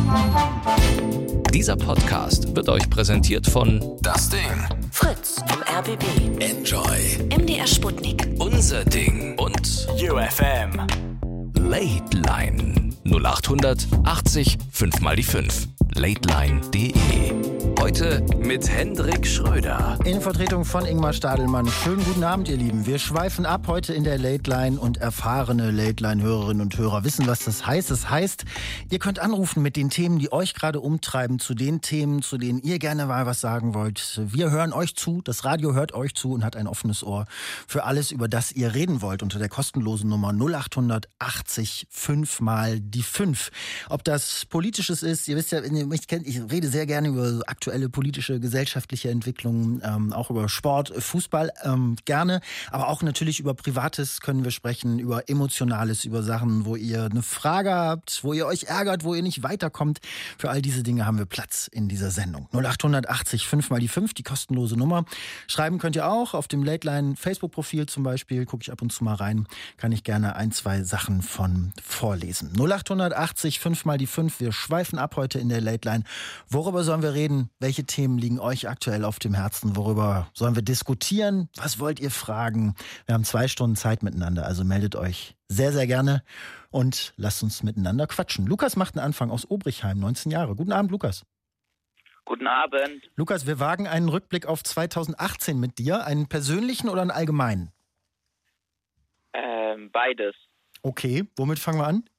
Dieser Podcast wird euch präsentiert von Das Ding. Fritz vom RBB. Enjoy. MDR Sputnik. Unser Ding und UFM. Late Line 0800 80 5 mal die 5. lateline.de. Heute mit Hendrik Schröder. In Vertretung von Ingmar Stadelmann. Schönen guten Abend, ihr Lieben. Wir schweifen ab heute in der Late Line und erfahrene Late Line-Hörerinnen und Hörer wissen, was das heißt. Das heißt, ihr könnt anrufen mit den Themen, die euch gerade umtreiben, zu den Themen, zu denen ihr gerne mal was sagen wollt. Wir hören euch zu, das Radio hört euch zu und hat ein offenes Ohr für alles, über das ihr reden wollt, unter der kostenlosen Nummer 0800 80 5 mal die 5. Ob das Politisches ist, ihr wisst ja, wenn ihr mich kennt, ich rede sehr gerne über aktuelle politische, gesellschaftliche Entwicklungen, auch über Sport, Fußball, gerne, aber auch natürlich über Privates können wir sprechen, über Emotionales, über Sachen, wo ihr eine Frage habt, wo ihr euch ärgert, wo ihr nicht weiterkommt. Für all diese Dinge haben wir Platz in dieser Sendung. 0800 80 5 mal die 5, die kostenlose Nummer. Schreiben könnt ihr auch auf dem Late Line Facebook-Profil zum Beispiel, gucke ich ab und zu mal rein, kann ich gerne ein, zwei Sachen von vorlesen. 0800 80 5 mal die 5, wir schweifen ab heute in der Late Line. Worüber sollen wir reden? Welche Themen liegen euch aktuell auf dem Herzen? Worüber sollen wir diskutieren? Was wollt ihr fragen? Wir haben 2 Stunden Zeit miteinander, also meldet euch sehr, sehr gerne und lasst uns miteinander quatschen. Lukas macht einen Anfang aus Obrichheim, 19 Jahre. Guten Abend, Lukas. Guten Abend. Lukas, wir wagen einen Rückblick auf 2018 mit dir. Einen persönlichen oder einen allgemeinen? Beides. Okay, womit fangen wir an?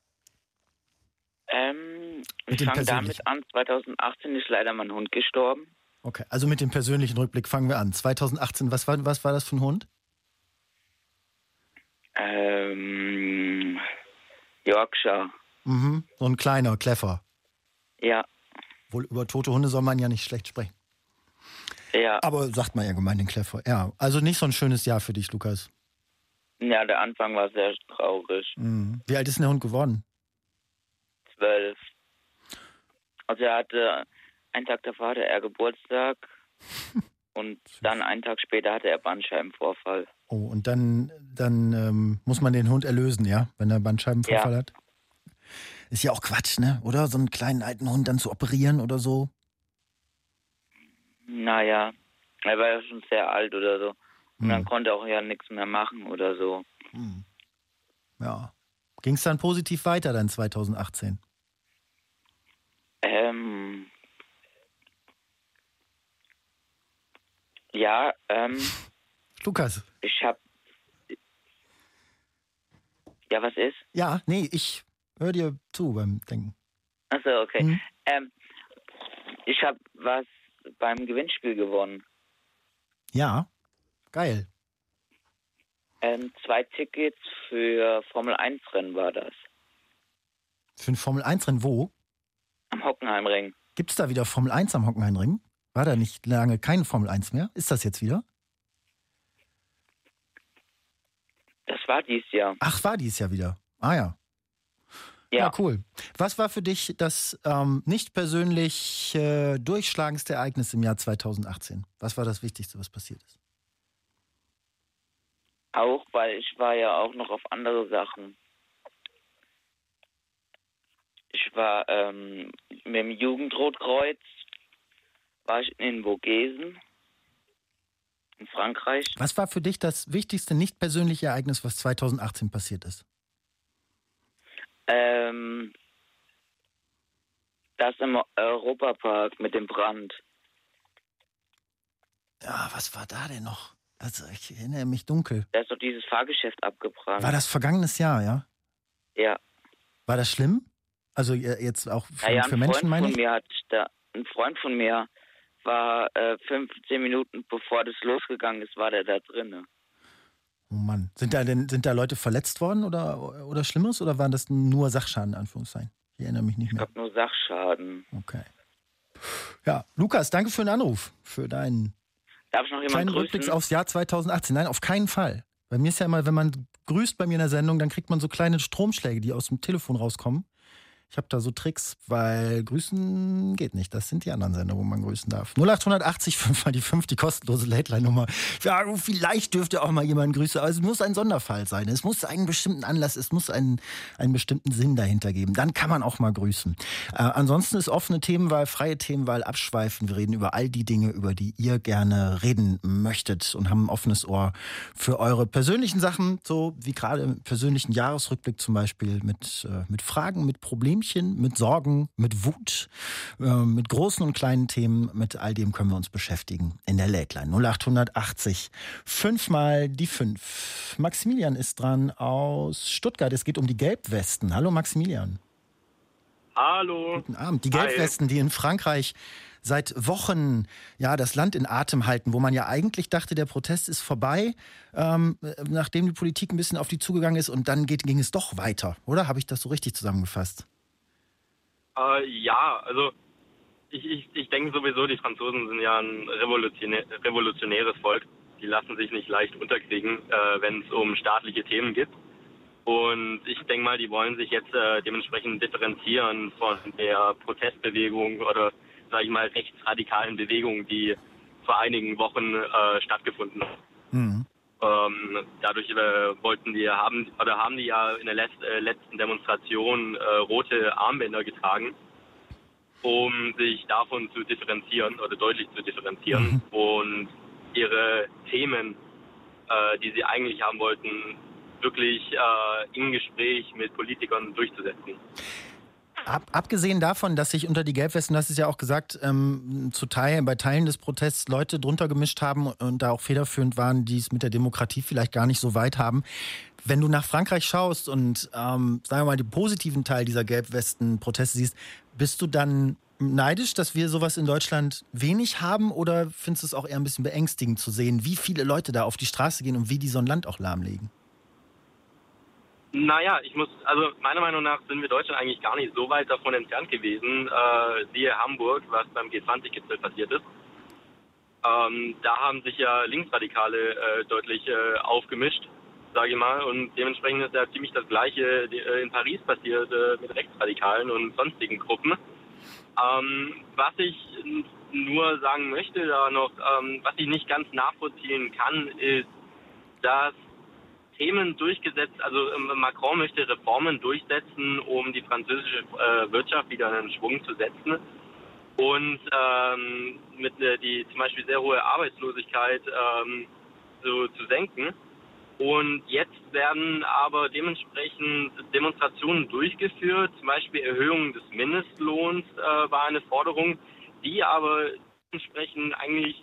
Ich fange damit an, 2018 ist leider mein Hund gestorben. Okay, also mit dem persönlichen Rückblick fangen wir an. 2018, was war das für ein Hund? Yorkshire. So ein kleiner, Kleffer. Ja. Wohl über tote Hunde soll man ja nicht schlecht sprechen. Ja. Aber sagt man ja gemein den Kleffer. Ja, also nicht so ein schönes Jahr für dich, Lukas. Ja, der Anfang war sehr traurig. Wie alt ist denn der Hund geworden? 12. Also er hatte, einen Tag davor hatte er Geburtstag und dann einen Tag später hatte er Bandscheibenvorfall. Oh, und dann muss man den Hund erlösen, ja? Wenn er Bandscheibenvorfall hat? Ist ja auch Quatsch, ne? Oder? So einen kleinen alten Hund dann zu operieren oder so? Naja, er war ja schon sehr alt oder so. Und dann konnte er auch ja nichts mehr machen oder so. Ja. Ging es dann positiv weiter dann 2018? Ja, Lukas. ich hab... Ja, was ist? Ja, nee, ich höre dir zu beim Denken. Achso, okay. Ich habe was beim Gewinnspiel gewonnen. Ja, geil. 2 Tickets für Formel-1-Rennen war das. Für ein Formel-1-Rennen wo? Am Hockenheimring. Gibt es da wieder Formel 1 am Hockenheimring? War da nicht lange kein Formel 1 mehr? Ist das jetzt wieder? Das war dieses Jahr. Ach, war dies Jahr wieder. Ah ja. Ja, cool. Was war für dich das nicht persönlich durchschlagendste Ereignis im Jahr 2018? Was war das Wichtigste, was passiert ist? Auch, weil ich war ja auch noch auf andere Sachen. Ich war mit dem Jugendrotkreuz, war ich in Vogesen, in Frankreich. Was war für dich das wichtigste nicht persönliche Ereignis, was 2018 passiert ist? Das im Europapark mit dem Brand. Ja, was war da denn noch? Also ich erinnere mich dunkel. Da ist doch dieses Fahrgeschäft abgebrannt. War das vergangenes Jahr, ja? Ja. War das schlimm? Also jetzt auch für Menschen, meine ich? Ein Freund von mir war 15 Minuten bevor das losgegangen ist, war der da drin. Oh Mann. Sind da Leute verletzt worden oder Schlimmes? Oder waren das nur Sachschaden, in Anführungszeichen? Ich erinnere mich nicht mehr. Ich glaube nur Sachschaden. Okay. Ja, Lukas, danke für den Anruf. Für deinen Darf ich noch jemanden kleinen grüßen? Rückblick aufs Jahr 2018. Nein, auf keinen Fall. Bei mir ist ja immer, wenn man grüßt bei mir in der Sendung, dann kriegt man so kleine Stromschläge, die aus dem Telefon rauskommen. Ich habe da so Tricks, weil grüßen geht nicht. Das sind die anderen Sender, wo man grüßen darf. 0880 5 mal die 5, die kostenlose Late-Line-Nummer. Ja, vielleicht dürft ihr auch mal jemanden grüßen, aber es muss ein Sonderfall sein. Es muss einen bestimmten Anlass, es muss einen bestimmten Sinn dahinter geben. Dann kann man auch mal grüßen. Ansonsten ist offene Themenwahl, freie Themenwahl, abschweifen. Wir reden über all die Dinge, über die ihr gerne reden möchtet und haben ein offenes Ohr für eure persönlichen Sachen, so wie gerade im persönlichen Jahresrückblick zum Beispiel mit Fragen, mit Problemchen, mit Sorgen, mit Wut, mit großen und kleinen Themen, mit all dem können wir uns beschäftigen in der Late Line. 0880 5 mal die 5. Maximilian ist dran aus Stuttgart. Es geht um die Gelbwesten. Hallo Maximilian. Hallo. Guten Abend. Die Gelbwesten, die in Frankreich seit Wochen das Land in Atem halten, wo man ja eigentlich dachte, der Protest ist vorbei, nachdem die Politik ein bisschen auf die zugegangen ist und dann ging es doch weiter, oder? Habe ich das so richtig zusammengefasst? Ja, also ich denke sowieso, die Franzosen sind ja ein revolutionäres Volk. Die lassen sich nicht leicht unterkriegen, wenn es um staatliche Themen geht. Und ich denke mal, die wollen sich jetzt dementsprechend differenzieren von der Protestbewegung oder, sage ich mal, rechtsradikalen Bewegung, die vor einigen Wochen stattgefunden hat. Mhm. Dadurch haben die ja in der letzten Demonstration rote Armbänder getragen, um sich davon zu differenzieren oder deutlich zu differenzieren und ihre Themen, die sie eigentlich haben wollten, wirklich im Gespräch mit Politikern durchzusetzen. Abgesehen davon, dass sich unter die Gelbwesten, du hast es ja auch gesagt, bei Teilen des Protests Leute drunter gemischt haben und da auch federführend waren, die es mit der Demokratie vielleicht gar nicht so weit haben. Wenn du nach Frankreich schaust und, sagen wir mal, den positiven Teil dieser Gelbwesten-Proteste siehst, bist du dann neidisch, dass wir sowas in Deutschland wenig haben oder findest du es auch eher ein bisschen beängstigend zu sehen, wie viele Leute da auf die Straße gehen und wie die so ein Land auch lahmlegen? Naja, also meiner Meinung nach sind wir Deutschland eigentlich gar nicht so weit davon entfernt gewesen, siehe Hamburg, was beim G20-Gipfel passiert ist. Da haben sich ja Linksradikale deutlich aufgemischt, sage ich mal, und dementsprechend ist ja ziemlich das Gleiche in Paris passiert mit Rechtsradikalen und sonstigen Gruppen. Was ich nur sagen möchte da noch, was ich nicht ganz nachvollziehen kann, ist, dass Themen durchgesetzt, also Macron möchte Reformen durchsetzen, um die französische Wirtschaft wieder in Schwung zu setzen und die zum Beispiel sehr hohe Arbeitslosigkeit zu senken. Und jetzt werden aber dementsprechend Demonstrationen durchgeführt, zum Beispiel Erhöhung des Mindestlohns war eine Forderung, die aber dementsprechend eigentlich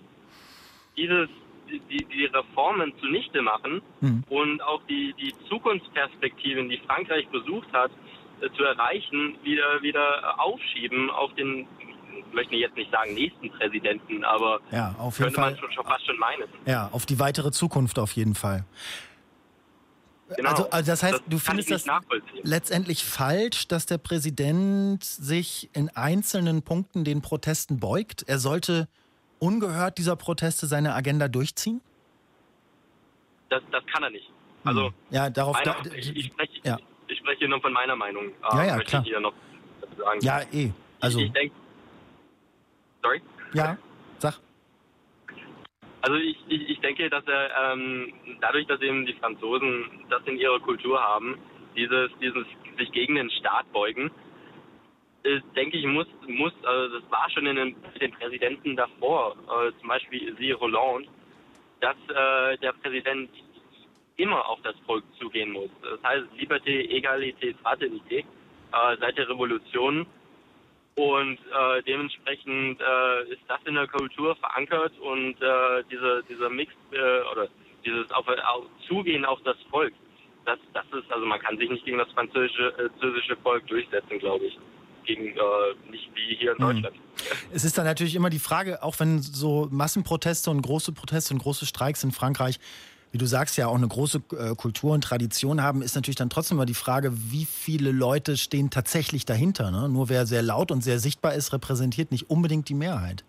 die Reformen zunichte machen und auch die Zukunftsperspektiven, die Frankreich versucht hat zu erreichen, wieder aufschieben auf den, ich möchte jetzt nicht sagen nächsten Präsidenten, aber ja, auf jeden Fall, man schon fast schon meinen. Ja, auf die weitere Zukunft auf jeden Fall. Genau. Also das heißt, du findest das nachvollziehen. Letztendlich falsch, dass der Präsident sich in einzelnen Punkten den Protesten beugt? Er sollte ungehört dieser Proteste seine Agenda durchziehen? Das kann er nicht. Also ja, darauf ich spreche nur von meiner Meinung. Ja, möchte klar. ich hier noch dazu sagen. Ja, also ich denke. Sorry? Ja, sag. Also ich denke, dass er dadurch, dass eben die Franzosen das in ihrer Kultur haben, dieses sich gegen den Staat beugen, denke ich, also das war schon in den Präsidenten davor, zum Beispiel siehe Hollande, dass der Präsident immer auf das Volk zugehen muss. Das heißt Liberté, Egalité, Fraternité seit der Revolution. Und dementsprechend ist das in der Kultur verankert und dieser Mix oder dieses Zugehen auf das Volk, das ist, also man kann sich nicht gegen das französische Volk durchsetzen, glaube ich. Nicht wie hier in Deutschland. Es ist dann natürlich immer die Frage, auch wenn so Massenproteste und große Proteste und große Streiks in Frankreich, wie du sagst, ja auch eine große Kultur und Tradition haben, ist natürlich dann trotzdem immer die Frage, wie viele Leute stehen tatsächlich dahinter. Ne? Nur wer sehr laut und sehr sichtbar ist, repräsentiert nicht unbedingt die Mehrheit.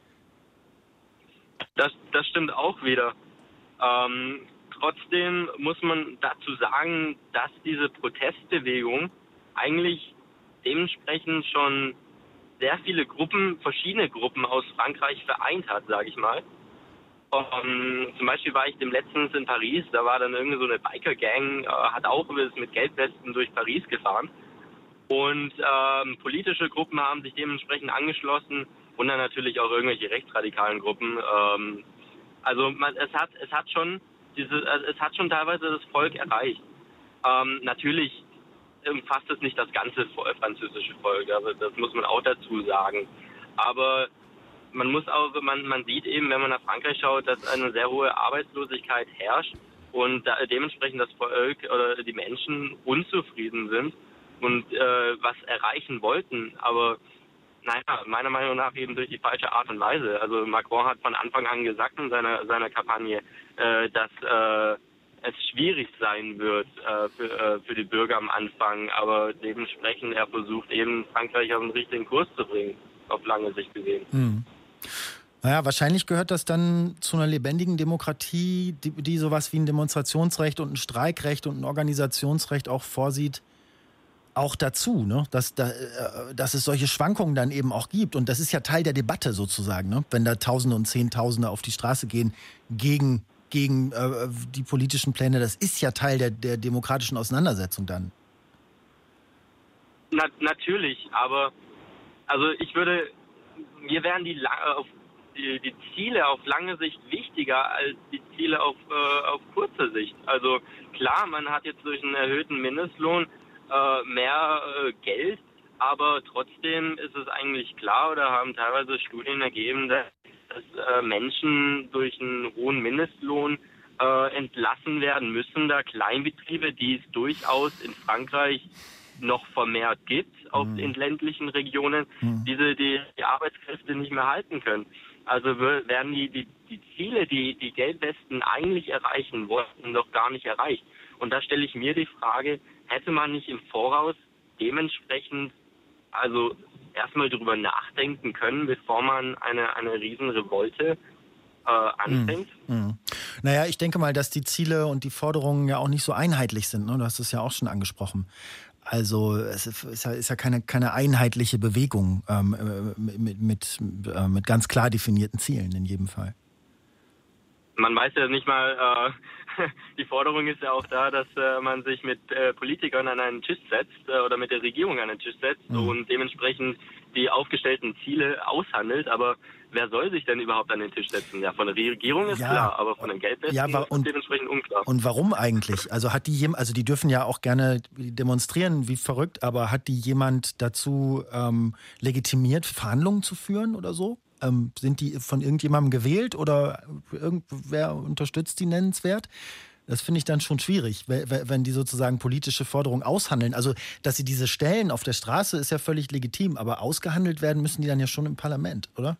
Das stimmt auch wieder. Trotzdem muss man dazu sagen, dass diese Protestbewegung eigentlich dementsprechend schon sehr viele Gruppen, verschiedene Gruppen aus Frankreich vereint hat, sage ich mal. Zum Beispiel war ich letztens in Paris, da war dann irgendwie so eine Biker-Gang, hat auch mit Gelbwesten durch Paris gefahren. Und politische Gruppen haben sich dementsprechend angeschlossen und dann natürlich auch irgendwelche rechtsradikalen Gruppen. Es hat schon teilweise das Volk erreicht. Natürlich umfasst es nicht das ganze französische Volk, also das muss man auch dazu sagen. Aber man sieht eben, wenn man nach Frankreich schaut, dass eine sehr hohe Arbeitslosigkeit herrscht und dementsprechend das Volk oder die Menschen unzufrieden sind und was erreichen wollten. Aber meiner Meinung nach eben durch die falsche Art und Weise. Also Macron hat von Anfang an gesagt in seiner Kampagne, dass es schwierig sein wird für die Bürger am Anfang, aber dementsprechend er versucht eben Frankreich auf den richtigen Kurs zu bringen, auf lange Sicht gesehen. Naja, wahrscheinlich gehört das dann zu einer lebendigen Demokratie, die sowas wie ein Demonstrationsrecht und ein Streikrecht und ein Organisationsrecht auch vorsieht, auch dazu, ne? Dass es solche Schwankungen dann eben auch gibt. Und das ist ja Teil der Debatte sozusagen, ne? Wenn da Tausende und Zehntausende auf die Straße gehen gegen die politischen Pläne. Das ist ja Teil der demokratischen Auseinandersetzung dann. Natürlich, aber also mir wären die Ziele auf lange Sicht wichtiger als die Ziele auf kurze Sicht. Also klar, man hat jetzt durch einen erhöhten Mindestlohn mehr Geld, aber trotzdem ist es eigentlich klar oder haben teilweise Studien ergeben, dass Menschen durch einen hohen Mindestlohn entlassen werden müssen, da Kleinbetriebe, die es durchaus in Frankreich noch vermehrt gibt, in ländlichen Regionen, die Arbeitskräfte nicht mehr halten können. Also werden die Ziele, die Gelbwesten eigentlich erreichen wollten, noch gar nicht erreicht. Und da stelle ich mir die Frage, hätte man nicht im Voraus dementsprechend also erstmal drüber nachdenken können, bevor man eine Riesenrevolte anfängt? Naja, ich denke mal, dass die Ziele und die Forderungen ja auch nicht so einheitlich sind. Ne? Du hast es ja auch schon angesprochen. Also es ist ja keine einheitliche Bewegung mit ganz klar definierten Zielen in jedem Fall. Man weiß ja nicht mal, die Forderung ist ja auch da, dass man sich mit Politikern an einen Tisch setzt oder mit der Regierung an einen Tisch setzt und dementsprechend die aufgestellten Ziele aushandelt. Aber wer soll sich denn überhaupt an den Tisch setzen? Ja, von der Regierung ist klar, aber von den Gelbwesten ist dementsprechend unklar. Und warum eigentlich? Also die dürfen ja auch gerne demonstrieren wie verrückt, aber hat die jemand dazu legitimiert, Verhandlungen zu führen oder so? Sind die von irgendjemandem gewählt oder irgendwer unterstützt die nennenswert? Das finde ich dann schon schwierig, wenn die sozusagen politische Forderungen aushandeln. Also, dass sie diese stellen auf der Straße, ist ja völlig legitim, aber ausgehandelt werden müssen die dann ja schon im Parlament, oder?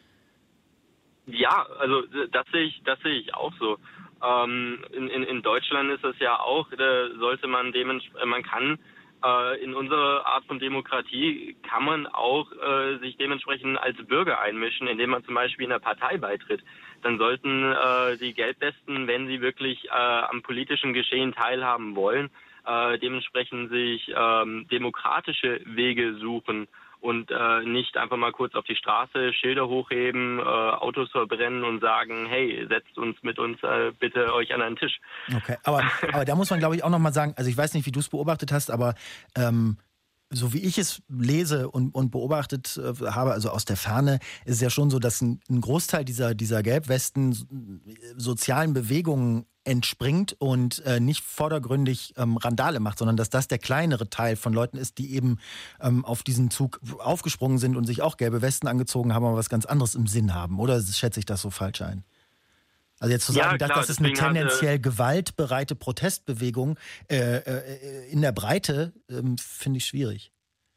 Ja, also das sehe ich auch so. In Deutschland ist es ja auch, sollte man kann in unserer Art von Demokratie kann man auch sich dementsprechend als Bürger einmischen, indem man zum Beispiel in einer Partei beitritt. Dann sollten die Gelbwesten, wenn sie wirklich am politischen Geschehen teilhaben wollen, dementsprechend sich demokratische Wege suchen und nicht einfach mal kurz auf die Straße Schilder hochheben, Autos verbrennen und sagen, hey, setzt uns mit uns bitte euch an einen Tisch. Okay, aber da muss man, glaube ich, auch nochmal sagen, also ich weiß nicht, wie du es beobachtet hast, aber so wie ich es lese und beobachtet habe, also aus der Ferne, ist es ja schon so, dass ein Großteil dieser Gelbwesten sozialen Bewegungen entspringt und nicht vordergründig Randale macht, sondern dass das der kleinere Teil von Leuten ist, die eben auf diesen Zug aufgesprungen sind und sich auch gelbe Westen angezogen haben, aber was ganz anderes im Sinn haben. Oder schätze ich das so falsch ein? Also jetzt zu sagen, ja, klar, das ist eine tendenziell gewaltbereite Protestbewegung in der Breite, finde ich schwierig.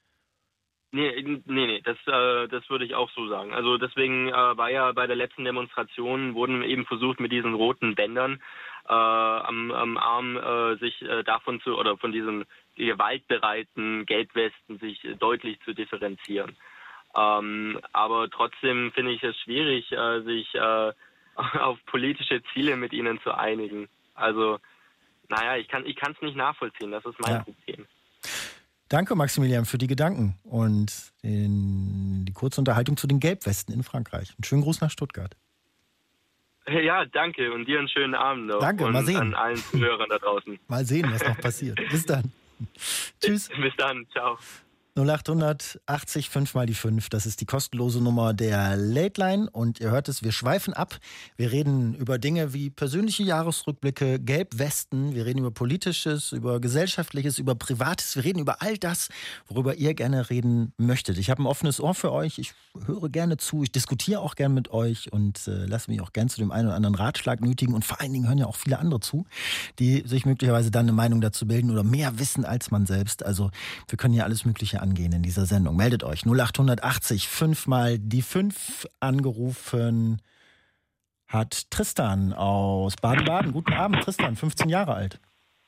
Nee, das würde ich auch so sagen. Also deswegen war ja bei der letzten Demonstration, wurden eben versucht, mit diesen roten Bändern am Arm sich von diesen gewaltbereiten Gelbwesten sich deutlich zu differenzieren. Aber trotzdem finde ich es schwierig, sich auf politische Ziele mit ihnen zu einigen. Also, ich kann es nicht nachvollziehen, das ist mein Problem. Danke, Maximilian, für die Gedanken und die kurze Unterhaltung zu den Gelbwesten in Frankreich. Einen schönen Gruß nach Stuttgart. Ja, danke und dir einen schönen Abend noch. Danke, und mal sehen. an allen Zuhörern da draußen. Mal sehen, was noch passiert. Bis dann. Tschüss. Bis dann, ciao. 0800 80 5 mal die 5. Das ist die kostenlose Nummer der Late Line. Und ihr hört es, wir schweifen ab. Wir reden über Dinge wie persönliche Jahresrückblicke, Gelbwesten. Wir reden über Politisches, über Gesellschaftliches, über Privates. Wir reden über all das, worüber ihr gerne reden möchtet. Ich habe ein offenes Ohr für euch. Ich höre gerne zu. Ich diskutiere auch gerne mit euch und lasse mich auch gerne zu dem einen oder anderen Ratschlag nötigen. Und vor allen Dingen hören ja auch viele andere zu, die sich möglicherweise dann eine Meinung dazu bilden oder mehr wissen als man selbst. Also wir können ja alles Mögliche angehen in dieser Sendung. Meldet euch 0880 5 mal die 5. Angerufen hat Tristan aus Baden-Baden. Guten Abend, Tristan, 15 Jahre alt.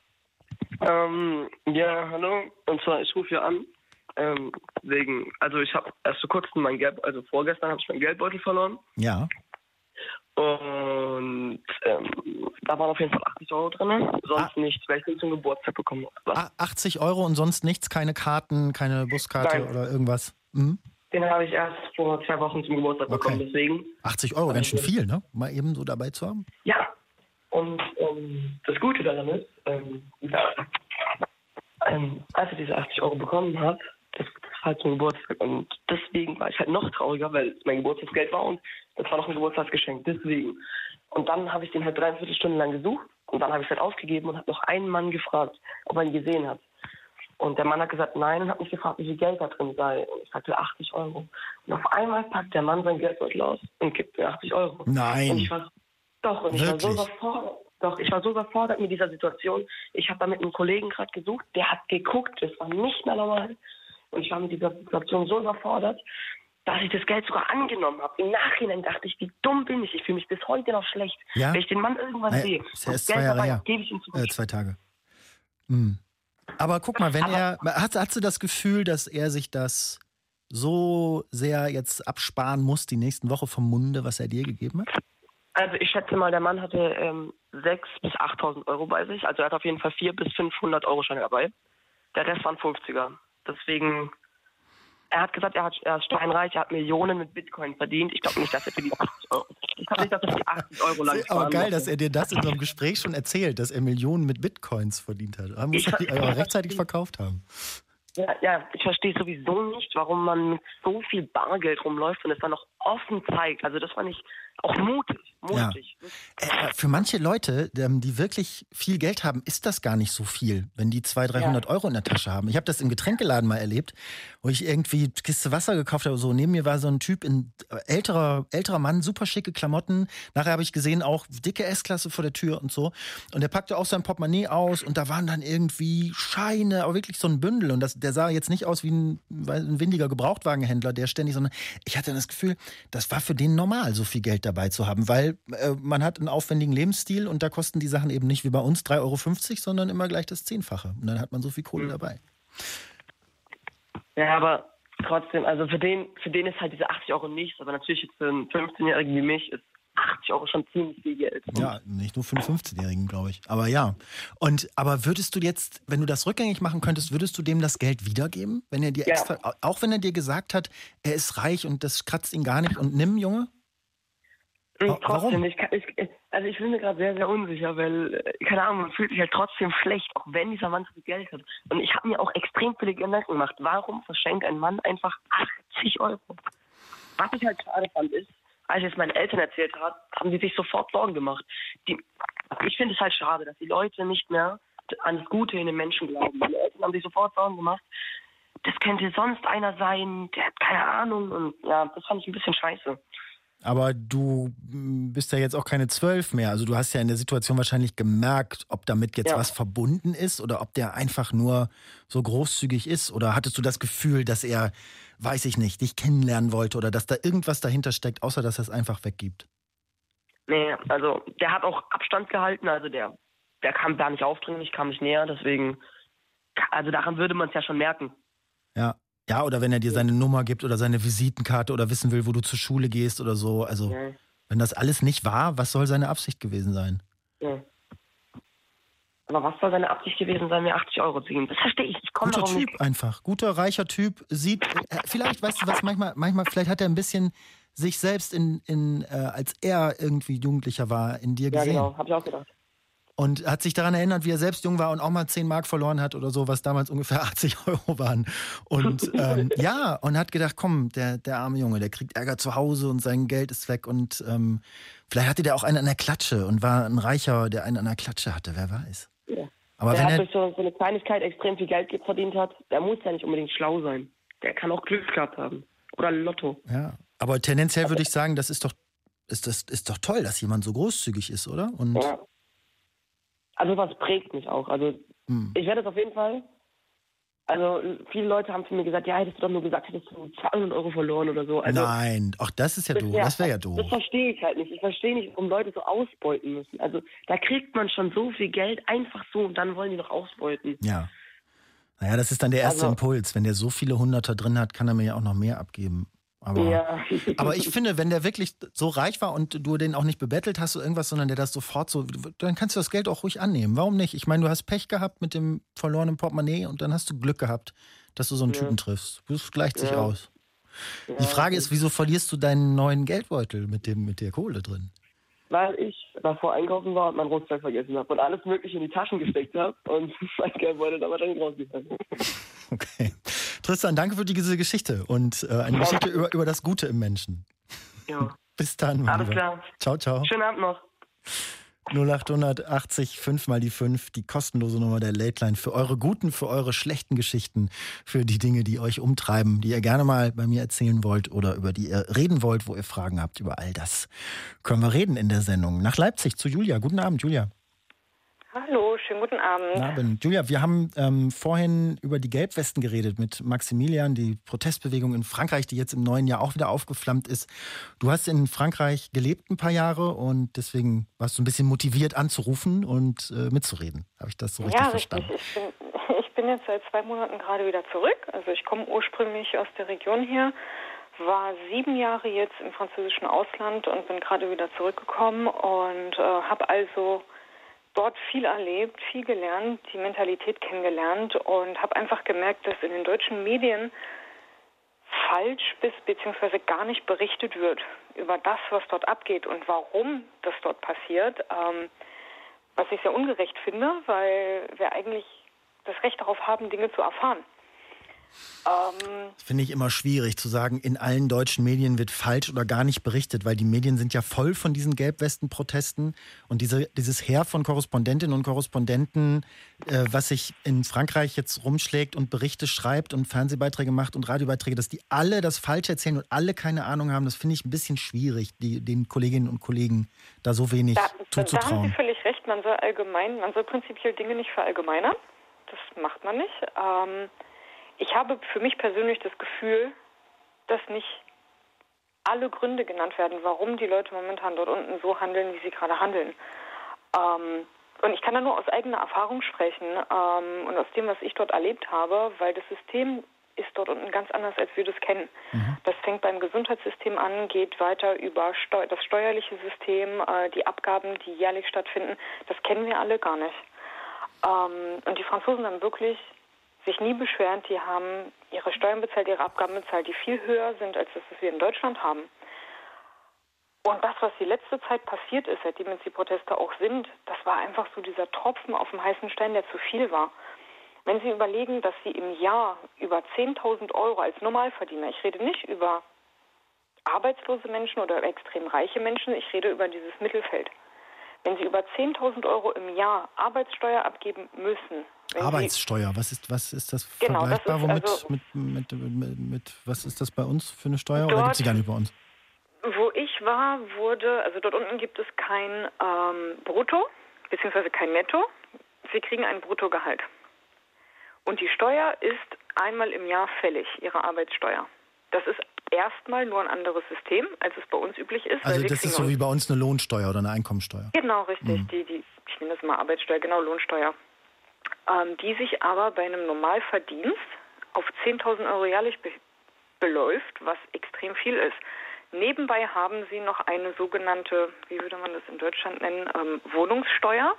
Ja, hallo. Und zwar, ich rufe hier an, ich habe erst vor kurzem vorgestern habe ich meinen Geldbeutel verloren. Ja. Und da waren auf jeden Fall 80 Euro drin, sonst nichts, weil ich den zum Geburtstag bekommen habe. 80 Euro und sonst nichts? Keine Karten, keine Buskarte Nein. oder irgendwas? Mhm. Den habe ich erst vor 2 Wochen zum Geburtstag bekommen, deswegen. 80 Euro, ganz schön viel, ne? Mal eben so dabei zu haben. Ja, und das Gute daran ist, als ich diese 80 Euro bekommen habe, das war halt zum Geburtstag und deswegen war ich halt noch trauriger, weil es mein Geburtstagsgeld war und das war noch ein Geburtstagsgeschenk, deswegen. Und dann habe ich den halt 3/4 Stunde lang gesucht und dann habe ich es halt ausgegeben und habe noch einen Mann gefragt, ob er ihn gesehen hat. Und der Mann hat gesagt, nein, und hat mich gefragt, wie viel Geld da drin sei. Und ich sagte 80 Euro. Und auf einmal packt der Mann sein Geldbeutel aus und gibt mir 80 Euro. Nein. Und ich war so überfordert. Doch, ich war so überfordert mit dieser Situation. Ich habe da mit einem Kollegen gerade gesucht, der hat geguckt, das war nicht mehr normal. Und ich war mit dieser Situation so überfordert, dass ich das Geld sogar angenommen habe. Im Nachhinein dachte ich, wie dumm bin ich. Ich fühle mich bis heute noch schlecht. Ja? Wenn ich den Mann irgendwas sehe. Ist ja erst 2 Jahre her. Gebe ich ihm zurück. 2 Tage. Mhm. Aber guck mal, hast du das Gefühl, dass er sich das so sehr jetzt absparen muss, die nächsten Woche vom Munde, was er dir gegeben hat? Also ich schätze mal, der Mann hatte 6.000 bis 8.000 Euro bei sich. Also er hat auf jeden Fall 400 bis 500 Euro Scheine dabei. Der Rest waren 50er. Deswegen, er hat gesagt, er ist steinreich, er hat Millionen mit Bitcoin verdient. Ich glaube nicht, dass er für die 80 Euro... Ich glaube nicht, dass er für die 80 Euro lang Aber geil, dass er dir das in so einem Gespräch schon erzählt, dass er Millionen mit Bitcoins verdient hat. Er muss die aber rechtzeitig verkauft haben. Ja, ich verstehe sowieso nicht, warum man mit so viel Bargeld rumläuft und es dann noch offen zeigt. Also das fand ich auch mutig. Ja. Für manche Leute, die wirklich viel Geld haben, ist das gar nicht so viel, wenn die 200, 300 Euro in der Tasche haben. Ich habe das im Getränkeladen mal erlebt, wo ich irgendwie eine Kiste Wasser gekauft habe. So, neben mir war so ein Typ, älterer Mann, super schicke Klamotten. Nachher habe ich gesehen, auch dicke S-Klasse vor der Tür und so. Und der packte auch sein Portemonnaie aus und da waren dann irgendwie Scheine, aber wirklich so ein Bündel. Und der sah jetzt nicht aus wie ein windiger Gebrauchtwagenhändler, der ständig, sondern ich hatte das Gefühl, das war für den normal, so viel Geld dabei zu haben, weil man hat einen aufwendigen Lebensstil und da kosten die Sachen eben nicht wie bei uns 3,50 Euro, sondern immer gleich das 10-fache. Und dann hat man so viel Kohle dabei. Ja, aber trotzdem, also für den ist halt diese 80 Euro nichts, aber natürlich jetzt für einen 15-Jährigen wie mich ist 80 Euro schon ziemlich viel Geld. Ja, nicht nur für einen 15-Jährigen, glaube ich. Aber ja. Aber würdest du jetzt, wenn du das rückgängig machen könntest, würdest du dem das Geld wiedergeben? Wenn er dir extra, auch wenn er dir gesagt hat, er ist reich und das kratzt ihn gar nicht und nimm, Junge? Trotzdem, ich bin mir gerade sehr, sehr unsicher, weil, keine Ahnung, man fühlt sich halt trotzdem schlecht, auch wenn dieser Mann so viel Geld hat. Und ich habe mir auch extrem viele Gedanken gemacht, warum verschenkt ein Mann einfach 80 Euro? Was ich halt schade fand ist, als ich es meinen Eltern erzählt habe, haben die sich sofort Sorgen gemacht. Ich finde es halt schade, dass die Leute nicht mehr an das Gute in den Menschen glauben. Meine Eltern haben sich sofort Sorgen gemacht, das könnte sonst einer sein, der hat keine Ahnung. Und ja, das fand ich ein bisschen scheiße. Aber du bist ja jetzt auch keine 12 mehr. Also du hast ja in der Situation wahrscheinlich gemerkt, ob damit jetzt was verbunden ist oder ob der einfach nur so großzügig ist. Oder hattest du das Gefühl, dass er, weiß ich nicht, dich kennenlernen wollte oder dass da irgendwas dahinter steckt, außer dass er es einfach weggibt? Nee, also der hat auch Abstand gehalten. Also der kam gar nicht aufdringlich, kam nicht näher. Deswegen, also daran würde man es ja schon merken. Ja. Ja, oder wenn er dir seine Nummer gibt oder seine Visitenkarte oder wissen will, wo du zur Schule gehst oder so. Also, wenn das alles nicht war, was soll seine Absicht gewesen sein? Ja. Aber was soll seine Absicht gewesen sein, mir 80 € zu geben? Das verstehe ich. Ich komme darauf nicht. Guter Typ einfach. Guter, reicher Typ. Sieht, vielleicht, weißt du was, manchmal vielleicht hat er ein bisschen sich selbst als er irgendwie Jugendlicher war, in dir gesehen. Ja, genau. Hab ich auch gedacht. Und hat sich daran erinnert, wie er selbst jung war und auch mal 10 Mark verloren hat oder so, was damals ungefähr 80 € waren. Und und hat gedacht, komm, der arme Junge, der kriegt Ärger zu Hause und sein Geld ist weg. Und vielleicht hatte der auch einen an der Klatsche und war ein Reicher, der einen an der Klatsche hatte, wer weiß. Ja. Aber der wenn hat durch so eine Kleinigkeit extrem viel Geld verdient hat, der muss ja nicht unbedingt schlau sein. Der kann auch Glück gehabt haben. Oder Lotto. Ja, aber tendenziell würde ich sagen, das ist doch toll, dass jemand so großzügig ist, oder? Und ja. Also was prägt mich auch. Also ich werde es auf jeden Fall. Also viele Leute haben zu mir gesagt, ja, hättest du doch nur gesagt, hättest du 200 € verloren oder so. Also, nein, ach, das ist ja doof. Das wäre ja doof. Das verstehe ich halt nicht. Ich verstehe nicht, warum Leute so ausbeuten müssen. Also da kriegt man schon so viel Geld einfach so und dann wollen die noch ausbeuten. Ja. Naja, das ist dann der erste Impuls. Wenn der so viele Hunderter drin hat, kann er mir ja auch noch mehr abgeben. Aber ich finde, wenn der wirklich so reich war und du den auch nicht bebettelt hast oder irgendwas, sondern der das sofort so, dann kannst du das Geld auch ruhig annehmen. Warum nicht? Ich meine, du hast Pech gehabt mit dem verlorenen Portemonnaie und dann hast du Glück gehabt, dass du so einen Typen triffst. Das gleicht sich aus. Ja. Die Frage ist, wieso verlierst du deinen neuen Geldbeutel mit der Kohle drin? Weil ich davor einkaufen war und meinen Rucksack vergessen habe und alles Mögliche in die Taschen gesteckt habe und mein Geldbeutel aber dann rausgefallen. Okay. Tristan, danke für diese Geschichte und eine Geschichte über das Gute im Menschen. Ja. Bis dann. Alles klar. Ciao, ciao. Schönen Abend noch. 0880 5 mal die 5, die kostenlose Nummer der Late Line für eure guten, für eure schlechten Geschichten, für die Dinge, die euch umtreiben, die ihr gerne mal bei mir erzählen wollt oder über die ihr reden wollt, wo ihr Fragen habt. Über all das können wir reden in der Sendung. Nach Leipzig zu Julia. Guten Abend, Julia. Hallo, schönen guten Abend. Guten Abend. Julia, wir haben vorhin über die Gelbwesten geredet mit Maximilian, die Protestbewegung in Frankreich, die jetzt im neuen Jahr auch wieder aufgeflammt ist. Du hast in Frankreich gelebt ein paar Jahre und deswegen warst du ein bisschen motiviert anzurufen und mitzureden. Habe ich das so richtig verstanden? Ja, richtig. Ich bin jetzt seit 2 Monaten gerade wieder zurück. Also ich komme ursprünglich aus der Region hier, war 7 Jahre jetzt im französischen Ausland und bin gerade wieder zurückgekommen und habe also dort viel erlebt, viel gelernt, die Mentalität kennengelernt und habe einfach gemerkt, dass in den deutschen Medien falsch beziehungsweise gar nicht berichtet wird über das, was dort abgeht und warum das dort passiert, was ich sehr ungerecht finde, weil wir eigentlich das Recht darauf haben, Dinge zu erfahren. Das finde ich immer schwierig zu sagen, in allen deutschen Medien wird falsch oder gar nicht berichtet, weil die Medien sind ja voll von diesen Gelbwesten-Protesten und dieses Heer von Korrespondentinnen und Korrespondenten, was sich in Frankreich jetzt rumschlägt und Berichte schreibt und Fernsehbeiträge macht und Radiobeiträge, dass die alle das falsch erzählen und alle keine Ahnung haben, das finde ich ein bisschen schwierig, den Kolleginnen und Kollegen da so wenig zuzutrauen. Da haben Sie völlig recht, man soll prinzipiell Dinge nicht verallgemeinern, das macht man nicht. Ich habe für mich persönlich das Gefühl, dass nicht alle Gründe genannt werden, warum die Leute momentan dort unten so handeln, wie sie gerade handeln. Und ich kann da nur aus eigener Erfahrung sprechen und aus dem, was ich dort erlebt habe, weil das System ist dort unten ganz anders, als wir das kennen. Das fängt beim Gesundheitssystem an, geht weiter über das steuerliche System, die Abgaben, die jährlich stattfinden. Das kennen wir alle gar nicht. Und die Franzosen haben wirklich sich nie beschwert, die haben ihre Steuern bezahlt, ihre Abgaben bezahlt, die viel höher sind, als das, was wir in Deutschland haben. Und das, was die letzte Zeit passiert ist, seitdem jetzt die Proteste auch sind, das war einfach so dieser Tropfen auf dem heißen Stein, der zu viel war. Wenn Sie überlegen, dass Sie im Jahr über 10.000 € als Normalverdiener, ich rede nicht über arbeitslose Menschen oder extrem reiche Menschen, ich rede über dieses Mittelfeld. Wenn Sie über 10.000 € im Jahr Arbeitssteuer abgeben müssen. Arbeitssteuer, was ist das genau, vergleichbar? Das ist mit was ist das bei uns für eine Steuer? Oder gibt es die gar nicht bei uns? Wo ich war, dort unten gibt es kein Brutto, beziehungsweise kein Netto. Sie kriegen ein Bruttogehalt. Und die Steuer ist einmal im Jahr fällig, Ihre Arbeitssteuer. Das ist erstmal nur ein anderes System, als es bei uns üblich ist. Also das ist so wie bei uns eine Lohnsteuer oder eine Einkommensteuer. Genau, richtig. Ich nenne das mal Arbeitssteuer, genau, Lohnsteuer. Die sich aber bei einem Normalverdienst auf 10.000 € jährlich beläuft, was extrem viel ist. Nebenbei haben Sie noch eine sogenannte, wie würde man das in Deutschland nennen, Wohnungssteuer.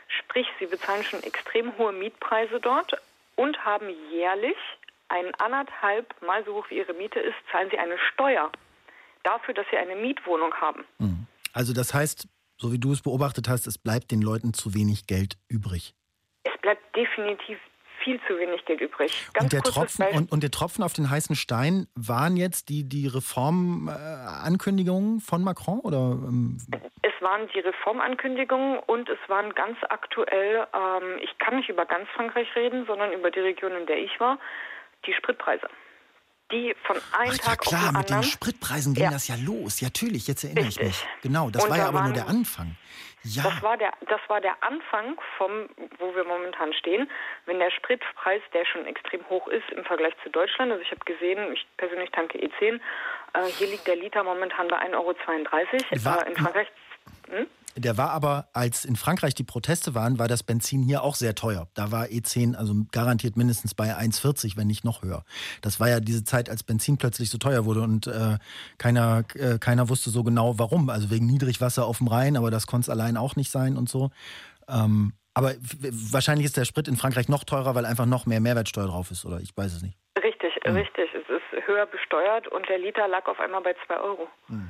Sprich, sie bezahlen schon extrem hohe Mietpreise dort und haben jährlich einen 1,5 Mal so hoch wie ihre Miete ist, zahlen sie eine Steuer dafür, dass sie eine Mietwohnung haben. Also das heißt, so wie du es beobachtet hast, es bleibt den Leuten zu wenig Geld übrig. Es bleibt definitiv viel zu wenig Geld übrig. Und der Tropfen auf den heißen Stein waren jetzt die Reformankündigungen von Macron? Oder, Es waren die Reformankündigungen und es waren ganz aktuell, ich kann nicht über ganz Frankreich reden, sondern über die Region, in der ich war, die Spritpreise. Die von einem Tag auf den anderen... mit den Spritpreisen ging das ja los. Ja, natürlich, jetzt erinnere ich mich. Genau, das war ja aber nur der Anfang. Ja. Das war der Anfang vom, wo wir momentan stehen. Wenn der Spritpreis, der schon extrem hoch ist im Vergleich zu Deutschland, also ich habe gesehen, ich persönlich tanke E10, hier liegt der Liter momentan bei 1,32 €. In Frankreich... Der war aber, als in Frankreich die Proteste waren, war das Benzin hier auch sehr teuer. Da war E10 also garantiert mindestens bei 1,40, wenn nicht noch höher. Das war ja diese Zeit, als Benzin plötzlich so teuer wurde und keiner wusste so genau, warum. Also wegen Niedrigwasser auf dem Rhein, aber das konnte es allein auch nicht sein und so. Aber wahrscheinlich ist der Sprit in Frankreich noch teurer, weil einfach noch mehr Mehrwertsteuer drauf ist, oder? Ich weiß es nicht. Richtig. Es ist höher besteuert und der Liter lag auf einmal bei 2 €.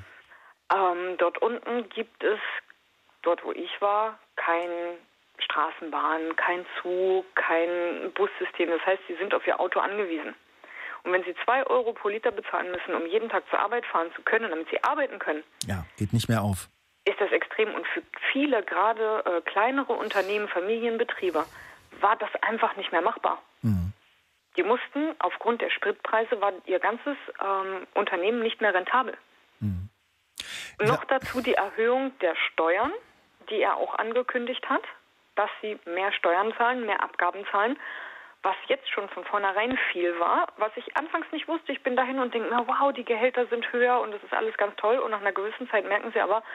Dort unten gibt es, dort wo ich war, kein Straßenbahn, kein Zug, kein Bussystem. Das heißt, sie sind auf ihr Auto angewiesen. Und wenn sie 2 € pro Liter bezahlen müssen, um jeden Tag zur Arbeit fahren zu können, damit sie arbeiten können, ja, geht nicht mehr auf. Ist das extrem. Und für viele, gerade kleinere Unternehmen, Familienbetriebe, war das einfach nicht mehr machbar. Die mussten, aufgrund der Spritpreise, war ihr ganzes Unternehmen nicht mehr rentabel. Noch dazu die Erhöhung der Steuern, die er auch angekündigt hat, dass sie mehr Steuern zahlen, mehr Abgaben zahlen, was jetzt schon von vornherein viel war, was ich anfangs nicht wusste. Ich bin dahin und denke, na wow, die Gehälter sind höher und das ist alles ganz toll. Und nach einer gewissen Zeit merken sie aber,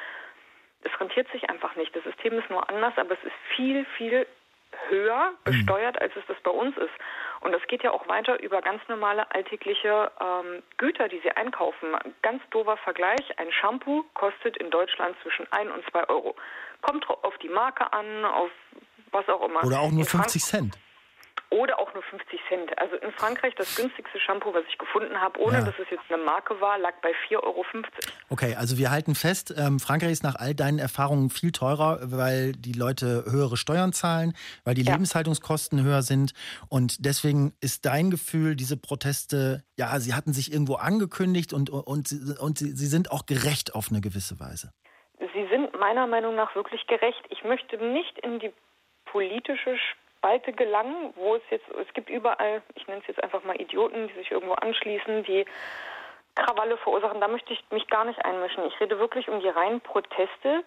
es rentiert sich einfach nicht. Das System ist nur anders, aber es ist viel, viel höher besteuert, als es das bei uns ist. Und das geht ja auch weiter über ganz normale alltägliche Güter, die sie einkaufen. Ganz doofer Vergleich, ein Shampoo kostet in Deutschland zwischen 1 und 2 €. Kommt auf die Marke an, auf was auch immer. Oder auch nur 50 Cent. Oder auch nur 50 Cent. Also in Frankreich das günstigste Shampoo, was ich gefunden habe, ohne dass es jetzt eine Marke war, lag bei 4,50 €. Okay, also wir halten fest, Frankreich ist nach all deinen Erfahrungen viel teurer, weil die Leute höhere Steuern zahlen, weil die Lebenshaltungskosten höher sind. Und deswegen ist dein Gefühl, diese Proteste, ja, sie hatten sich irgendwo angekündigt und sie sind auch gerecht auf eine gewisse Weise. Sie sind meiner Meinung nach wirklich gerecht. Ich möchte nicht in die politische Spalte gelangen, wo es gibt überall, ich nenne es jetzt einfach mal Idioten, die sich irgendwo anschließen, die Krawalle verursachen. Da möchte ich mich gar nicht einmischen. Ich rede wirklich um die reinen Proteste,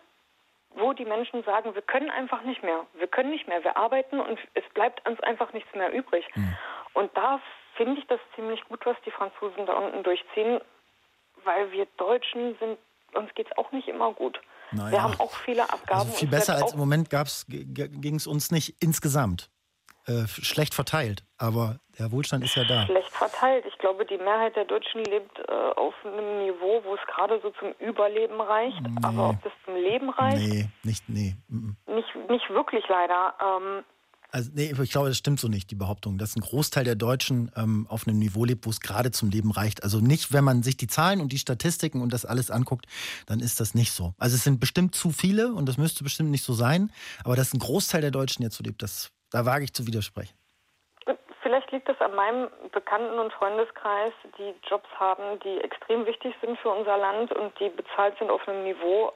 wo die Menschen sagen, wir können einfach nicht mehr. Wir können nicht mehr. Wir arbeiten und es bleibt uns einfach nichts mehr übrig. Und da finde ich das ziemlich gut, was die Franzosen da unten durchziehen, weil wir Deutschen uns geht es auch nicht immer gut. Naja. Wir haben auch viele Abgaben. Also viel besser als im Moment ging es uns nicht insgesamt. Schlecht verteilt, aber der Wohlstand ist ja da. Schlecht verteilt. Ich glaube, die Mehrheit der Deutschen lebt auf einem Niveau, wo es gerade so zum Überleben reicht. Nee. Aber ob das zum Leben reicht? Nee. Nicht wirklich leider. Also ich glaube, das stimmt so nicht, die Behauptung, dass ein Großteil der Deutschen auf einem Niveau lebt, wo es gerade zum Leben reicht. Also nicht, wenn man sich die Zahlen und die Statistiken und das alles anguckt, dann ist das nicht so. Also es sind bestimmt zu viele und das müsste bestimmt nicht so sein, aber dass ein Großteil der Deutschen jetzt so lebt, da wage ich zu widersprechen. Vielleicht liegt es an meinem Bekannten- und Freundeskreis, die Jobs haben, die extrem wichtig sind für unser Land und die bezahlt sind auf einem Niveau,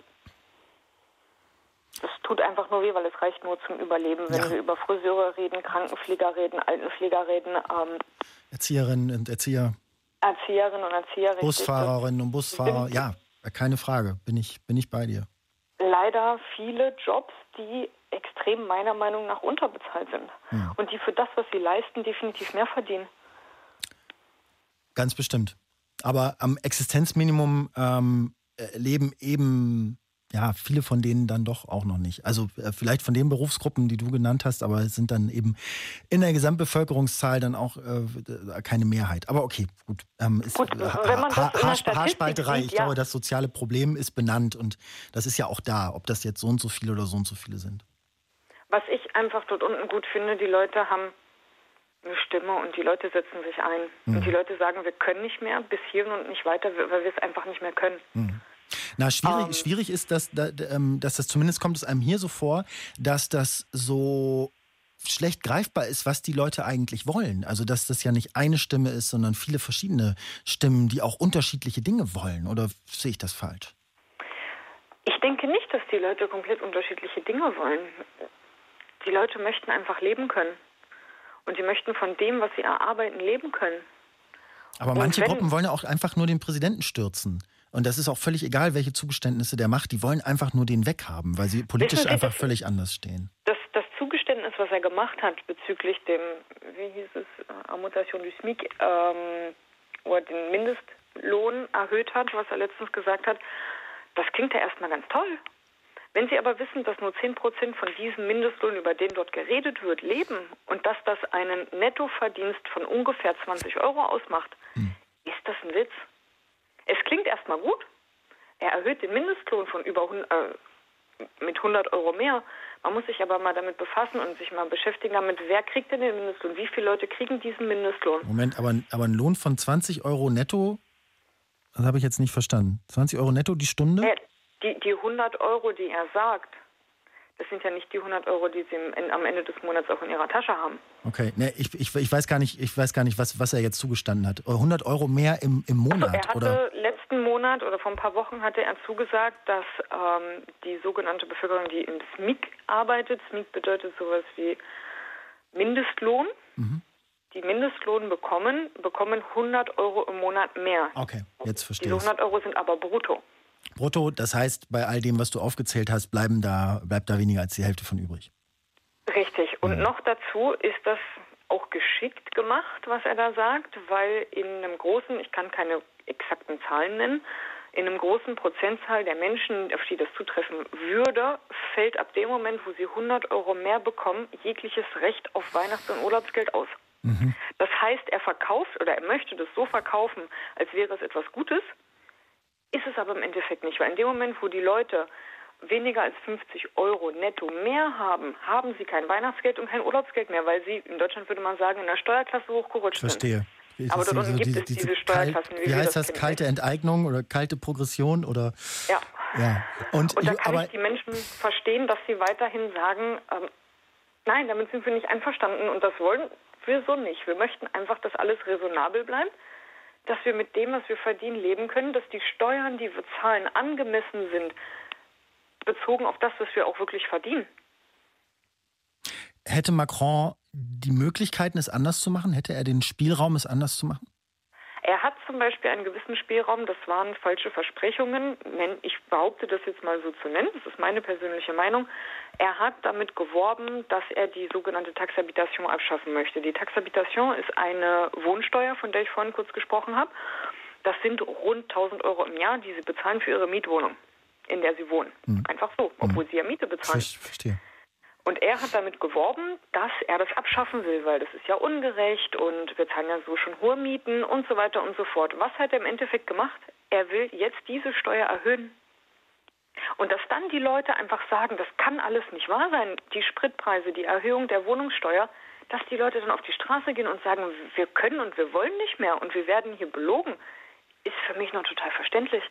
es tut einfach nur weh, weil es reicht nur zum Überleben, wenn wir über Friseure reden, Krankenpfleger reden, Altenpfleger reden. Erzieherinnen und Erzieher. Erzieherinnen und Erzieher. Busfahrerinnen und Busfahrer, ja, keine Frage, bin ich bei dir. Leider viele Jobs, die extrem meiner Meinung nach unterbezahlt sind. Und die für das, was sie leisten, definitiv mehr verdienen. Ganz bestimmt. Aber am Existenzminimum leben eben viele von denen dann doch auch noch nicht. Also vielleicht von den Berufsgruppen, die du genannt hast, aber es sind dann eben in der Gesamtbevölkerungszahl dann auch keine Mehrheit. Aber okay, gut. Wenn man das Haarspalterei. sieht, Ich glaube, das soziale Problem ist benannt und das ist ja auch da, ob das jetzt so und so viele oder so und so viele sind. Was ich einfach dort unten gut finde, die Leute haben eine Stimme und die Leute setzen sich ein. Und die Leute sagen, wir können nicht mehr bis hierhin und nicht weiter, weil wir es einfach nicht mehr können. Na, schwierig ist, dass das zumindest kommt es einem hier so vor, dass das so schlecht greifbar ist, was die Leute eigentlich wollen. Also, dass das ja nicht eine Stimme ist, sondern viele verschiedene Stimmen, die auch unterschiedliche Dinge wollen. Oder sehe ich das falsch? Ich denke nicht, dass die Leute komplett unterschiedliche Dinge wollen. Die Leute möchten einfach leben können. Und sie möchten von dem, was sie erarbeiten, leben können. Aber manche Gruppen wollen ja auch einfach nur den Präsidenten stürzen. Und das ist auch völlig egal, welche Zugeständnisse der macht. Die wollen einfach nur den weghaben, weil sie politisch einfach völlig anders stehen. Das Zugeständnis, was er gemacht hat bezüglich dem, wie hieß es, Augmentation du SMIC, wo er den Mindestlohn erhöht hat, was er letztens gesagt hat, das klingt ja erstmal ganz toll. Wenn Sie aber wissen, dass nur 10% von diesem Mindestlohn, über den dort geredet wird, leben und dass das einen Nettoverdienst von ungefähr 20 Euro ausmacht, ist das ein Witz? Es klingt erstmal gut. Er erhöht den Mindestlohn von mit 100 Euro mehr. Man muss sich aber mal damit befassen und sich mal beschäftigen damit, wer kriegt denn den Mindestlohn? Wie viele Leute kriegen diesen Mindestlohn? Moment, aber ein Lohn von 20 Euro netto, das habe ich jetzt nicht verstanden. 20 Euro netto die Stunde? Die 100 Euro, die er sagt, das sind ja nicht die 100 Euro, die Sie am Ende des Monats auch in Ihrer Tasche haben. Okay, ne, ich weiß gar nicht, was er jetzt zugestanden hat. 100 Euro mehr im Monat? Also er hatte letzten Monat oder vor ein paar Wochen hatte er zugesagt, dass die sogenannte Bevölkerung, die im SMIC arbeitet, SMIC bedeutet sowas wie Mindestlohn, die Mindestlohn bekommen 100 Euro im Monat mehr. Okay, jetzt verstehe ich. Diese 100 Euro sind aber brutto. Brutto, das heißt, bei all dem, was du aufgezählt hast, bleibt da weniger als die Hälfte von übrig. Richtig. Und noch dazu ist das auch geschickt gemacht, was er da sagt, weil in einem großen, ich kann keine exakten Zahlen nennen, in einem großen Prozentzahl der Menschen, auf die das zutreffen würde, fällt ab dem Moment, wo sie 100 Euro mehr bekommen, jegliches Recht auf Weihnachts- und Urlaubsgeld aus. Das heißt, er verkauft oder er möchte das so verkaufen, als wäre es etwas Gutes, ist es aber im Endeffekt nicht, weil in dem Moment, wo die Leute weniger als 50 Euro netto mehr haben, haben sie kein Weihnachtsgeld und kein Urlaubsgeld mehr, weil sie, in Deutschland würde man sagen, in der Steuerklasse hochgerutscht sind. Verstehe. Aber dort unten gibt es diese Steuerklassen. Wie heißt das? Kalte Enteignung oder kalte Progression? Oder? Ja. Und da kann aber ich die Menschen verstehen, dass sie weiterhin sagen, nein, damit sind wir nicht einverstanden und das wollen wir so nicht. Wir möchten einfach, dass alles raisonabel bleibt, dass wir mit dem, was wir verdienen, leben können, dass die Steuern, die wir zahlen, angemessen sind, bezogen auf das, was wir auch wirklich verdienen. Hätte Macron die Möglichkeiten, es anders zu machen? Hätte er den Spielraum, es anders zu machen? Er hat zum Beispiel einen gewissen Spielraum, das waren falsche Versprechungen. Ich behaupte das jetzt mal so zu nennen, das ist meine persönliche Meinung. Er hat damit geworben, dass er die sogenannte Taxe Habitation abschaffen möchte. Die Taxe Habitation ist eine Wohnsteuer, von der ich vorhin kurz gesprochen habe. Das sind rund 1.000 Euro im Jahr, die sie bezahlen für ihre Mietwohnung, in der sie wohnen. Einfach so, obwohl sie ja Miete bezahlen. Verstehe. Und er hat damit geworben, dass er das abschaffen will, weil das ist ja ungerecht und wir zahlen ja so schon hohe Mieten und so weiter und so fort. Was hat er im Endeffekt gemacht? Er will jetzt diese Steuer erhöhen. Und dass dann die Leute einfach sagen, das kann alles nicht wahr sein, die Spritpreise, die Erhöhung der Wohnungssteuer, dass die Leute dann auf die Straße gehen und sagen, wir können und wir wollen nicht mehr und wir werden hier belogen, ist für mich noch total verständlich.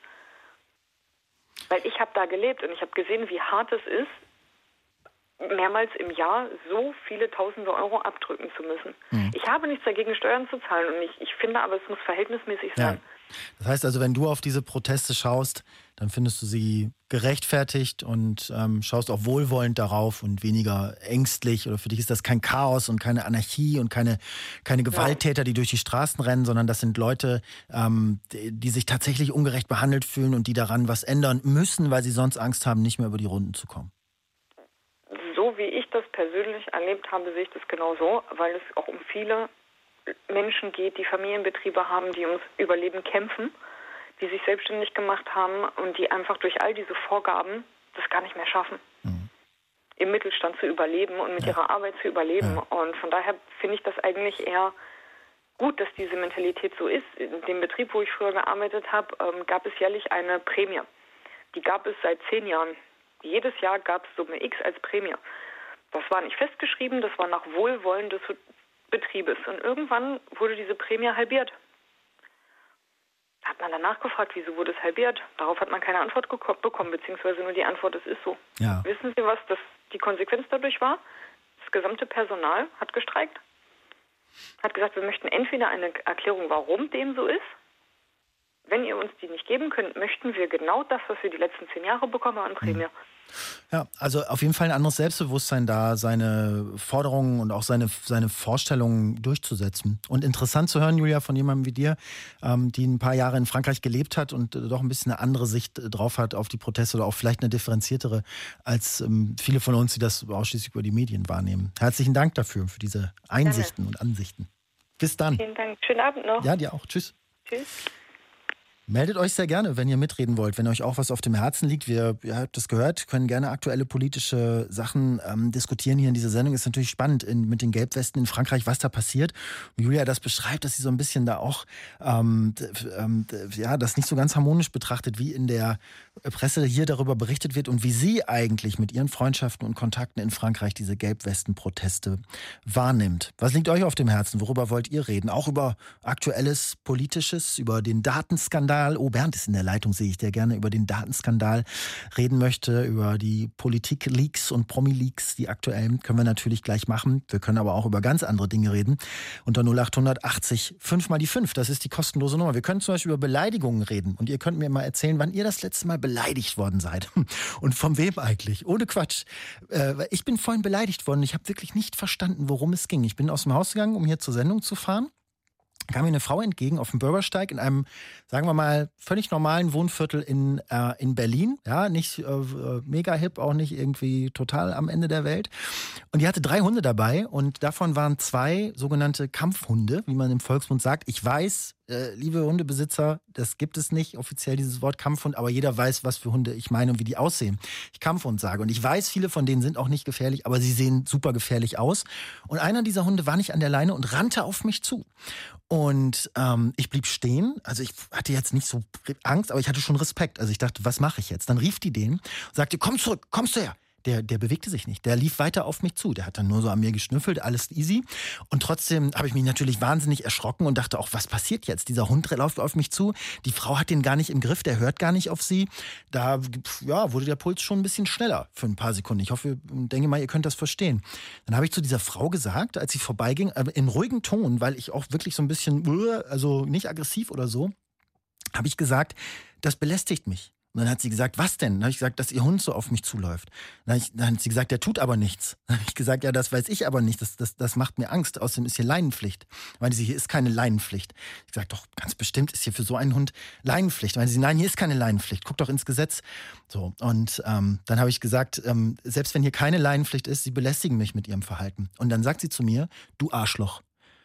Weil ich habe da gelebt und ich habe gesehen, wie hart es ist, mehrmals im Jahr so viele Tausende Euro abdrücken zu müssen. Ich habe nichts dagegen, Steuern zu zahlen und ich finde aber, es muss verhältnismäßig sein. Ja. Das heißt also, wenn du auf diese Proteste schaust, dann findest du sie gerechtfertigt und schaust auch wohlwollend darauf und weniger ängstlich, oder für dich ist das kein Chaos und keine Anarchie und keine Gewalttäter, die durch die Straßen rennen, sondern das sind Leute, die sich tatsächlich ungerecht behandelt fühlen und die daran was ändern müssen, weil sie sonst Angst haben, nicht mehr über die Runden zu kommen. So wie ich das persönlich erlebt habe, sehe ich das genauso, weil es auch um viele Menschen geht, die Familienbetriebe haben, die ums Überleben kämpfen, die sich selbstständig gemacht haben und die einfach durch all diese Vorgaben das gar nicht mehr schaffen, im Mittelstand zu überleben und mit ihrer Arbeit zu überleben. Und von daher finde ich das eigentlich eher gut, dass diese Mentalität so ist. In dem Betrieb, wo ich früher gearbeitet habe, gab es jährlich eine Prämie. Die gab es seit 10 Jahren. Jedes Jahr gab es Summe X als Prämie. Das war nicht festgeschrieben, das war nach Wohlwollen des Betriebes. Und irgendwann wurde diese Prämie halbiert. Da hat man danach gefragt, wieso wurde es halbiert? Darauf hat man keine Antwort bekommen, beziehungsweise nur die Antwort, es ist so. Ja. Wissen Sie, was die Konsequenz dadurch war? Das gesamte Personal hat gestreikt. Hat gesagt, wir möchten entweder eine Erklärung, warum dem so ist. Wenn ihr uns die nicht geben könnt, möchten wir genau das, was wir die letzten 10 Jahre bekommen an Prämie. Ja, also auf jeden Fall ein anderes Selbstbewusstsein da, seine Forderungen und auch seine Vorstellungen durchzusetzen. Und interessant zu hören, Julia, von jemandem wie dir, die ein paar Jahre in Frankreich gelebt hat und doch ein bisschen eine andere Sicht drauf hat auf die Proteste oder auch vielleicht eine differenziertere als viele von uns, die das ausschließlich über die Medien wahrnehmen. Herzlichen Dank dafür, für diese Einsichten und Ansichten. Bis dann. Vielen Dank. Schönen Abend noch. Ja, dir auch. Tschüss. Tschüss. Meldet euch sehr gerne, wenn ihr mitreden wollt, wenn euch auch was auf dem Herzen liegt. Ihr habt das gehört, können gerne aktuelle politische Sachen diskutieren hier in dieser Sendung. Ist natürlich spannend mit den Gelbwesten in Frankreich, was da passiert. Und Julia das beschreibt, dass sie so ein bisschen da auch das nicht so ganz harmonisch betrachtet, wie in der Presse hier darüber berichtet wird und wie sie eigentlich mit ihren Freundschaften und Kontakten in Frankreich diese Gelbwesten-Proteste wahrnimmt. Was liegt euch auf dem Herzen? Worüber wollt ihr reden? Auch über aktuelles Politisches, über den Datenskandal. Oh, Bernd ist in der Leitung, sehe ich, der gerne über den Datenskandal reden möchte, über die Politik-Leaks und Promi-Leaks, die aktuellen, können wir natürlich gleich machen. Wir können aber auch über ganz andere Dinge reden. Unter 0800 80 5 mal die 5, das ist die kostenlose Nummer. Wir können zum Beispiel über Beleidigungen reden und ihr könnt mir mal erzählen, wann ihr das letzte Mal beleidigt worden seid. Und von wem eigentlich? Ohne Quatsch. Ich bin vorhin beleidigt worden. Ich habe wirklich nicht verstanden, worum es ging. Ich bin aus dem Haus gegangen, um hier zur Sendung zu fahren. Kam mir eine Frau entgegen auf dem Bürgersteig in einem, sagen wir mal, völlig normalen Wohnviertel in Berlin. Ja, nicht mega hip, auch nicht irgendwie total am Ende der Welt. Und die hatte 3 Hunde dabei und davon waren 2 sogenannte Kampfhunde, wie man im Volksmund sagt. Ich weiß, liebe Hundebesitzer, das gibt es nicht offiziell, dieses Wort Kampfhund, aber jeder weiß, was für Hunde ich meine und wie die aussehen. Ich Kampfhund sage und ich weiß, viele von denen sind auch nicht gefährlich, aber sie sehen super gefährlich aus. Und einer dieser Hunde war nicht an der Leine und rannte auf mich zu. Und ich blieb stehen, also ich hatte jetzt nicht so Angst, aber ich hatte schon Respekt. Also ich dachte, was mache ich jetzt? Dann rief die den und sagte, komm zurück, kommst du her? Der bewegte sich nicht. Der lief weiter auf mich zu. Der hat dann nur so an mir geschnüffelt, alles easy. Und trotzdem habe ich mich natürlich wahnsinnig erschrocken und dachte auch, was passiert jetzt? Dieser Hund läuft auf mich zu. Die Frau hat den gar nicht im Griff, der hört gar nicht auf sie. Da wurde der Puls schon ein bisschen schneller für ein paar Sekunden. Ich hoffe, denke mal, ihr könnt das verstehen. Dann habe ich zu dieser Frau gesagt, als sie vorbeiging, in ruhigem Ton, weil ich auch wirklich so ein bisschen, also nicht aggressiv oder so, habe ich gesagt, das belästigt mich. Und dann hat sie gesagt, was denn? Dann habe ich gesagt, dass ihr Hund so auf mich zuläuft. Dann hat sie gesagt, der tut aber nichts. Dann habe ich gesagt, ja, das weiß ich aber nicht. Das macht mir Angst. Außerdem ist hier Leinenpflicht. Meinte sie, hier ist keine Leinenpflicht. Ich gesagt, doch, ganz bestimmt ist hier für so einen Hund Leinenpflicht. Meinte sie, nein, hier ist keine Leinenpflicht. Guck doch ins Gesetz. So. Und dann habe ich gesagt, selbst wenn hier keine Leinenpflicht ist, sie belästigen mich mit ihrem Verhalten. Und dann sagt sie zu mir, du Arschloch.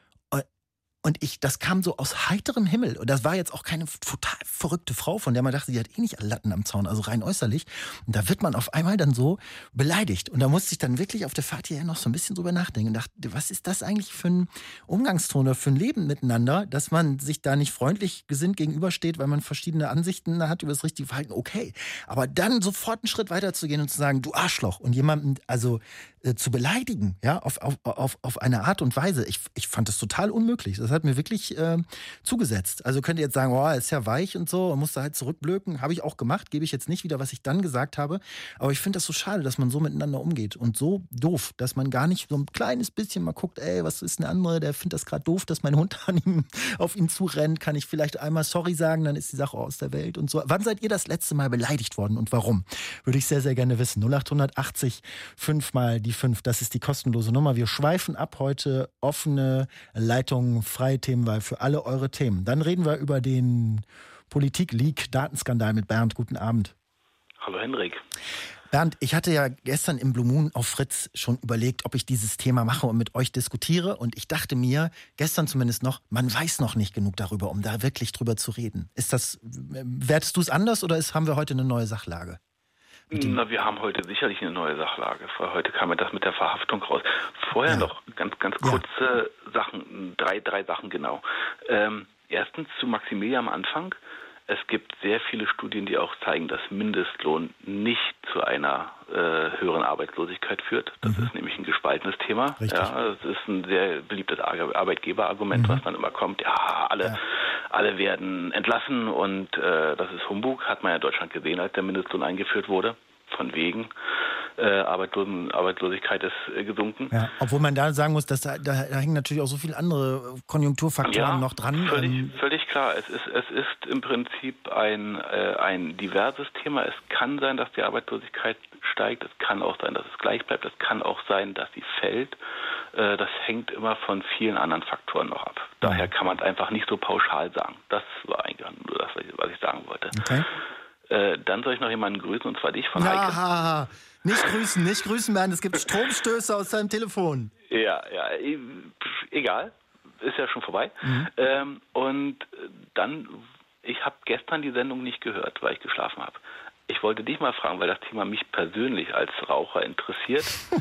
Und das kam so aus heiterem Himmel. Und das war jetzt auch keine total verrückte Frau, von der man dachte, sie hat eh nicht alle Latten am Zaun, also rein äußerlich. Und da wird man auf einmal dann so beleidigt. Und da musste ich dann wirklich auf der Fahrt hierher noch so ein bisschen drüber nachdenken und dachte, was ist das eigentlich für ein Umgangston oder für ein Leben miteinander, dass man sich da nicht freundlich gesinnt gegenübersteht, weil man verschiedene Ansichten hat über das richtige Verhalten. Okay, aber dann sofort einen Schritt weiter zu gehen und zu sagen, du Arschloch, und jemanden zu beleidigen, ja, auf eine Art und Weise. Ich fand das total unmöglich. Das hat mir wirklich zugesetzt. Also könnt ihr jetzt sagen, oh, ist ja weich und so, man muss da halt zurückblöken. Habe ich auch gemacht, gebe ich jetzt nicht wieder, was ich dann gesagt habe. Aber ich finde das so schade, dass man so miteinander umgeht und so doof, dass man gar nicht so ein kleines bisschen mal guckt, ey, was ist eine andere, der findet das gerade doof, dass mein Hund auf ihn zurennt. Kann ich vielleicht einmal sorry sagen, dann ist die Sache aus der Welt und so. Wann seid ihr das letzte Mal beleidigt worden und warum? Würde ich sehr, sehr gerne wissen. 0880 5 mal die 5, das ist die kostenlose Nummer. Wir schweifen ab heute, offene Leitungen, freie Themenwahl für alle eure Themen. Dann reden wir über den Politik-Leak, Datenskandal mit Bernd. Guten Abend. Hallo Hendrik. Bernd, ich hatte ja gestern im Blue Moon auf Fritz schon überlegt, ob ich dieses Thema mache und mit euch diskutiere. Und ich dachte mir, gestern zumindest noch, man weiß noch nicht genug darüber, um da wirklich drüber zu reden. Wertest du es anders oder haben wir heute eine neue Sachlage? Na, wir haben heute sicherlich eine neue Sachlage. Heute kam ja das mit der Verhaftung raus. Vorher noch ganz kurze Sachen, drei Sachen genau. Erstens zu Maximilian am Anfang. Es gibt sehr viele Studien, die auch zeigen, dass Mindestlohn nicht zu einer höheren Arbeitslosigkeit führt. Das ist nämlich ein gespaltenes Thema. Richtig. Ja, das ist ein sehr beliebtes Arbeitgeberargument, was dann immer kommt. Ja, alle werden entlassen und das ist Humbug. Hat man ja in Deutschland gesehen, als der Mindestlohn eingeführt wurde. Von wegen. Arbeitslosigkeit ist gesunken. Ja, obwohl man da sagen muss, dass da hängen natürlich auch so viele andere Konjunkturfaktoren noch dran. Völlig klar. Es ist im Prinzip ein diverses Thema. Es kann sein, dass die Arbeitslosigkeit steigt. Es kann auch sein, dass es gleich bleibt. Es kann auch sein, dass sie fällt. Das hängt immer von vielen anderen Faktoren noch ab. Daher kann man es einfach nicht so pauschal sagen. Das war eigentlich nur das, was ich sagen wollte. Okay. Dann soll ich noch jemanden grüßen, und zwar dich von Heike. Nicht grüßen, Bernd. Es gibt Stromstöße aus deinem Telefon. Ja, egal. Ist ja schon vorbei. Und dann, ich habe gestern die Sendung nicht gehört, weil ich geschlafen habe. Ich wollte dich mal fragen, weil das Thema mich persönlich als Raucher interessiert.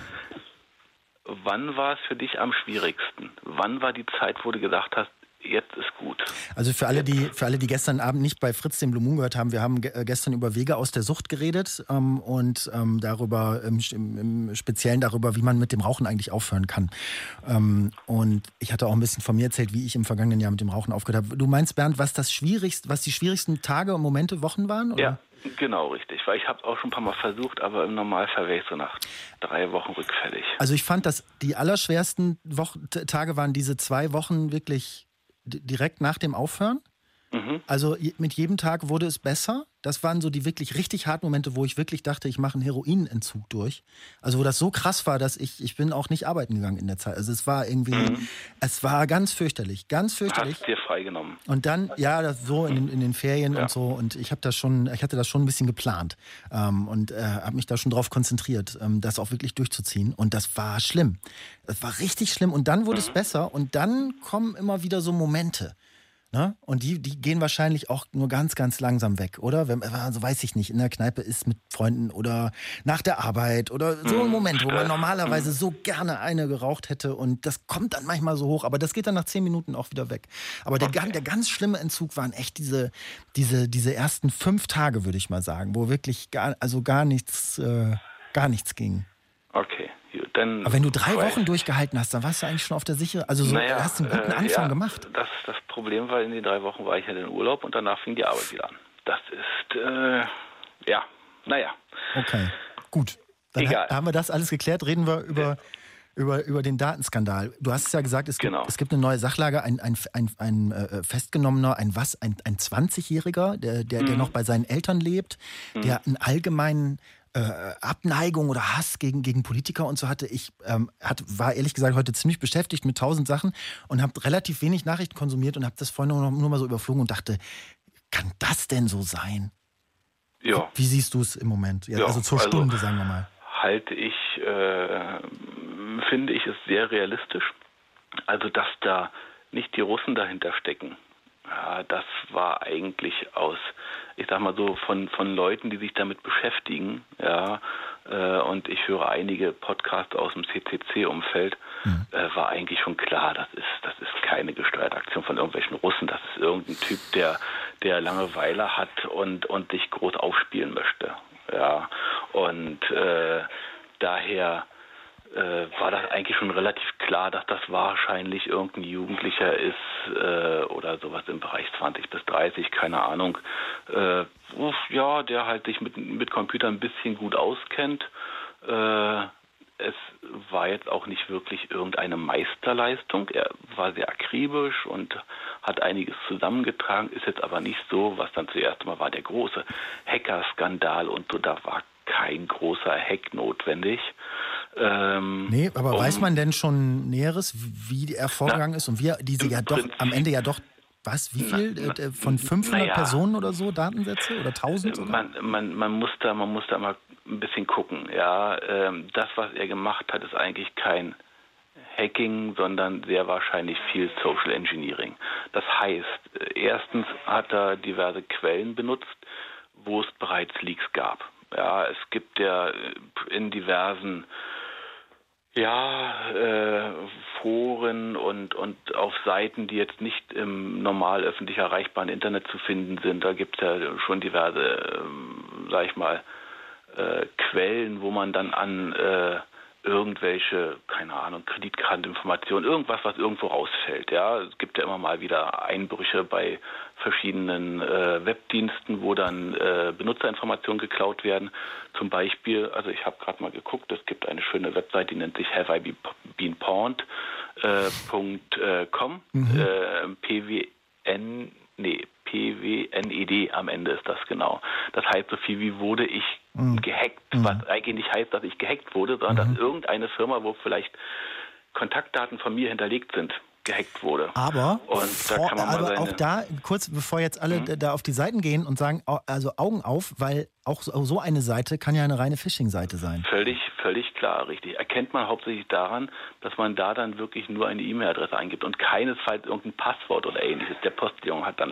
Wann war es für dich am schwierigsten? Wann war die Zeit, wo du gesagt hast, jetzt ist gut? Also für alle, die gestern Abend nicht bei Fritz den Blue Moon gehört haben, wir haben gestern über Wege aus der Sucht geredet und darüber, im Speziellen darüber, wie man mit dem Rauchen eigentlich aufhören kann. Und ich hatte auch ein bisschen von mir erzählt, wie ich im vergangenen Jahr mit dem Rauchen aufgehört habe. Du meinst, Bernd, was die schwierigsten Tage und Momente, Wochen waren? Oder? Ja, genau, richtig. Weil ich habe es auch schon ein paar Mal versucht, aber im Normalfall wäre ich so nach 3 Wochen rückfällig. Also ich fand, dass die allerschwersten Tage waren diese 2 Wochen wirklich direkt nach dem Aufhören. Also mit jedem Tag wurde es besser. Das waren so die wirklich richtig harten Momente, wo ich wirklich dachte, ich mache einen Heroinentzug durch. Also wo das so krass war, dass ich bin auch nicht arbeiten gegangen in der Zeit. Also es war irgendwie, es war ganz fürchterlich, ganz fürchterlich. Hast dir freigenommen. Und dann, das so in den Ferien und so. Und ich hatte das schon ein bisschen geplant und habe mich da schon drauf konzentriert, das auch wirklich durchzuziehen. Und das war schlimm. Das war richtig schlimm. Und dann wurde es besser. Und dann kommen immer wieder so Momente. Ne? Und die gehen wahrscheinlich auch nur ganz, ganz langsam weg, oder? Also weiß ich nicht, in der Kneipe ist mit Freunden oder nach der Arbeit oder so ein Moment, wo man normalerweise so gerne eine geraucht hätte und das kommt dann manchmal so hoch, aber das geht dann nach 10 Minuten auch wieder weg. Aber der ganz schlimme Entzug waren echt diese ersten 5 Tage, würde ich mal sagen, wo wirklich gar nichts ging. Okay. Dann aber wenn du 3 Wochen durchgehalten hast, dann warst du eigentlich schon auf der sicheren, also hast du einen guten Anfang gemacht. Das Problem war, in den 3 Wochen war ich ja in Urlaub und danach fing die Arbeit wieder an. Das ist, Okay, gut. Dann haben wir das alles geklärt, reden wir über den Datenskandal. Du hast es ja gesagt, es gibt eine neue Sachlage, ein Festgenommener, ein 20-Jähriger, der noch bei seinen Eltern lebt, der einen allgemeinen Abneigung oder Hass gegen Politiker und so hatte. Ich war ehrlich gesagt heute ziemlich beschäftigt mit 1000 Sachen und habe relativ wenig Nachrichten konsumiert und habe das vorhin nur mal so überflogen und dachte, kann das denn so sein? Ja. Wie siehst du es im Moment? Also zur Stunde, sagen wir mal. Finde ich es sehr realistisch. Also, dass da nicht die Russen dahinter stecken. Ja, das war eigentlich ich sag mal so, von Leuten, die sich damit beschäftigen, und ich höre einige Podcasts aus dem CCC-Umfeld, war eigentlich schon klar, das ist keine gesteuerte Aktion von irgendwelchen Russen, das ist irgendein Typ, der Langeweile hat und sich groß aufspielen möchte. Ja, und daher war das eigentlich schon relativ klar, dass das wahrscheinlich irgendein Jugendlicher ist oder sowas im Bereich 20 bis 30, keine Ahnung. Der halt sich mit Computern ein bisschen gut auskennt. Es war jetzt auch nicht wirklich irgendeine Meisterleistung. Er war sehr akribisch und hat einiges zusammengetragen, ist jetzt aber nicht so, was dann zuerst mal war, der große Hackerskandal und so, da war kein großer Hack notwendig. Aber weiß man denn schon Näheres, wie er vorgegangen ist und wie er diese am Ende wie viel? Von 500 Personen oder so, Datensätze oder 1000 sogar? Man muss da mal ein bisschen gucken. Ja, das, was er gemacht hat, ist eigentlich kein Hacking, sondern sehr wahrscheinlich viel Social Engineering. Das heißt, erstens hat er diverse Quellen benutzt, wo es bereits Leaks gab. Ja, es gibt ja in diversen Ja, Foren und auf Seiten, die jetzt nicht im normal öffentlich erreichbaren Internet zu finden sind. Da gibt es ja schon diverse, sag ich mal, Quellen, wo man dann an irgendwelche, keine Ahnung, Kreditkarteninformationen, irgendwas, was irgendwo rausfällt. Ja, es gibt ja immer mal wieder Einbrüche bei verschiedenen Webdiensten, wo dann Benutzerinformationen geklaut werden. Zum Beispiel, also ich habe gerade mal geguckt, es gibt eine schöne Website, die nennt sich haveibeenpawned.com, PWNED am Ende ist das genau. Das heißt so viel wie wurde ich gehackt, was eigentlich nicht heißt, dass ich gehackt wurde, sondern dass irgendeine Firma, wo vielleicht Kontaktdaten von mir hinterlegt sind, gehackt wurde. Aber, und da kann man mal auch da, kurz bevor jetzt alle da auf die Seiten gehen und sagen, also Augen auf, weil auch so eine Seite kann ja eine reine Phishing-Seite sein. Völlig klar, richtig. Erkennt man hauptsächlich daran, dass man da dann wirklich nur eine E-Mail-Adresse eingibt und keinesfalls irgendein Passwort oder ähnliches. Der Postillon hat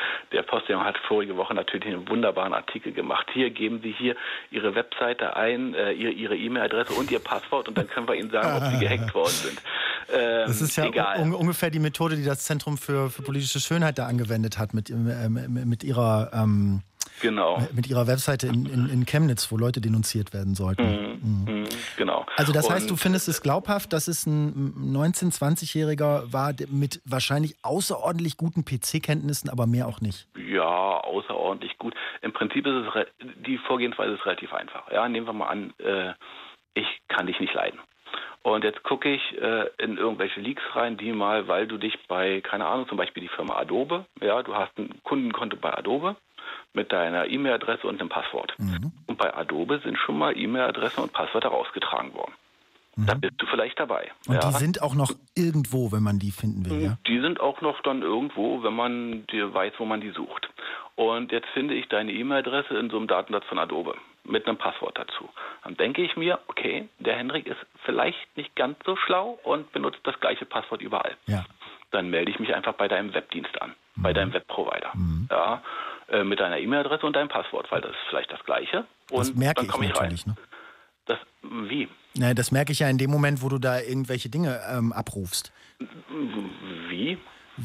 vorige Woche natürlich einen wunderbaren Artikel gemacht. Hier geben Sie hier Ihre Webseite ein, Ihre E-Mail-Adresse und Ihr Passwort und dann können wir Ihnen sagen, ob Sie gehackt worden sind. Das ist ja ungefähr die Methode, die das Zentrum für politische Schönheit da angewendet hat mit ihrer mit ihrer Webseite in Chemnitz, wo Leute denunziert werden sollten. Genau. Also das heißt, du findest es glaubhaft, dass es ein 19-, 20-Jähriger war mit wahrscheinlich außerordentlich guten PC-Kenntnissen, aber mehr auch nicht. Ja, außerordentlich gut. Im Prinzip ist die Vorgehensweise ist relativ einfach. Ja, nehmen wir mal an, ich kann dich nicht leiden. Und jetzt gucke ich in irgendwelche Leaks rein, die mal, weil du dich bei, keine Ahnung, zum Beispiel die Firma Adobe, ja, du hast ein Kundenkonto bei Adobe mit deiner E-Mail-Adresse und einem Passwort. Und bei Adobe sind schon mal E-Mail-Adresse und Passwörter rausgetragen worden. Da bist du vielleicht dabei. Und die sind auch noch irgendwo, wenn man die finden will, ja? Die sind auch noch dann irgendwo, wenn man weiß, wo man die sucht. Und jetzt finde ich deine E-Mail-Adresse in so einem Datensatz von Adobe mit einem Passwort dazu. Dann denke ich mir, okay, der Hendrik ist vielleicht nicht ganz so schlau und benutzt das gleiche Passwort überall. Ja. Dann melde ich mich einfach bei deinem Webdienst an, bei deinem Webprovider. Ja, mit deiner E-Mail-Adresse und deinem Passwort, weil das ist vielleicht das Gleiche. Und das merke dann komme ich natürlich, rein. Ne? Wie? Naja, das merke ich ja in dem Moment, wo du da irgendwelche Dinge abrufst. Wie?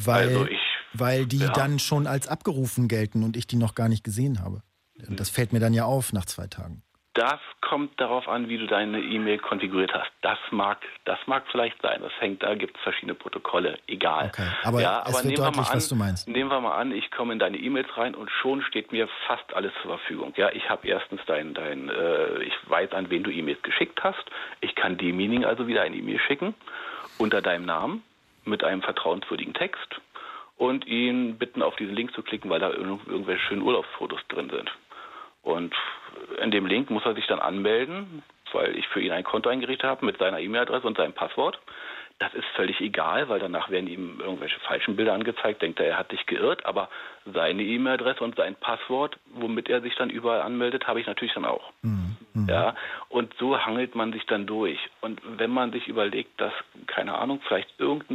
Weil die dann schon als abgerufen gelten und ich die noch gar nicht gesehen habe. Und das fällt mir dann ja auf nach 2 Tagen. Das kommt darauf an, wie du deine E-Mail konfiguriert hast. Das mag vielleicht sein. Da gibt es verschiedene Protokolle. Egal. Okay, aber es wird deutlich, was du meinst. Nehmen wir mal an, ich komme in deine E-Mails rein und schon steht mir fast alles zur Verfügung. Ja, ich habe erstens ich weiß, an wen du E-Mails geschickt hast. Ich kann demjenigen also wieder eine E-Mail schicken unter deinem Namen mit einem vertrauenswürdigen Text und ihn bitten, auf diesen Link zu klicken, weil da irgendwelche schönen Urlaubsfotos drin sind. Und in dem Link muss er sich dann anmelden, weil ich für ihn ein Konto eingerichtet habe mit seiner E-Mail-Adresse und seinem Passwort. Das ist völlig egal, weil danach werden ihm irgendwelche falschen Bilder angezeigt, denkt er hat sich geirrt, aber seine E-Mail-Adresse und sein Passwort, womit er sich dann überall anmeldet, habe ich natürlich dann auch. Ja, und so hangelt man sich dann durch. Und wenn man sich überlegt, dass, keine Ahnung, vielleicht auf irgendeinen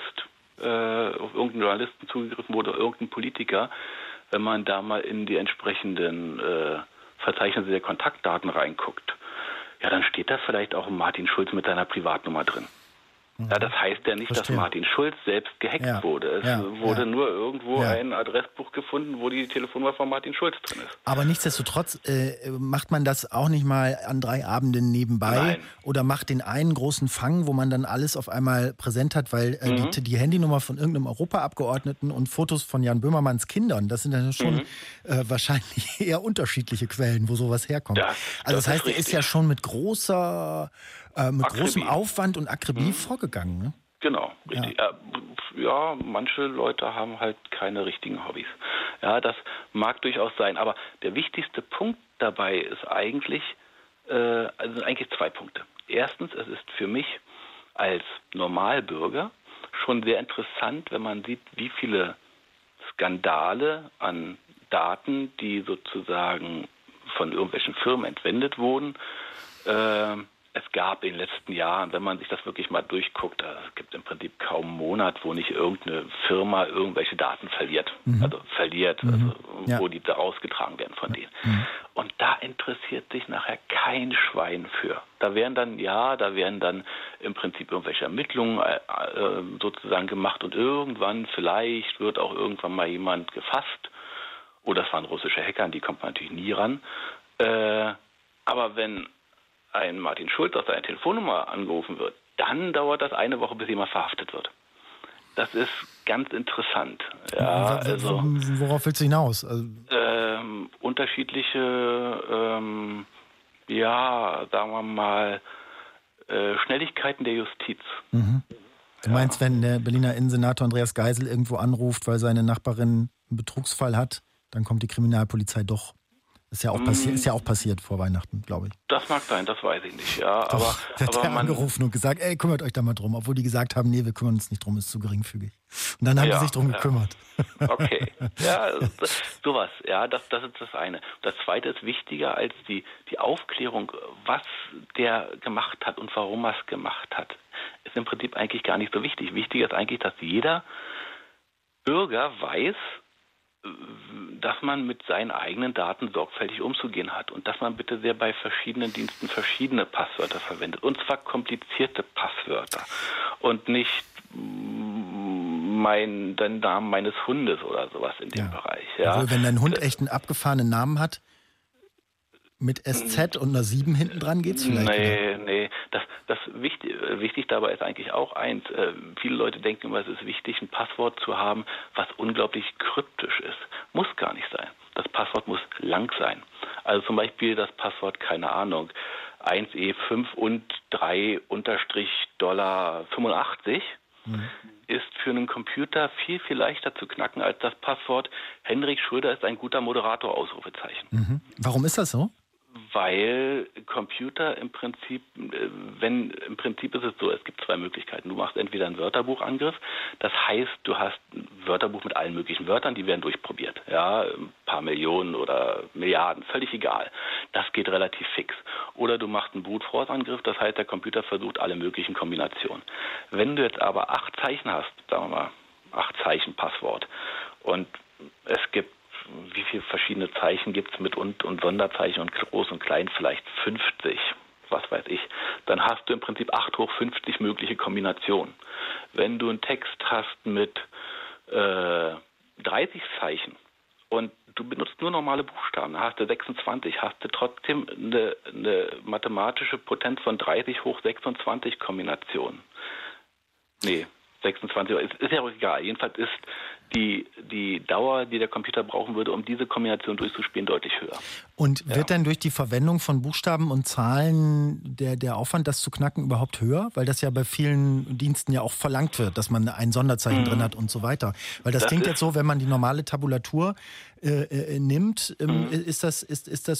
Journalisten zugegriffen wurde, irgendein Politiker, wenn man da mal in die entsprechenden Verzeichnisse der Kontaktdaten reinguckt, ja, dann steht da vielleicht auch Martin Schulz mit seiner Privatnummer drin. Ja, das heißt ja nicht, dass Martin Schulz selbst gehackt wurde. Es wurde nur irgendwo ein Adressbuch gefunden, wo die Telefonnummer von Martin Schulz drin ist. Aber nichtsdestotrotz macht man das auch nicht mal an 3 Abenden nebenbei. Nein. Oder macht den einen großen Fang, wo man dann alles auf einmal präsent hat, weil die Handynummer von irgendeinem Europaabgeordneten und Fotos von Jan Böhmermanns Kindern, das sind dann schon wahrscheinlich eher unterschiedliche Quellen, wo sowas herkommt. Das heißt, er ist ja schon mit großem Aufwand und Akribie vorgegangen, ne? Genau, richtig. Ja, manche Leute haben halt keine richtigen Hobbys. Ja, das mag durchaus sein. Aber der wichtigste Punkt dabei ist eigentlich 2 Punkte. Erstens, es ist für mich als Normalbürger schon sehr interessant, wenn man sieht, wie viele Skandale an Daten, die sozusagen von irgendwelchen Firmen entwendet wurden, es gab in den letzten Jahren, wenn man sich das wirklich mal durchguckt, es gibt im Prinzip kaum einen Monat, wo nicht irgendeine Firma irgendwelche Daten verliert. Wo die da rausgetragen werden von denen. Und Und da interessiert sich nachher kein Schwein für. Da werden dann im Prinzip irgendwelche Ermittlungen sozusagen gemacht und vielleicht wird auch irgendwann mal jemand gefasst. Oder es waren russische Hacker, an die kommt man natürlich nie ran. Aber wenn ein Martin Schulz auf seine Telefonnummer angerufen wird, dann dauert das eine Woche, bis jemand verhaftet wird. Das ist ganz interessant. Ja, also, worauf willst du hinaus? Also unterschiedliche, sagen wir mal, Schnelligkeiten der Justiz. Mhm. Du meinst, wenn der Berliner Innensenator Andreas Geisel irgendwo anruft, weil seine Nachbarin einen Betrugsfall hat, dann kommt die Kriminalpolizei doch. Ist ja auch passiert vor Weihnachten, glaube ich. Das mag sein, das weiß ich nicht, ja. Doch, aber man angerufen und gesagt, kümmert euch da mal drum, obwohl die gesagt haben, nee, wir kümmern uns nicht drum, ist zu geringfügig. Und dann haben sie sich drum gekümmert. Okay, ja, sowas, ja, das ist das eine. Das zweite ist wichtiger als die Aufklärung, was der gemacht hat und warum er es gemacht hat. Ist im Prinzip eigentlich gar nicht so wichtig. Wichtiger ist eigentlich, dass jeder Bürger weiß, dass man mit seinen eigenen Daten sorgfältig umzugehen hat und dass man bitte sehr bei verschiedenen Diensten verschiedene Passwörter verwendet. Und zwar komplizierte Passwörter und nicht den Namen meines Hundes oder sowas in dem Bereich. Ja. Also wenn dein Hund echt einen abgefahrenen Namen hat, mit SZ und einer 7 hinten dran geht's vielleicht? Nee. Das wichtig dabei ist eigentlich auch eins. Viele Leute denken immer, es ist wichtig, ein Passwort zu haben, was unglaublich kryptisch ist. Muss gar nicht sein. Das Passwort muss lang sein. Also zum Beispiel das Passwort, keine Ahnung, 1E5 und 3-$85 ist für einen Computer viel, viel leichter zu knacken als das Passwort Henrik Schröder ist ein guter Moderator, Ausrufezeichen. Mhm. Warum ist das so? Weil Computer im Prinzip ist es so, es gibt zwei Möglichkeiten. Du machst entweder einen Wörterbuchangriff, das heißt, du hast ein Wörterbuch mit allen möglichen Wörtern, die werden durchprobiert. Ja, ein paar Millionen oder Milliarden, völlig egal. Das geht relativ fix. Oder du machst einen Brute Force Angriff, das heißt, der Computer versucht alle möglichen Kombinationen. Wenn du jetzt aber 8 Zeichen hast, sagen wir mal, 8 Zeichen Passwort und es gibt wie viele verschiedene Zeichen gibt es mit und Sonderzeichen und groß und klein, vielleicht 50, was weiß ich. Dann hast du im Prinzip 8 hoch 50 mögliche Kombinationen. Wenn du einen Text hast mit 30 Zeichen und du benutzt nur normale Buchstaben, dann hast du 26, hast du trotzdem eine mathematische Potenz von 30 hoch 26 Kombinationen. Nee, 26, ist ja auch egal. Jedenfalls ist die Dauer, die der Computer brauchen würde, um diese Kombination durchzuspielen, deutlich höher. Und wird dann durch die Verwendung von Buchstaben und Zahlen der Aufwand, das zu knacken, überhaupt höher? Weil das ja bei vielen Diensten ja auch verlangt wird, dass man ein Sonderzeichen drin hat und so weiter. Weil das klingt jetzt so, wenn man die normale Tabulatur nimmt, ist das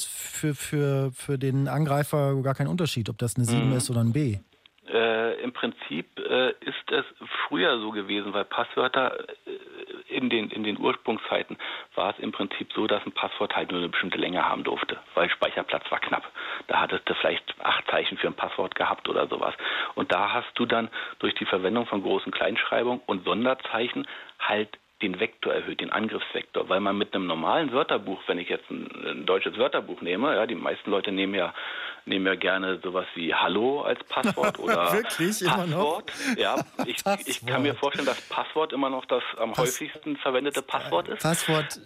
für den Angreifer gar kein Unterschied, ob das eine 7 ist oder ein B? Im Prinzip ist es früher so gewesen, weil Passwörter in den Ursprungszeiten war es im Prinzip so, dass ein Passwort halt nur eine bestimmte Länge haben durfte, weil Speicherplatz war knapp. Da hattest du vielleicht 8 Zeichen für ein Passwort gehabt oder sowas. Und da hast du dann durch die Verwendung von Groß- und Kleinschreibung und Sonderzeichen halt den Vektor erhöht, den Angriffsvektor, weil man mit einem normalen Wörterbuch, wenn ich jetzt ein deutsches Wörterbuch nehme, ja, die meisten Leute nehmen ja gerne sowas wie Hallo als Passwort oder Wirklich? Immer Passwort. Noch? Ja, ich kann mir vorstellen, dass Passwort immer noch das am häufigsten verwendete Passwort ist. Passwort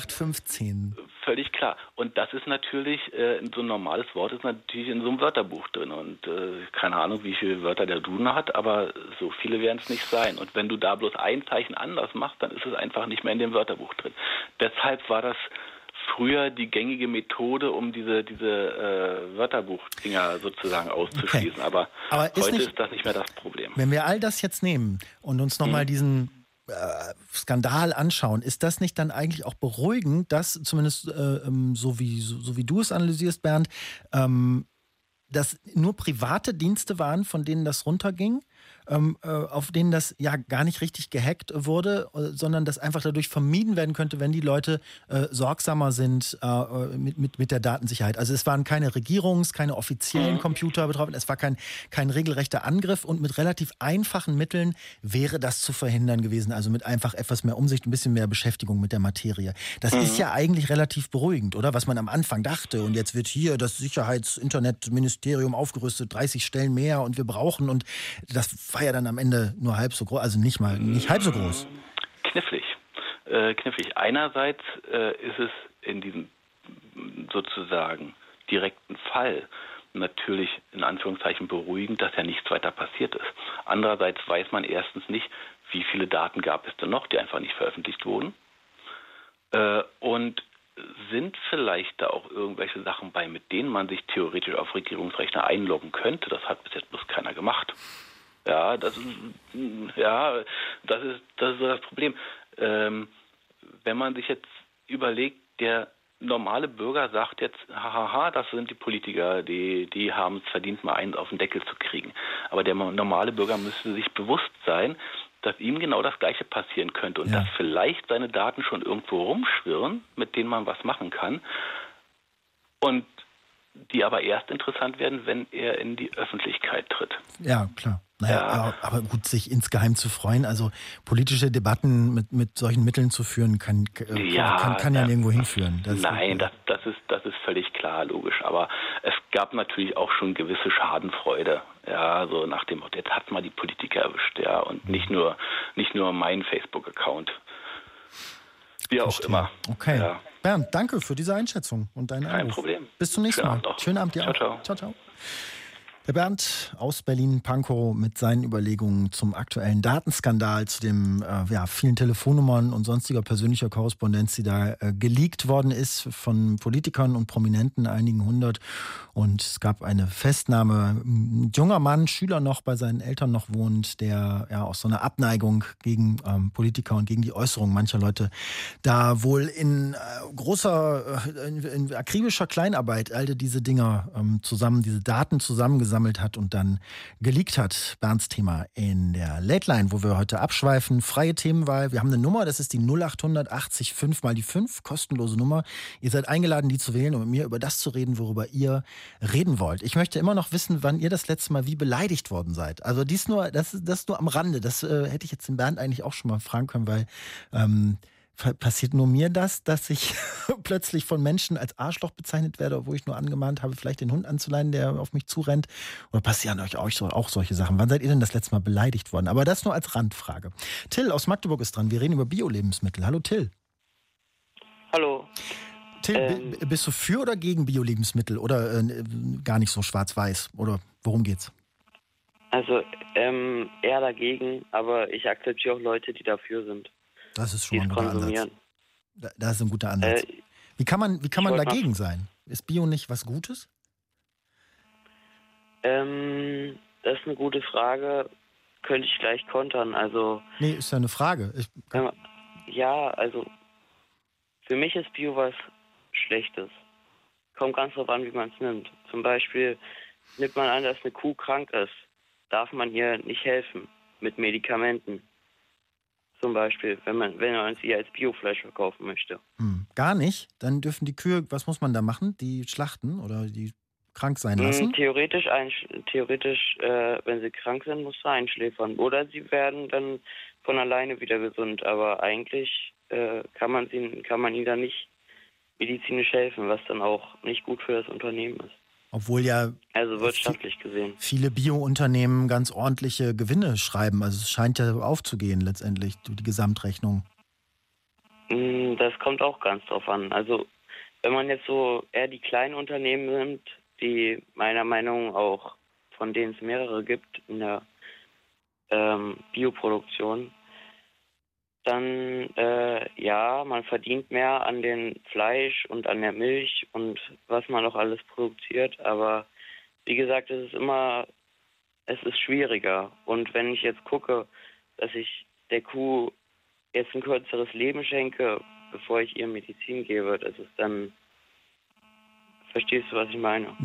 0815. Völlig klar. Und das ist natürlich, so ein normales Wort ist natürlich in so einem Wörterbuch drin. Und keine Ahnung, wie viele Wörter der Duden hat, aber so viele werden es nicht sein. Und wenn du da bloß ein Zeichen anders machst, dann ist es einfach nicht mehr in dem Wörterbuch drin. Deshalb war das früher die gängige Methode, um diese Wörterbuchdinger sozusagen auszuschließen. Okay. Aber heute ist das nicht mehr das Problem. Wenn wir all das jetzt nehmen und uns nochmal diesen Skandal anschauen, ist das nicht dann eigentlich auch beruhigend, dass zumindest so wie du es analysierst, Bernd, dass nur private Dienste waren, von denen das runterging? auf denen das ja gar nicht richtig gehackt wurde, sondern das einfach dadurch vermieden werden könnte, wenn die Leute sorgsamer sind mit der Datensicherheit. Also es waren keine keine offiziellen Computer betroffen, es war kein regelrechter Angriff und mit relativ einfachen Mitteln wäre das zu verhindern gewesen. Also mit einfach etwas mehr Umsicht, ein bisschen mehr Beschäftigung mit der Materie. Das ist ja eigentlich relativ beruhigend, oder? Was man am Anfang dachte und jetzt wird hier das Sicherheitsinternetministerium aufgerüstet, 30 Stellen mehr und wir brauchen und das war ja dann am Ende nur halb so groß, also nicht halb so groß. Knifflig. Einerseits ist es in diesem sozusagen direkten Fall natürlich in Anführungszeichen beruhigend, dass ja nichts weiter passiert ist. Andererseits weiß man erstens nicht, wie viele Daten gab es denn noch, die einfach nicht veröffentlicht wurden. Und sind vielleicht da auch irgendwelche Sachen bei, mit denen man sich theoretisch auf Regierungsrechner einloggen könnte? Das hat bis jetzt bloß keiner gemacht. Ja, das ist so das Problem. Wenn man sich jetzt überlegt, der normale Bürger sagt jetzt, haha, das sind die Politiker, die haben es verdient, mal eins auf den Deckel zu kriegen. Aber der normale Bürger müsste sich bewusst sein, dass ihm genau das Gleiche passieren könnte und dass vielleicht seine Daten schon irgendwo rumschwirren, mit denen man was machen kann und die aber erst interessant werden, wenn er in die Öffentlichkeit tritt. Ja, klar. Naja, aber gut, sich insgeheim zu freuen, also politische Debatten mit solchen Mitteln zu führen, kann ja nirgendwo hinführen. Das ist völlig klar, logisch. Aber es gab natürlich auch schon gewisse Schadenfreude. Ja, so nach dem Motto, jetzt hat mal die Politiker erwischt, ja, und nicht nur mein Facebook-Account. Wie auch immer. Okay. Ja. Bernd, danke für diese Einschätzung und deinen Anruf. Kein Problem. Bis zum nächsten Mal. Schönen Abend dir auch. Ciao, ciao. Der Bernd aus Berlin-Pankow mit seinen Überlegungen zum aktuellen Datenskandal, zu dem vielen Telefonnummern und sonstiger persönlicher Korrespondenz, die da geleakt worden ist von Politikern und Prominenten, einigen hundert. Und es gab eine Festnahme. Ein junger Mann, Schüler noch, bei seinen Eltern noch wohnt, der aus so einer Abneigung gegen Politiker und gegen die Äußerungen mancher Leute da wohl in akribischer Kleinarbeit all diese Dinger diese Daten zusammengesammelt hat und dann geleakt hat. Bernds Thema in der Late Line, wo wir heute abschweifen. Freie Themenwahl. Wir haben eine Nummer, das ist die 0800 80 5 mal die 5, kostenlose Nummer. Ihr seid eingeladen, die zu wählen, um mit mir über das zu reden, worüber ihr reden wollt. Ich möchte immer noch wissen, wann ihr das letzte Mal wie beleidigt worden seid. Also das ist nur am Rande. Das hätte ich jetzt den Bernd eigentlich auch schon mal fragen können, weil passiert nur mir dass ich plötzlich von Menschen als Arschloch bezeichnet werde, obwohl ich nur angemahnt habe, vielleicht den Hund anzuleihen, der auf mich zurennt? Oder passieren euch auch solche Sachen? Wann seid ihr denn das letzte Mal beleidigt worden? Aber das nur als Randfrage. Till aus Magdeburg ist dran. Wir reden über Bio-Lebensmittel. Hallo Till. Hallo. Till, bist du für oder gegen Bio-Lebensmittel oder gar nicht so schwarz-weiß? Oder worum geht's? Also eher dagegen, aber ich akzeptiere auch Leute, die dafür sind. Das ist schon ein guter Ansatz. Das ist ein guter Ansatz. Wie kann man dagegen sein? Ist Bio nicht was Gutes? Das ist eine gute Frage. Könnte ich gleich kontern. Nee, ist ja eine Frage. Also für mich ist Bio was Schlechtes. Kommt ganz drauf an, wie man es nimmt. Zum Beispiel nimmt man an, dass eine Kuh krank ist. Darf man ihr nicht helfen mit Medikamenten. Zum Beispiel, wenn man sie als Biofleisch verkaufen möchte. Gar nicht? Dann dürfen die Kühe, was muss man da machen? Die schlachten oder die krank sein lassen? Theoretisch, wenn sie krank sind, muss sie einschläfern. Oder sie werden dann von alleine wieder gesund. Aber eigentlich kann man ihnen da nicht medizinisch helfen, was dann auch nicht gut für das Unternehmen ist. Obwohl ja wirtschaftlich gesehen viele Bio-Unternehmen ganz ordentliche Gewinne schreiben. Also es scheint ja aufzugehen letztendlich, die Gesamtrechnung. Das kommt auch ganz drauf an. Also wenn man jetzt so eher die kleinen Unternehmen nimmt, die meiner Meinung nach auch, von denen es mehrere gibt in der Bioproduktion, dann man verdient mehr an dem Fleisch und an der Milch und was man noch alles produziert. Aber wie gesagt, es ist schwieriger. Und wenn ich jetzt gucke, dass ich der Kuh jetzt ein kürzeres Leben schenke, bevor ich ihr Medizin gebe, das ist dann... Verstehst du, was ich meine? Nee,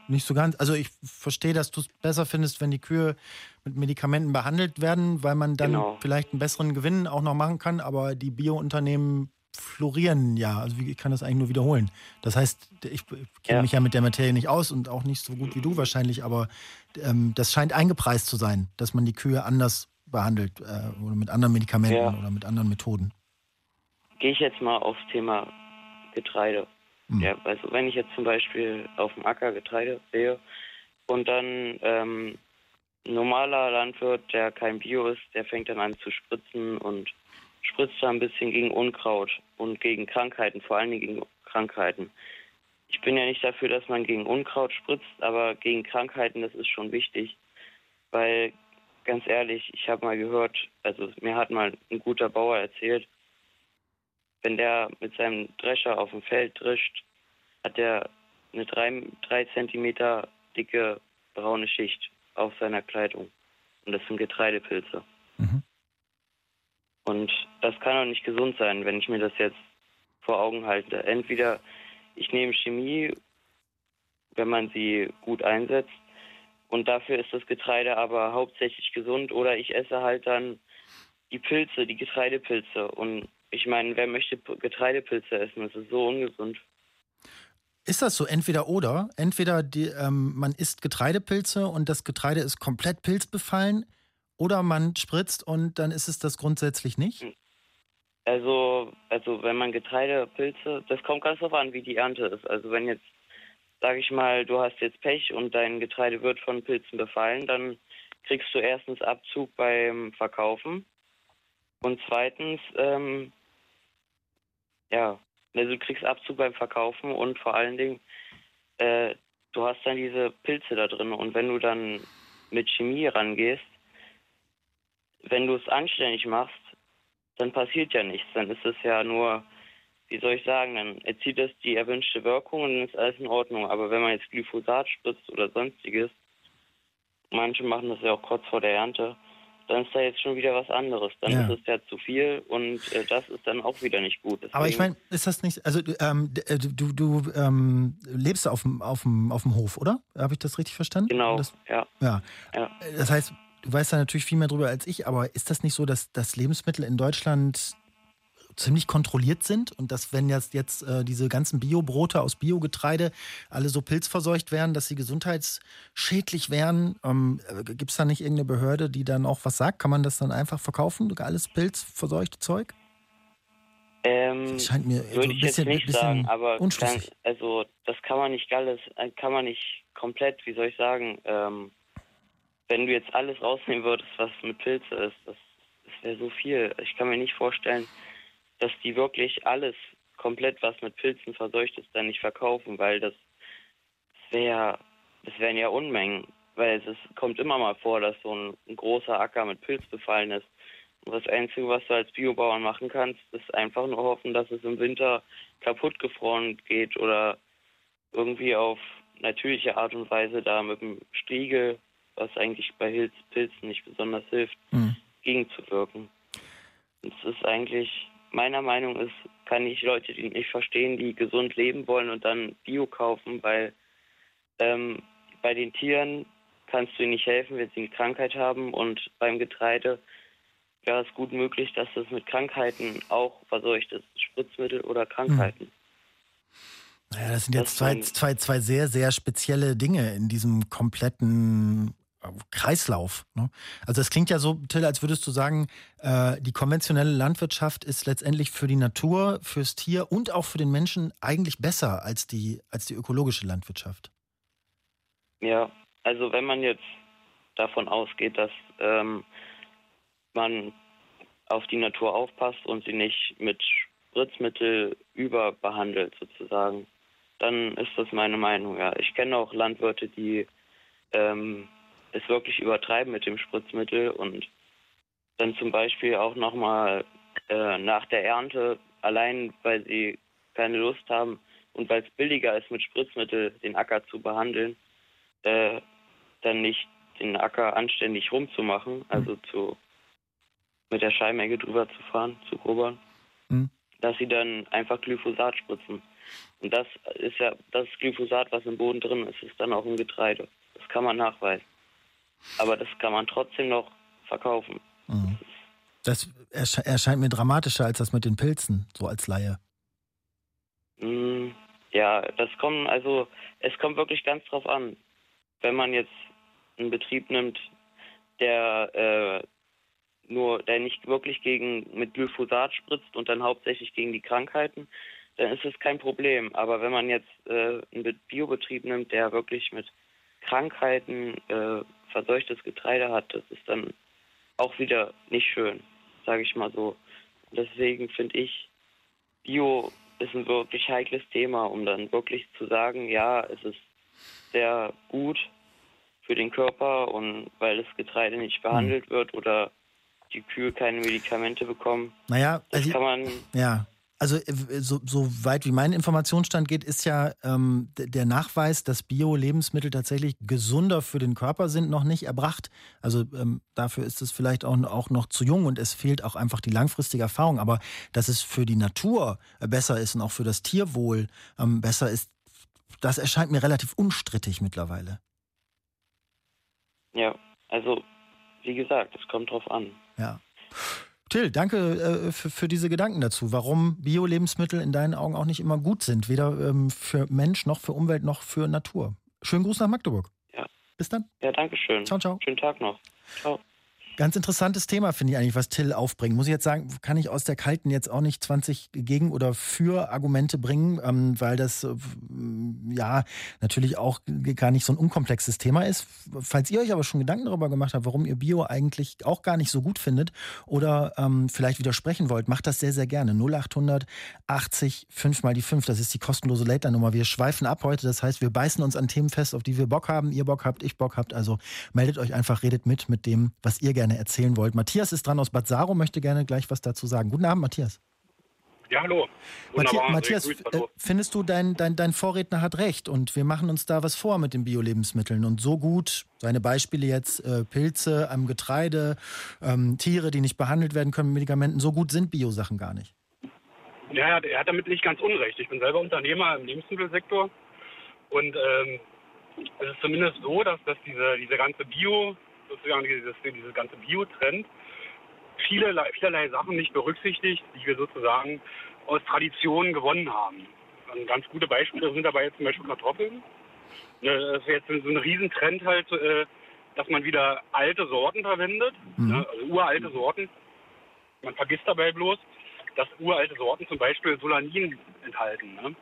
nicht so ganz. Also ich verstehe, dass du es besser findest, wenn die Kühe mit Medikamenten behandelt werden, weil man dann vielleicht einen besseren Gewinn auch noch machen kann. Aber die Biounternehmen florieren ja. Also ich kann das eigentlich nur wiederholen. Das heißt, ich kenne mich ja mit der Materie nicht aus und auch nicht so gut wie du wahrscheinlich. Aber das scheint eingepreist zu sein, dass man die Kühe anders behandelt oder mit anderen Medikamenten oder mit anderen Methoden. Gehe ich jetzt mal aufs Thema Getreide. Ja, also wenn ich jetzt zum Beispiel auf dem Acker Getreide sehe und dann ein normaler Landwirt, der kein Bio ist, der fängt dann an zu spritzen und spritzt da ein bisschen gegen Unkraut und gegen Krankheiten, vor allen Dingen gegen Krankheiten. Ich bin ja nicht dafür, dass man gegen Unkraut spritzt, aber gegen Krankheiten, das ist schon wichtig, weil ganz ehrlich, ich habe mal gehört, also mir hat mal ein guter Bauer erzählt, wenn der mit seinem Drescher auf dem Feld drischt, hat er eine 3 Zentimeter dicke braune Schicht auf seiner Kleidung. Und das sind Getreidepilze. Und das kann doch nicht gesund sein, wenn ich mir das jetzt vor Augen halte. Entweder ich nehme Chemie, wenn man sie gut einsetzt, und dafür ist das Getreide aber hauptsächlich gesund, oder ich esse halt dann die Pilze, die Getreidepilze. Und ich meine, wer möchte Getreidepilze essen? Das ist so ungesund. Ist das so entweder oder? Entweder man isst Getreidepilze und das Getreide ist komplett pilzbefallen, oder man spritzt und dann ist es das grundsätzlich nicht? Also wenn man Getreidepilze, das kommt ganz drauf an, wie die Ernte ist. Also wenn jetzt, sage ich mal, du hast jetzt Pech und dein Getreide wird von Pilzen befallen, dann kriegst du erstens Abzug beim Verkaufen und zweitens, also du kriegst Abzug beim Verkaufen und vor allen Dingen, du hast dann diese Pilze da drin und wenn du dann mit Chemie rangehst, wenn du es anständig machst, dann passiert ja nichts. Dann ist es ja nur, wie soll ich sagen, dann erzielt es die erwünschte Wirkung und dann ist alles in Ordnung. Aber wenn man jetzt Glyphosat spritzt oder sonstiges, manche machen das ja auch kurz vor der Ernte, dann ist da jetzt schon wieder was anderes. Dann ist es ja zu viel und das ist dann auch wieder nicht gut. Deswegen, aber ich meine, ist das nicht, also du lebst auf dem Hof, oder? Habe ich das richtig verstanden? Genau, ja. Das heißt, du weißt da natürlich viel mehr drüber als ich, aber ist das nicht so, dass Lebensmittel in Deutschland ziemlich kontrolliert sind und dass, wenn jetzt diese ganzen Biobrote aus Biogetreide alle so pilzverseucht wären, dass sie gesundheitsschädlich wären? Gibt es da nicht irgendeine Behörde, die dann auch was sagt? Kann man das dann einfach verkaufen, alles pilzverseuchte Zeug? Das scheint mir würde ich jetzt nicht sagen, aber unschlüssig. Das kann man nicht komplett, wie soll ich sagen, wenn du jetzt alles rausnehmen würdest, was mit Pilze ist, das wäre so viel. Ich kann mir nicht vorstellen, dass die wirklich alles komplett, was mit Pilzen verseucht ist, dann nicht verkaufen, weil das wären ja Unmengen. Weil es kommt immer mal vor, dass so ein großer Acker mit Pilz befallen ist. Und das Einzige, was du als Biobauern machen kannst, ist einfach nur hoffen, dass es im Winter kaputt gefroren geht oder irgendwie auf natürliche Art und Weise da mit dem Striegel, was eigentlich bei Pilzen nicht besonders hilft, gegenzuwirken. Das ist eigentlich, meiner Meinung nach, kann ich Leute, die nicht verstehen, die gesund leben wollen und dann Bio kaufen, weil bei den Tieren kannst du ihnen nicht helfen, wenn sie eine Krankheit haben, und beim Getreide wäre es gut möglich, dass das mit Krankheiten auch verseucht ist, Spritzmittel oder Krankheiten. Naja, das sind jetzt zwei sehr, sehr spezielle Dinge in diesem kompletten Kreislauf. Ne? Also es klingt ja so, Till, als würdest du sagen, die konventionelle Landwirtschaft ist letztendlich für die Natur, fürs Tier und auch für den Menschen eigentlich besser als die ökologische Landwirtschaft. Ja, also wenn man jetzt davon ausgeht, dass man auf die Natur aufpasst und sie nicht mit Spritzmittel überbehandelt sozusagen, dann ist das meine Meinung, ja. Ich kenne auch Landwirte, die es wirklich übertreiben mit dem Spritzmittel und dann zum Beispiel auch nochmal nach der Ernte, allein weil sie keine Lust haben und weil es billiger ist, mit Spritzmittel den Acker zu behandeln, dann nicht den Acker anständig rumzumachen, also mit der Scheibenegge drüber zu fahren, zu grubbern, dass sie dann einfach Glyphosat spritzen. Und das ist ja das Glyphosat, was im Boden drin ist, ist dann auch im Getreide. Das kann man nachweisen. Aber das kann man trotzdem noch verkaufen. Mhm. Das erscheint mir dramatischer als das mit den Pilzen, so als Laie. Ja, es kommt wirklich ganz drauf an. Wenn man jetzt einen Betrieb nimmt, der nicht wirklich mit Glyphosat spritzt und dann hauptsächlich gegen die Krankheiten, dann ist es kein Problem. Aber wenn man jetzt einen Biobetrieb nimmt, der wirklich mit Krankheiten verseuchtes Getreide hat, das ist dann auch wieder nicht schön, sage ich mal so. Deswegen finde ich, Bio ist ein wirklich heikles Thema, um dann wirklich zu sagen, ja, es ist sehr gut für den Körper und weil das Getreide nicht behandelt wird oder die Kühe keine Medikamente bekommen. Naja, das kann man... Ja. Also so weit wie mein Informationsstand geht, ist ja der Nachweis, dass Bio-Lebensmittel tatsächlich gesunder für den Körper sind, noch nicht erbracht. Also dafür ist es vielleicht auch noch zu jung und es fehlt auch einfach die langfristige Erfahrung. Aber dass es für die Natur besser ist und auch für das Tierwohl besser ist, das erscheint mir relativ unstrittig mittlerweile. Ja, also wie gesagt, es kommt drauf an. Ja. Till, danke für diese Gedanken dazu, warum Bio-Lebensmittel in deinen Augen auch nicht immer gut sind, weder für Mensch noch für Umwelt noch für Natur. Schönen Gruß nach Magdeburg. Ja. Bis dann. Ja, danke schön. Ciao, ciao. Schönen Tag noch. Ciao. Ganz interessantes Thema, finde ich eigentlich, was Till aufbringt. Muss ich jetzt sagen, kann ich aus der Kalten jetzt auch nicht 20 gegen oder für Argumente bringen, weil das natürlich auch gar nicht so ein unkomplexes Thema ist. Falls ihr euch aber schon Gedanken darüber gemacht habt, warum ihr Bio eigentlich auch gar nicht so gut findet oder vielleicht widersprechen wollt, macht das sehr, sehr gerne. 0800 80 5 mal die 5, das ist die kostenlose Late-Line-Nummer. Wir schweifen ab heute, das heißt, wir beißen uns an Themen fest, auf die wir Bock haben, ihr Bock habt, ich Bock habt. Also meldet euch einfach, redet mit dem, was ihr gerne erzählen wollt. Matthias ist dran aus Bad Saro, möchte gerne gleich was dazu sagen. Guten Abend, Matthias. Ja, hallo. Matthias, findest du, dein Vorredner hat recht und wir machen uns da was vor mit den Bio-Lebensmitteln und so gut, seine Beispiele jetzt, Pilze am Getreide, Tiere, die nicht behandelt werden können mit Medikamenten, so gut sind Bio-Sachen gar nicht. Ja, er hat damit nicht ganz unrecht. Ich bin selber Unternehmer im Lebensmittelsektor und es ist zumindest so, dass diese ganze Bio, sozusagen diese ganze Bio-Trend vielerlei Sachen nicht berücksichtigt, die wir sozusagen aus Traditionen gewonnen haben. Also ganz gute Beispiele sind dabei jetzt zum Beispiel Kartoffeln. Das ist jetzt so ein Riesentrend halt, dass man wieder alte Sorten verwendet, also uralte Sorten. Man vergisst dabei bloß, dass uralte Sorten zum Beispiel Solanin enthalten. Ne?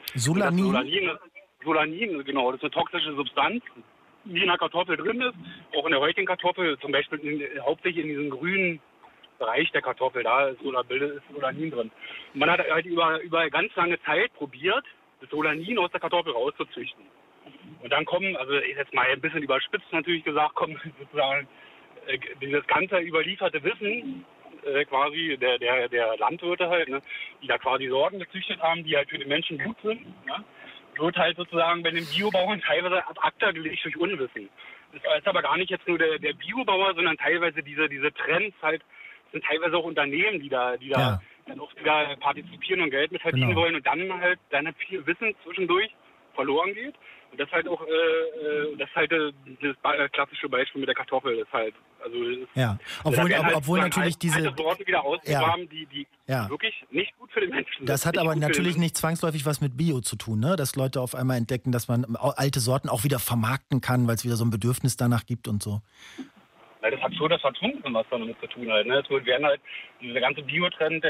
Solanin, genau, das ist eine toxische Substanz, die in der Kartoffel drin ist, auch in der heutigen Kartoffel, zum Beispiel hauptsächlich in diesem grünen Bereich der Kartoffel, da ist Solanin drin. Und man hat halt über ganz lange Zeit probiert, das Solanin aus der Kartoffel rauszuzüchten. Und dann kommen, also jetzt mal ein bisschen überspitzt natürlich gesagt, kommen sozusagen dieses ganze überlieferte Wissen quasi der Landwirte halt, ne, die da quasi Sorten gezüchtet haben, die halt für den Menschen gut sind, ja, wird halt sozusagen bei den Biobauern teilweise ad acta gelegt durch Unwissen. Das ist aber gar nicht jetzt nur der Biobauer, sondern teilweise diese Trends halt, sind teilweise auch Unternehmen, die da dann auch wieder partizipieren und Geld mit verdienen wollen und dann halt viel Wissen zwischendurch verloren geht. Und das halt auch das klassische Beispiel mit der Kartoffel ist halt. Also obwohl natürlich diese Sorten wieder ausgegraben, die wirklich nicht gut für den Menschen sind. Das hat aber natürlich nicht zwangsläufig was mit Bio zu tun, ne? Dass Leute auf einmal entdecken, dass man alte Sorten auch wieder vermarkten kann, weil es wieder so ein Bedürfnis danach gibt und so. Ja, das hat schon was damit zu tun halt. Ne? Es werden halt dieser ganze Biotrend,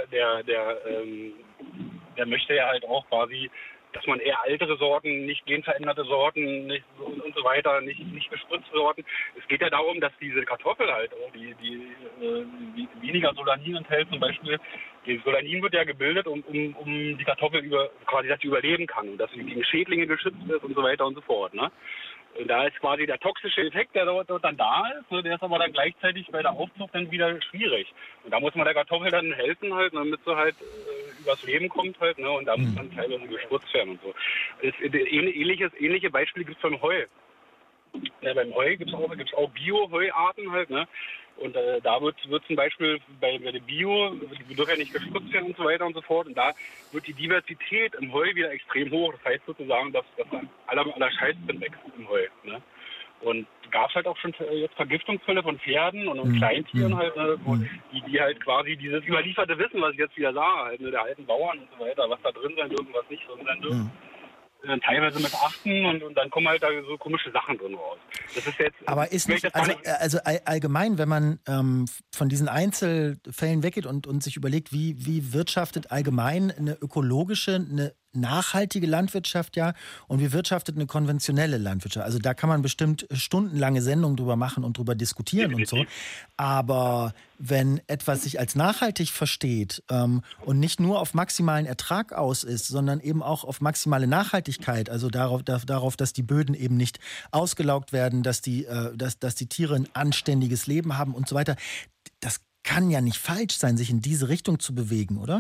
der möchte ja halt auch quasi, dass man eher ältere Sorten, nicht genveränderte Sorten und so weiter, nicht bespritzte Sorten. Es geht ja darum, dass diese Kartoffel halt, die weniger Solanin enthält zum Beispiel. Die Solanin wird ja gebildet, um die Kartoffel quasi, dass sie überleben kann und dass sie gegen Schädlinge geschützt ist und so weiter und so fort. Ne? Und da ist quasi der toxische Effekt, der dort dann da ist, ne, der ist aber dann gleichzeitig bei der Aufzucht dann wieder schwierig. Und da muss man der Kartoffel dann helfen halt, damit sie halt übers Leben kommt halt, ne, und da muss dann teilweise gespritzt werden und so. Ähnliche Beispiele gibt es beim Heu. Ja, beim Heu gibt's auch Bio-Heuarten halt, ne? Und da wird zum Beispiel bei der Bio, die dürfen ja nicht gespritzt werden und so weiter und so fort. Und da wird die Diversität im Heu wieder extrem hoch. Das heißt sozusagen, dass aller Scheiß drin wächst im Heu, ne? Und gab es halt auch schon jetzt Vergiftungsfälle von Pferden und Kleintieren halt, ne, die halt quasi dieses überlieferte Wissen, was ich jetzt wieder sage, halt, ne, der alten Bauern und so weiter, was da drin sein dürfen, was nicht drin sein dürfen, dann teilweise missachten und dann kommen halt da so komische Sachen drin raus. Das ist jetzt. Aber ist nicht, also allgemein, wenn man von diesen Einzelfällen weggeht und sich überlegt, wie wirtschaftet allgemein eine ökologische, eine nachhaltige Landwirtschaft und wie wirtschaftet eine konventionelle Landwirtschaft. Also da kann man bestimmt stundenlange Sendungen drüber machen und drüber diskutieren und so. Aber wenn etwas sich als nachhaltig versteht und nicht nur auf maximalen Ertrag aus ist, sondern eben auch auf maximale Nachhaltigkeit, also darauf, dass die Böden eben nicht ausgelaugt werden, dass die Tiere ein anständiges Leben haben und so weiter, das kann ja nicht falsch sein, sich in diese Richtung zu bewegen, oder?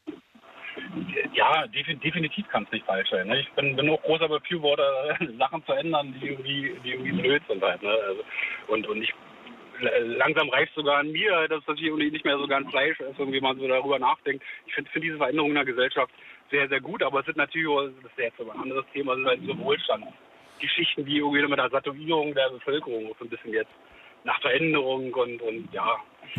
Ja, definitiv kann es nicht falsch sein. Ne? Ich bin auch großer Befürworter, Sachen zu ändern, die irgendwie blöd sind halt. Ne? Also, und ich langsam reicht sogar an mir, dass das irgendwie nicht mehr so ganz Fleisch ist, irgendwie man so darüber nachdenkt. Ich finde diese Veränderungen in der Gesellschaft sehr, sehr gut, aber es sind natürlich, das ist jetzt so ein anderes Thema, es sind halt so Wohlstandsgeschichten, die irgendwie mit der Satuierung der Bevölkerung so ein bisschen jetzt nach Veränderung und ja.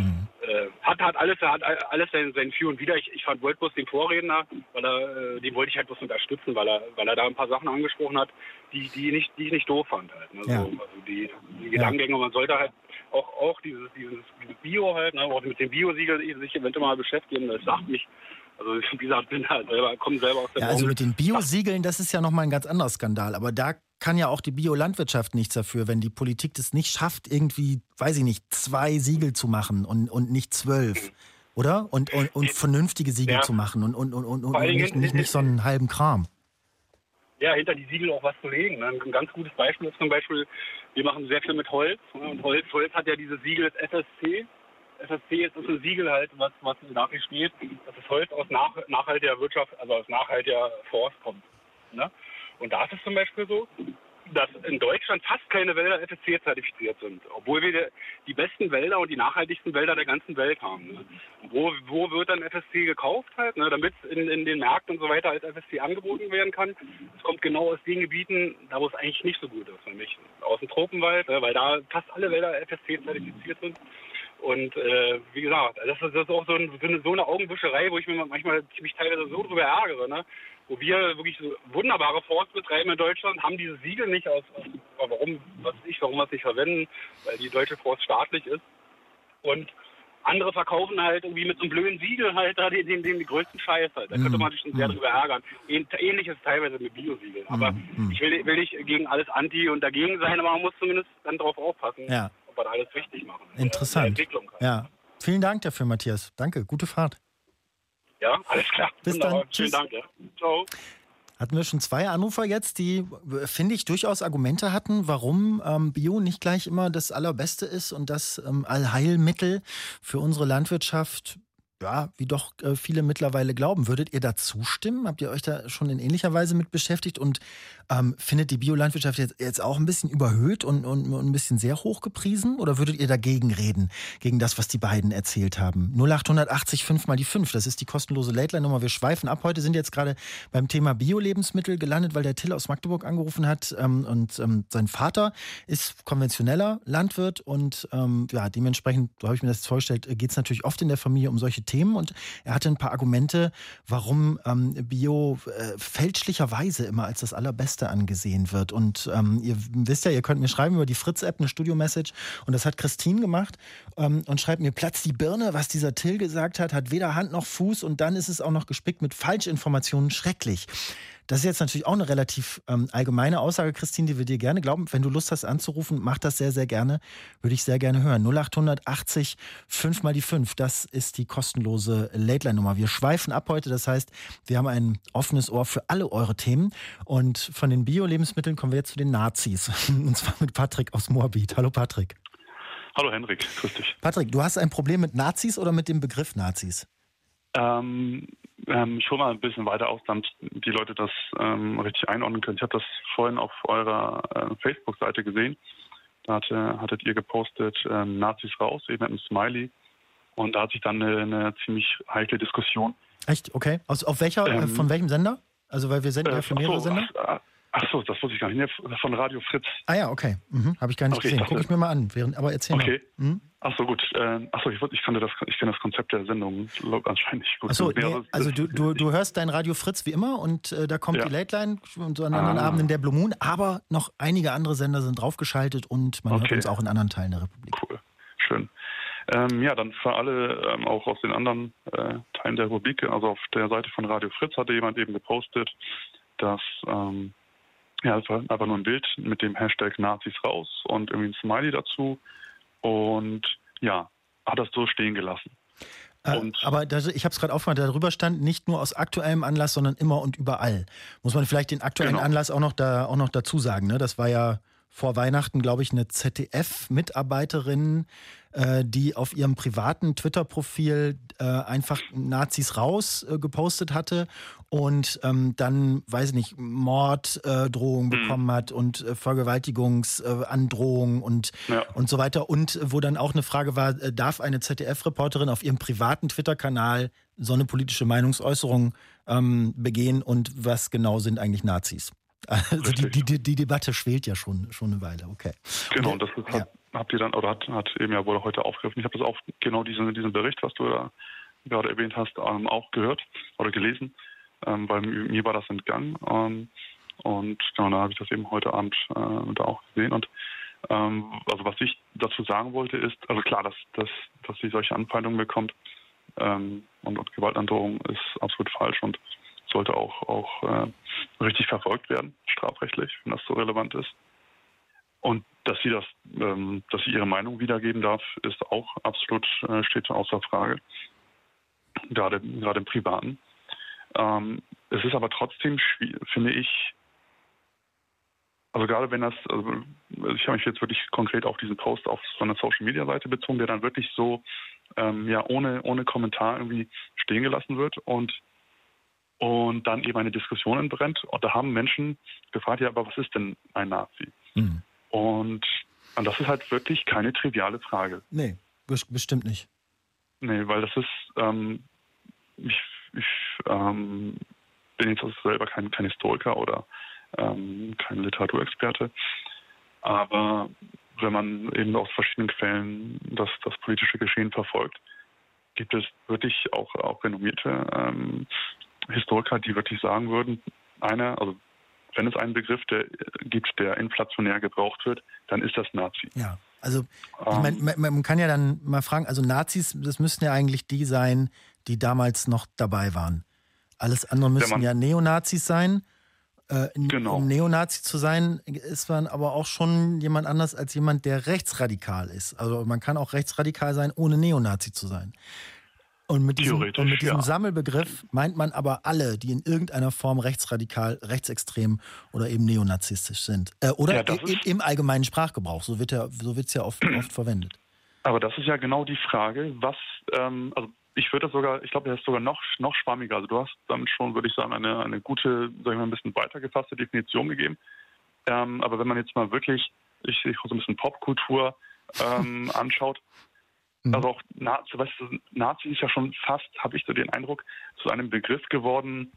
Hat alles sein Für und Wider. Ich fand bloß den Vorredner, den wollte ich halt bloß unterstützen, weil er da ein paar Sachen angesprochen hat, die ich nicht doof fand halt. Ne? Ja. So, also die Gedankengänge, man sollte halt auch dieses Bio halt, ne, auch mit dem Biosiegel sich eventuell mal beschäftigen. Das sagt mich, also wie gesagt, komme selber aus der also mit den Biosiegeln, das ist ja nochmal ein ganz anderer Skandal, aber da kann ja auch die Biolandwirtschaft nichts dafür, wenn die Politik das nicht schafft, irgendwie, weiß ich nicht, 2 Siegel zu machen und nicht 12, oder? Und vernünftige Siegel zu machen und nicht so einen halben Kram. Ja, hinter die Siegel auch was zu legen. Ne? Ein ganz gutes Beispiel ist zum Beispiel, wir machen sehr viel mit Holz. Ne? Und Holz hat ja dieses Siegel des FSC. FSC ist ein Siegel halt, was dafür steht, dass das Holz aus nachhaltiger Wirtschaft, also aus nachhaltiger Forst kommt. Ne? Und da ist es zum Beispiel so, dass in Deutschland fast keine Wälder FSC-zertifiziert sind, obwohl wir die besten Wälder und die nachhaltigsten Wälder der ganzen Welt haben. Ne? Wo wird dann FSC gekauft halt, ne? Damit es in den Märkten und so weiter als FSC angeboten werden kann? Es kommt genau aus den Gebieten, da wo es eigentlich nicht so gut ist, nämlich aus dem Tropenwald, weil da fast alle Wälder FSC-zertifiziert sind. Und wie gesagt, das ist auch so eine Augenwischerei, wo ich mich teilweise so drüber ärgere, ne? Wo wir wirklich so wunderbare Forst betreiben in Deutschland, haben dieses Siegel nicht warum wir es nicht verwenden, weil die deutsche Forst staatlich ist. Und andere verkaufen halt irgendwie mit so einem blöden Siegel halt da den größten Scheiß halt. Da könnte man sich schon sehr drüber ärgern. Ähnliches teilweise mit Biosiegeln. Aber ich will nicht gegen alles anti und dagegen sein, aber man muss zumindest dann drauf aufpassen, ob wir da alles richtig machen. Interessant. Halt. Ja. Vielen Dank dafür, Matthias. Danke, gute Fahrt. Ja, alles klar. Bis dann. Vielen Dank. Ja. Ciao. Hatten wir schon 2 Anrufer jetzt, die, finde ich, durchaus Argumente hatten, warum Bio nicht gleich immer das Allerbeste ist und das Allheilmittel für unsere Landwirtschaft, ja, wie doch viele mittlerweile glauben. Würdet ihr da zustimmen? Habt ihr euch da schon in ähnlicher Weise mit beschäftigt und findet die Biolandwirtschaft jetzt auch ein bisschen überhöht und ein bisschen sehr hoch gepriesen? Oder würdet ihr dagegen reden, gegen das, was die beiden erzählt haben? 0880 5 mal die 5, das ist die kostenlose Late-Line-Nummer. Wir schweifen ab. Heute sind jetzt gerade beim Thema Bio-Lebensmittel gelandet, weil der Till aus Magdeburg angerufen hat und sein Vater ist konventioneller Landwirt und dementsprechend, so habe ich mir das jetzt vorgestellt, geht es natürlich oft in der Familie um solche Themen und er hatte ein paar Argumente, warum Bio fälschlicherweise immer als das Allerbeste angesehen wird. Und ihr wisst ja, ihr könnt mir schreiben über die Fritz-App eine Studio-Message und das hat Christine gemacht und schreibt mir, platzt die Birne, was dieser Till gesagt hat weder Hand noch Fuß und dann ist es auch noch gespickt mit Falschinformationen, schrecklich. Das ist jetzt natürlich auch eine relativ allgemeine Aussage, Christine, die wir dir gerne glauben. Wenn du Lust hast anzurufen, mach das sehr, sehr gerne. Würde ich sehr gerne hören. 0880 5 mal die 5. Das ist die kostenlose Late-Line-Nummer. Wir schweifen ab heute. Das heißt, wir haben ein offenes Ohr für alle eure Themen. Und von den Bio-Lebensmitteln kommen wir jetzt zu den Nazis. Und zwar mit Patrick aus Moabit. Hallo Patrick. Hallo Henrik, grüß dich. Patrick, du hast ein Problem mit Nazis oder mit dem Begriff Nazis? Ich hole mal ein bisschen weiter aus, damit die Leute das richtig einordnen können. Ich habe das vorhin auf eurer Facebook-Seite gesehen. Da hattet ihr gepostet, Nazis raus, eben mit einem Smiley. Und da hat sich dann eine ziemlich heikle Diskussion. Echt? Okay. Auf welcher, von welchem Sender? Also, weil wir senden ja für mehrere Sender. Achso, das wusste ich gar nicht. Von Radio Fritz. Ah ja, okay. Habe ich gar nicht gesehen. Gucke ich mir mal an. Aber erzähl mal. Okay. Achso, gut. Ich kenne das Konzept der Sendung anscheinend nicht gut. Achso, also du hörst dein Radio Fritz wie immer und da kommt die Late Line und so an anderen Abenden der Blue Moon, aber noch einige andere Sender sind draufgeschaltet und man hört uns auch in anderen Teilen der Republik. Cool, schön. Dann für alle auch aus den anderen Teilen der Republik, also auf der Seite von Radio Fritz hatte jemand eben gepostet, dass es war einfach nur ein Bild mit dem Hashtag Nazis raus und irgendwie ein Smiley dazu und hat das so stehen gelassen. Aber ich habe es gerade aufgemacht, darüber stand nicht nur aus aktuellem Anlass, sondern immer und überall. Muss man vielleicht den aktuellen Anlass auch noch dazu sagen, ne? Das war ja vor Weihnachten, glaube ich, eine ZDF-Mitarbeiterin, die auf ihrem privaten Twitter-Profil einfach Nazis raus gepostet hatte und dann, weiß ich nicht, Morddrohungen bekommen hat und Vergewaltigungsandrohungen und so weiter. Und wo dann auch eine Frage war, darf eine ZDF-Reporterin auf ihrem privaten Twitter-Kanal so eine politische Meinungsäußerung begehen und was genau sind eigentlich Nazis? Also die Debatte schwelt ja schon eine Weile, okay. Genau, und das habt ihr dann, oder hat eben ja wohl heute aufgegriffen. Ich habe das auch genau diesen Bericht, was du da gerade erwähnt hast, auch gehört oder gelesen, weil mir war das entgangen. Und genau, da habe ich das eben heute Abend da auch gesehen. Und also was ich dazu sagen wollte ist, also klar, dass sie solche Anfeindungen bekommt und Gewaltandrohung ist absolut falsch und sollte auch richtig verfolgt werden, strafrechtlich, wenn das so relevant ist. Und dass sie ihre Meinung wiedergeben darf, ist auch absolut, steht außer Frage. Gerade im Privaten. Es ist aber trotzdem finde ich, also gerade wenn ich habe mich jetzt wirklich konkret auf diesen Post auf so einer Social-Media-Seite bezogen, der dann wirklich so ohne Kommentar irgendwie stehen gelassen wird und dann eben eine Diskussion entbrennt. Und da haben Menschen gefragt, aber was ist denn ein Nazi? Mhm. Und das ist halt wirklich keine triviale Frage. Nee, bestimmt nicht. Nee, weil das ist, ich bin jetzt also selber kein Historiker oder kein Literaturexperte, aber wenn man eben aus verschiedenen Quellen das politische Geschehen verfolgt, gibt es wirklich auch renommierte Historiker, die wirklich sagen würden, also wenn es einen Begriff gibt, der inflationär gebraucht wird, dann ist das Nazi. Ja, also ich meine, man kann ja dann mal fragen, also Nazis, das müssten ja eigentlich die sein, die damals noch dabei waren. Alles andere müssen ja Neonazis sein. Genau. Um Neonazi zu sein, ist man aber auch schon jemand anders als jemand, der rechtsradikal ist. Also man kann auch rechtsradikal sein, ohne Neonazi zu sein. Und mit diesem Sammelbegriff meint man aber alle, die in irgendeiner Form rechtsradikal, rechtsextrem oder eben neonazistisch sind. Oder im allgemeinen Sprachgebrauch. So wird's ja oft verwendet. Aber das ist ja genau die Frage, was, also ich würde das sogar, ich glaube, das ist sogar noch schwammiger. Also du hast damit schon, würde ich sagen, eine gute, sag ich mal, ein bisschen weitergefasste Definition gegeben. Aber wenn man jetzt mal wirklich, ich so ein bisschen Popkultur anschaut, also auch Nazi ist ja schon fast, habe ich so den Eindruck, zu einem Begriff geworden.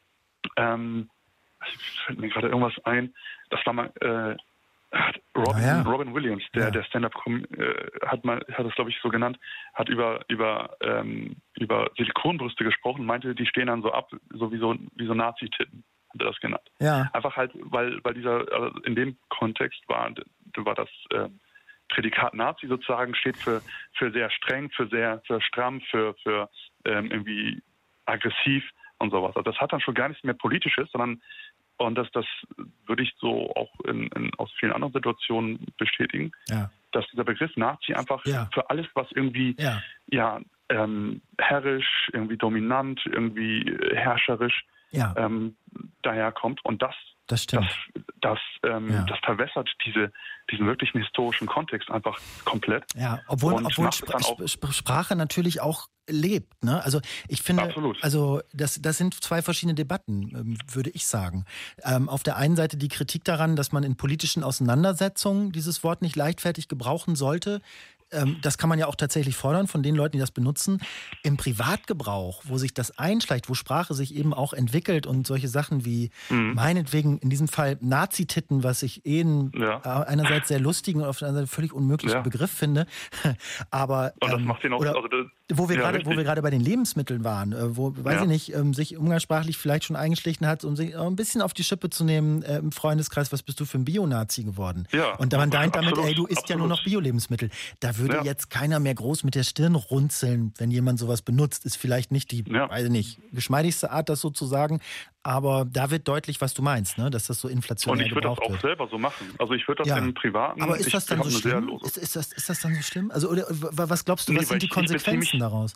Fällt mir gerade irgendwas ein. Das war mal Robin Williams, der Stand-up hat das, glaube ich, so genannt, hat über Silikonbrüste gesprochen, meinte, die stehen dann so ab, so wie so Nazi-Titten, hat er das genannt. Ja. Einfach halt, weil also in dem Kontext war das Prädikat Nazi sozusagen steht für sehr streng, für stramm, für irgendwie aggressiv und sowas. Also das hat dann schon gar nichts mehr Politisches, sondern und das würde ich so auch aus vielen anderen Situationen bestätigen, dass dieser Begriff Nazi einfach für alles, was irgendwie herrisch, irgendwie dominant, irgendwie herrscherisch daherkommt. Und das stimmt. Das verwässert diesen wirklichen historischen Kontext einfach komplett. Ja, obwohl Sprache natürlich auch lebt. Ne? Also ich finde, Absolut. also das sind zwei verschiedene Debatten, würde ich sagen. Auf der einen Seite die Kritik daran, dass man in politischen Auseinandersetzungen dieses Wort nicht leichtfertig gebrauchen sollte. Das kann man ja auch tatsächlich fordern von den Leuten, die das benutzen. Im Privatgebrauch, wo sich das einschleicht, wo Sprache sich eben auch entwickelt und solche Sachen wie meinetwegen in diesem Fall Nazititten, was ich einerseits sehr lustigen und auf der anderen Seite völlig unmöglichen Begriff finde. Aber und das macht ihn auch, wo wir gerade bei den Lebensmitteln waren, weiß ich nicht, sich umgangssprachlich vielleicht schon eingeschlichen hat, um sich ein bisschen auf die Schippe zu nehmen im Freundeskreis, was bist du für ein Bio-Nazi geworden? Ja, und man meint damit, du isst ja nur noch Bio-Lebensmittel. Da würde jetzt keiner mehr groß mit der Stirn runzeln, wenn jemand sowas benutzt. Ist vielleicht nicht die, weiß ich nicht, geschmeidigste Art, das so zu sagen, aber da wird deutlich, was du meinst, ne? Dass das so inflationär gebraucht wird. Und ich würde das auch selber so machen. Also ich würde das im Privaten... Aber ist das dann so schlimm? Ist das dann so schlimm? Also oder was glaubst du, was sind die Konsequenzen daraus?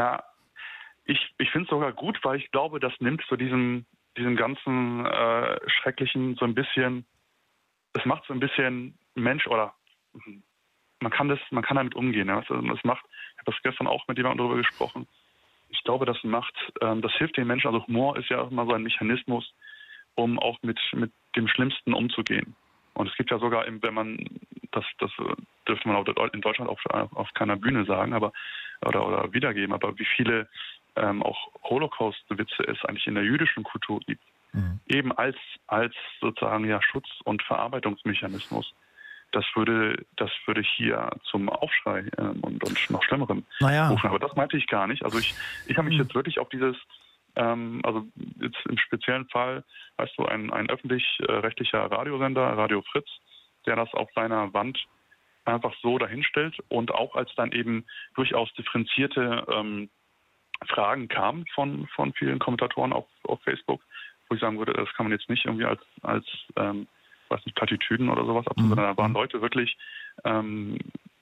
Ich finde es sogar gut, weil ich glaube, das nimmt so diesen ganzen schrecklichen so ein bisschen... Es macht so ein bisschen Mensch oder... Man kann damit umgehen. Ja? Also ich habe das gestern auch mit jemandem darüber gesprochen. Ich glaube, das hilft den Menschen. Also Humor ist ja auch immer so ein Mechanismus, um auch mit dem Schlimmsten umzugehen. Und es gibt ja sogar, wenn man, das dürfte man in Deutschland auf keiner Bühne sagen, aber oder wiedergeben, aber wie viele auch Holocaust-Witze es eigentlich in der jüdischen Kultur gibt. Eben als sozusagen Schutz- und Verarbeitungsmechanismus. Das würde hier zum Aufschrei und noch Schlimmerem rufen. Aber das meinte ich gar nicht. Also ich habe mich jetzt wirklich auf dieses, also jetzt im speziellen Fall, weißt du, ein öffentlich-rechtlicher Radiosender, Radio Fritz, der das auf seiner Wand einfach so dahinstellt und auch als dann eben durchaus differenzierte Fragen kamen von vielen Kommentatoren auf Facebook, wo ich sagen würde, das kann man jetzt nicht irgendwie als weiß nicht, Plattitüden oder sowas abzuwenden. Da waren Leute wirklich, haben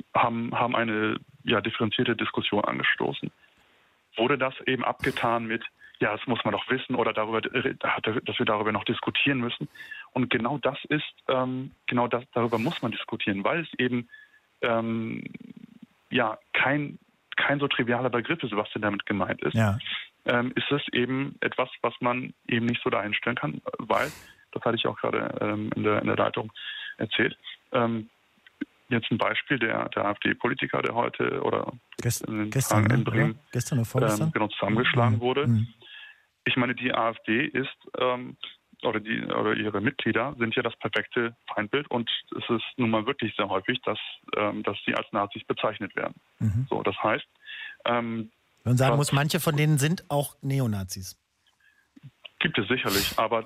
eine differenzierte Diskussion angestoßen. Wurde das eben abgetan mit, das muss man doch wissen oder dass wir darüber noch diskutieren müssen. Und genau das ist, darüber muss man diskutieren, weil es eben kein so trivialer Begriff ist, was denn damit gemeint ist. Ja. Ist es eben etwas, was man eben nicht so dahinstellen kann, weil das hatte ich auch gerade in der Leitung erzählt. Jetzt ein Beispiel, der AfD-Politiker, der heute oder gestern in Bremen zusammengeschlagen wurde. Ich meine, die AfD ist oder ihre Mitglieder sind ja das perfekte Feindbild und es ist nun mal wirklich sehr häufig, dass sie als Nazis bezeichnet werden. So, das heißt, man sagen muss, manche von denen sind auch Neonazis. Gibt es sicherlich, aber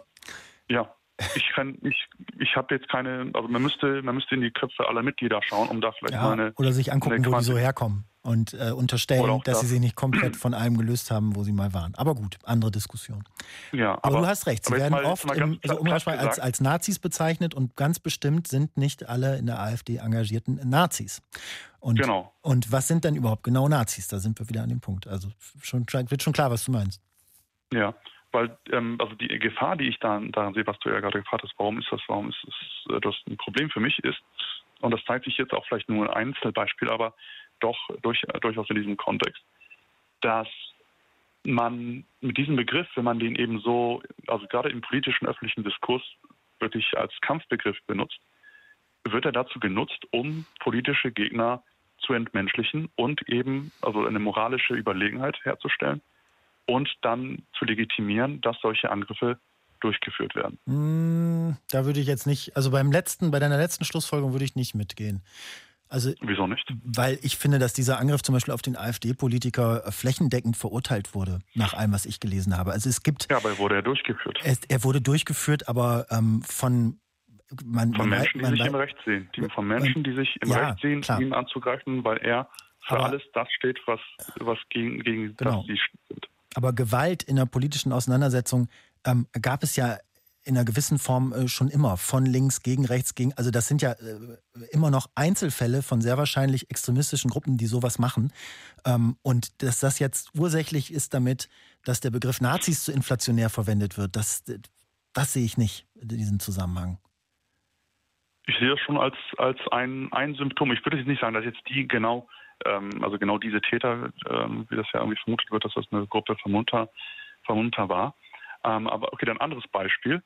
ich habe jetzt keine, also man müsste in die Köpfe aller Mitglieder schauen, um da vielleicht mal oder sich angucken, wo die so herkommen und unterstellen, dass sie sich nicht komplett von allem gelöst haben, wo sie mal waren. Aber gut, andere Diskussion. Ja, aber du hast recht, sie werden oft als Nazis bezeichnet und ganz bestimmt sind nicht alle in der AfD engagierten Nazis. Und was sind denn überhaupt genau Nazis? Da sind wir wieder an dem Punkt. Also wird schon klar, was du meinst. Ja. Weil also die Gefahr, die ich daran sehe, was du ja gerade gefragt hast, warum ist das ein Problem für mich ist, und das zeigt sich jetzt auch vielleicht nur ein Einzelbeispiel, aber doch durchaus in diesem Kontext, dass man mit diesem Begriff, wenn man den eben so, also gerade im politischen öffentlichen Diskurs wirklich als Kampfbegriff benutzt, wird er dazu genutzt, um politische Gegner zu entmenschlichen und eben also eine moralische Überlegenheit herzustellen und dann zu legitimieren, dass solche Angriffe durchgeführt werden. Da würde ich jetzt nicht, also bei deiner letzten Schlussfolgerung würde ich nicht mitgehen. Also, wieso nicht? Weil ich finde, dass dieser Angriff zum Beispiel auf den AfD-Politiker flächendeckend verurteilt wurde, nach allem, was ich gelesen habe. Also es gibt... Ja, aber er wurde ja durchgeführt. Er wurde durchgeführt, aber von Menschen, die sich im Recht sehen. Von Menschen, die sich im Recht sehen, ihn anzugreifen, weil er für alles das steht, was gegen das sie sind. Aber Gewalt in der politischen Auseinandersetzung gab es ja in einer gewissen Form schon immer. Von links gegen rechts gegen. Also das sind ja immer noch Einzelfälle von sehr wahrscheinlich extremistischen Gruppen, die sowas machen. Und dass das jetzt ursächlich ist damit, dass der Begriff Nazis zu inflationär verwendet wird, das sehe ich nicht in diesem Zusammenhang. Ich sehe das schon als ein Symptom. Ich würde jetzt nicht sagen, dass jetzt die genau also genau diese Täter, wie das ja irgendwie vermutet wird, dass das eine Gruppe Vermummter war. Aber okay, dann ein anderes Beispiel,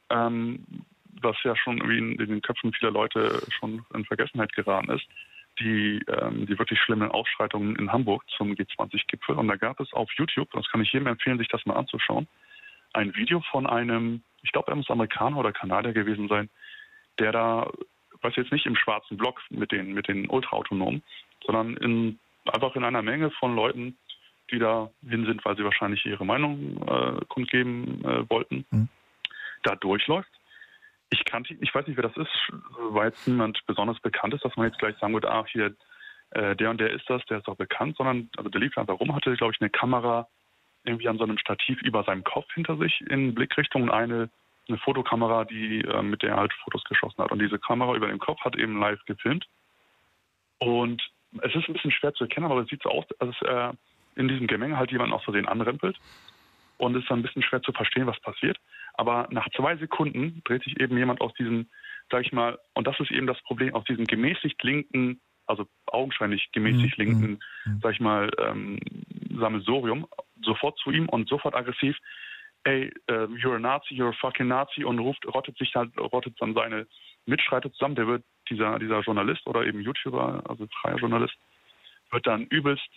was ja schon irgendwie in den Köpfen vieler Leute schon in Vergessenheit geraten ist, die wirklich schlimmen Ausschreitungen in Hamburg zum G20-Gipfel. Und da gab es auf YouTube, das kann ich jedem empfehlen, sich das mal anzuschauen, ein Video von einem, ich glaube, er muss Amerikaner oder Kanadier gewesen sein, der da, weiß jetzt nicht im schwarzen Block mit den Ultraautonomen, sondern einfach in einer Menge von Leuten, die da hin sind, weil sie wahrscheinlich ihre Meinung kundgeben wollten, da durchläuft. Ich weiß nicht, wer das ist, weil jetzt niemand besonders bekannt ist, dass man jetzt gleich sagen würde, hier, der und der ist das, der ist doch bekannt, sondern also der lief einfach rum, hatte, glaube ich, eine Kamera irgendwie an so einem Stativ über seinem Kopf hinter sich in Blickrichtung und eine Fotokamera, mit der er halt Fotos geschossen hat. Und diese Kamera über dem Kopf hat eben live gefilmt. Und es ist ein bisschen schwer zu erkennen, aber es sieht so aus, als in diesem Gemenge halt jemand aus Versehen anrempelt. Und es ist dann ein bisschen schwer zu verstehen, was passiert. Aber nach 2 Sekunden dreht sich eben jemand aus diesem, sag ich mal, und das ist eben das Problem, aus diesem gemäßigt linken, also augenscheinlich gemäßigt linken, sag ich mal, Sammelsurium, sofort zu ihm und sofort aggressiv, ey, you're a Nazi, you're a fucking Nazi, und rottet dann seine Mitstreiter zusammen. Dieser Journalist oder eben YouTuber, also freier Journalist, wird dann übelst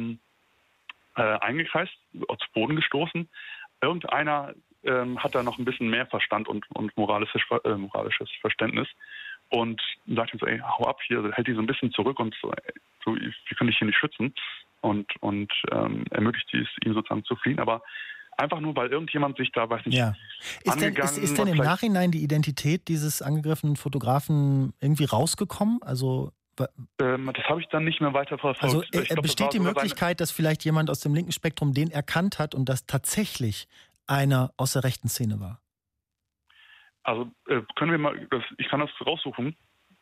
eingekreist, zu Boden gestoßen. Irgendeiner hat da noch ein bisschen mehr Verstand und moralisches Verständnis und sagt ihm so, ey, hau ab hier, hält die so ein bisschen zurück und so, wir können dich hier nicht schützen und ermöglicht es ihm sozusagen zu fliehen, aber einfach nur, weil irgendjemand sich da, weiß nicht, Ist denn im Nachhinein die Identität dieses angegriffenen Fotografen irgendwie rausgekommen? Also das habe ich dann nicht mehr weiter verfolgt. Also besteht die Möglichkeit, dass vielleicht jemand aus dem linken Spektrum den erkannt hat und das tatsächlich einer aus der rechten Szene war? Also können wir mal, ich kann das raussuchen.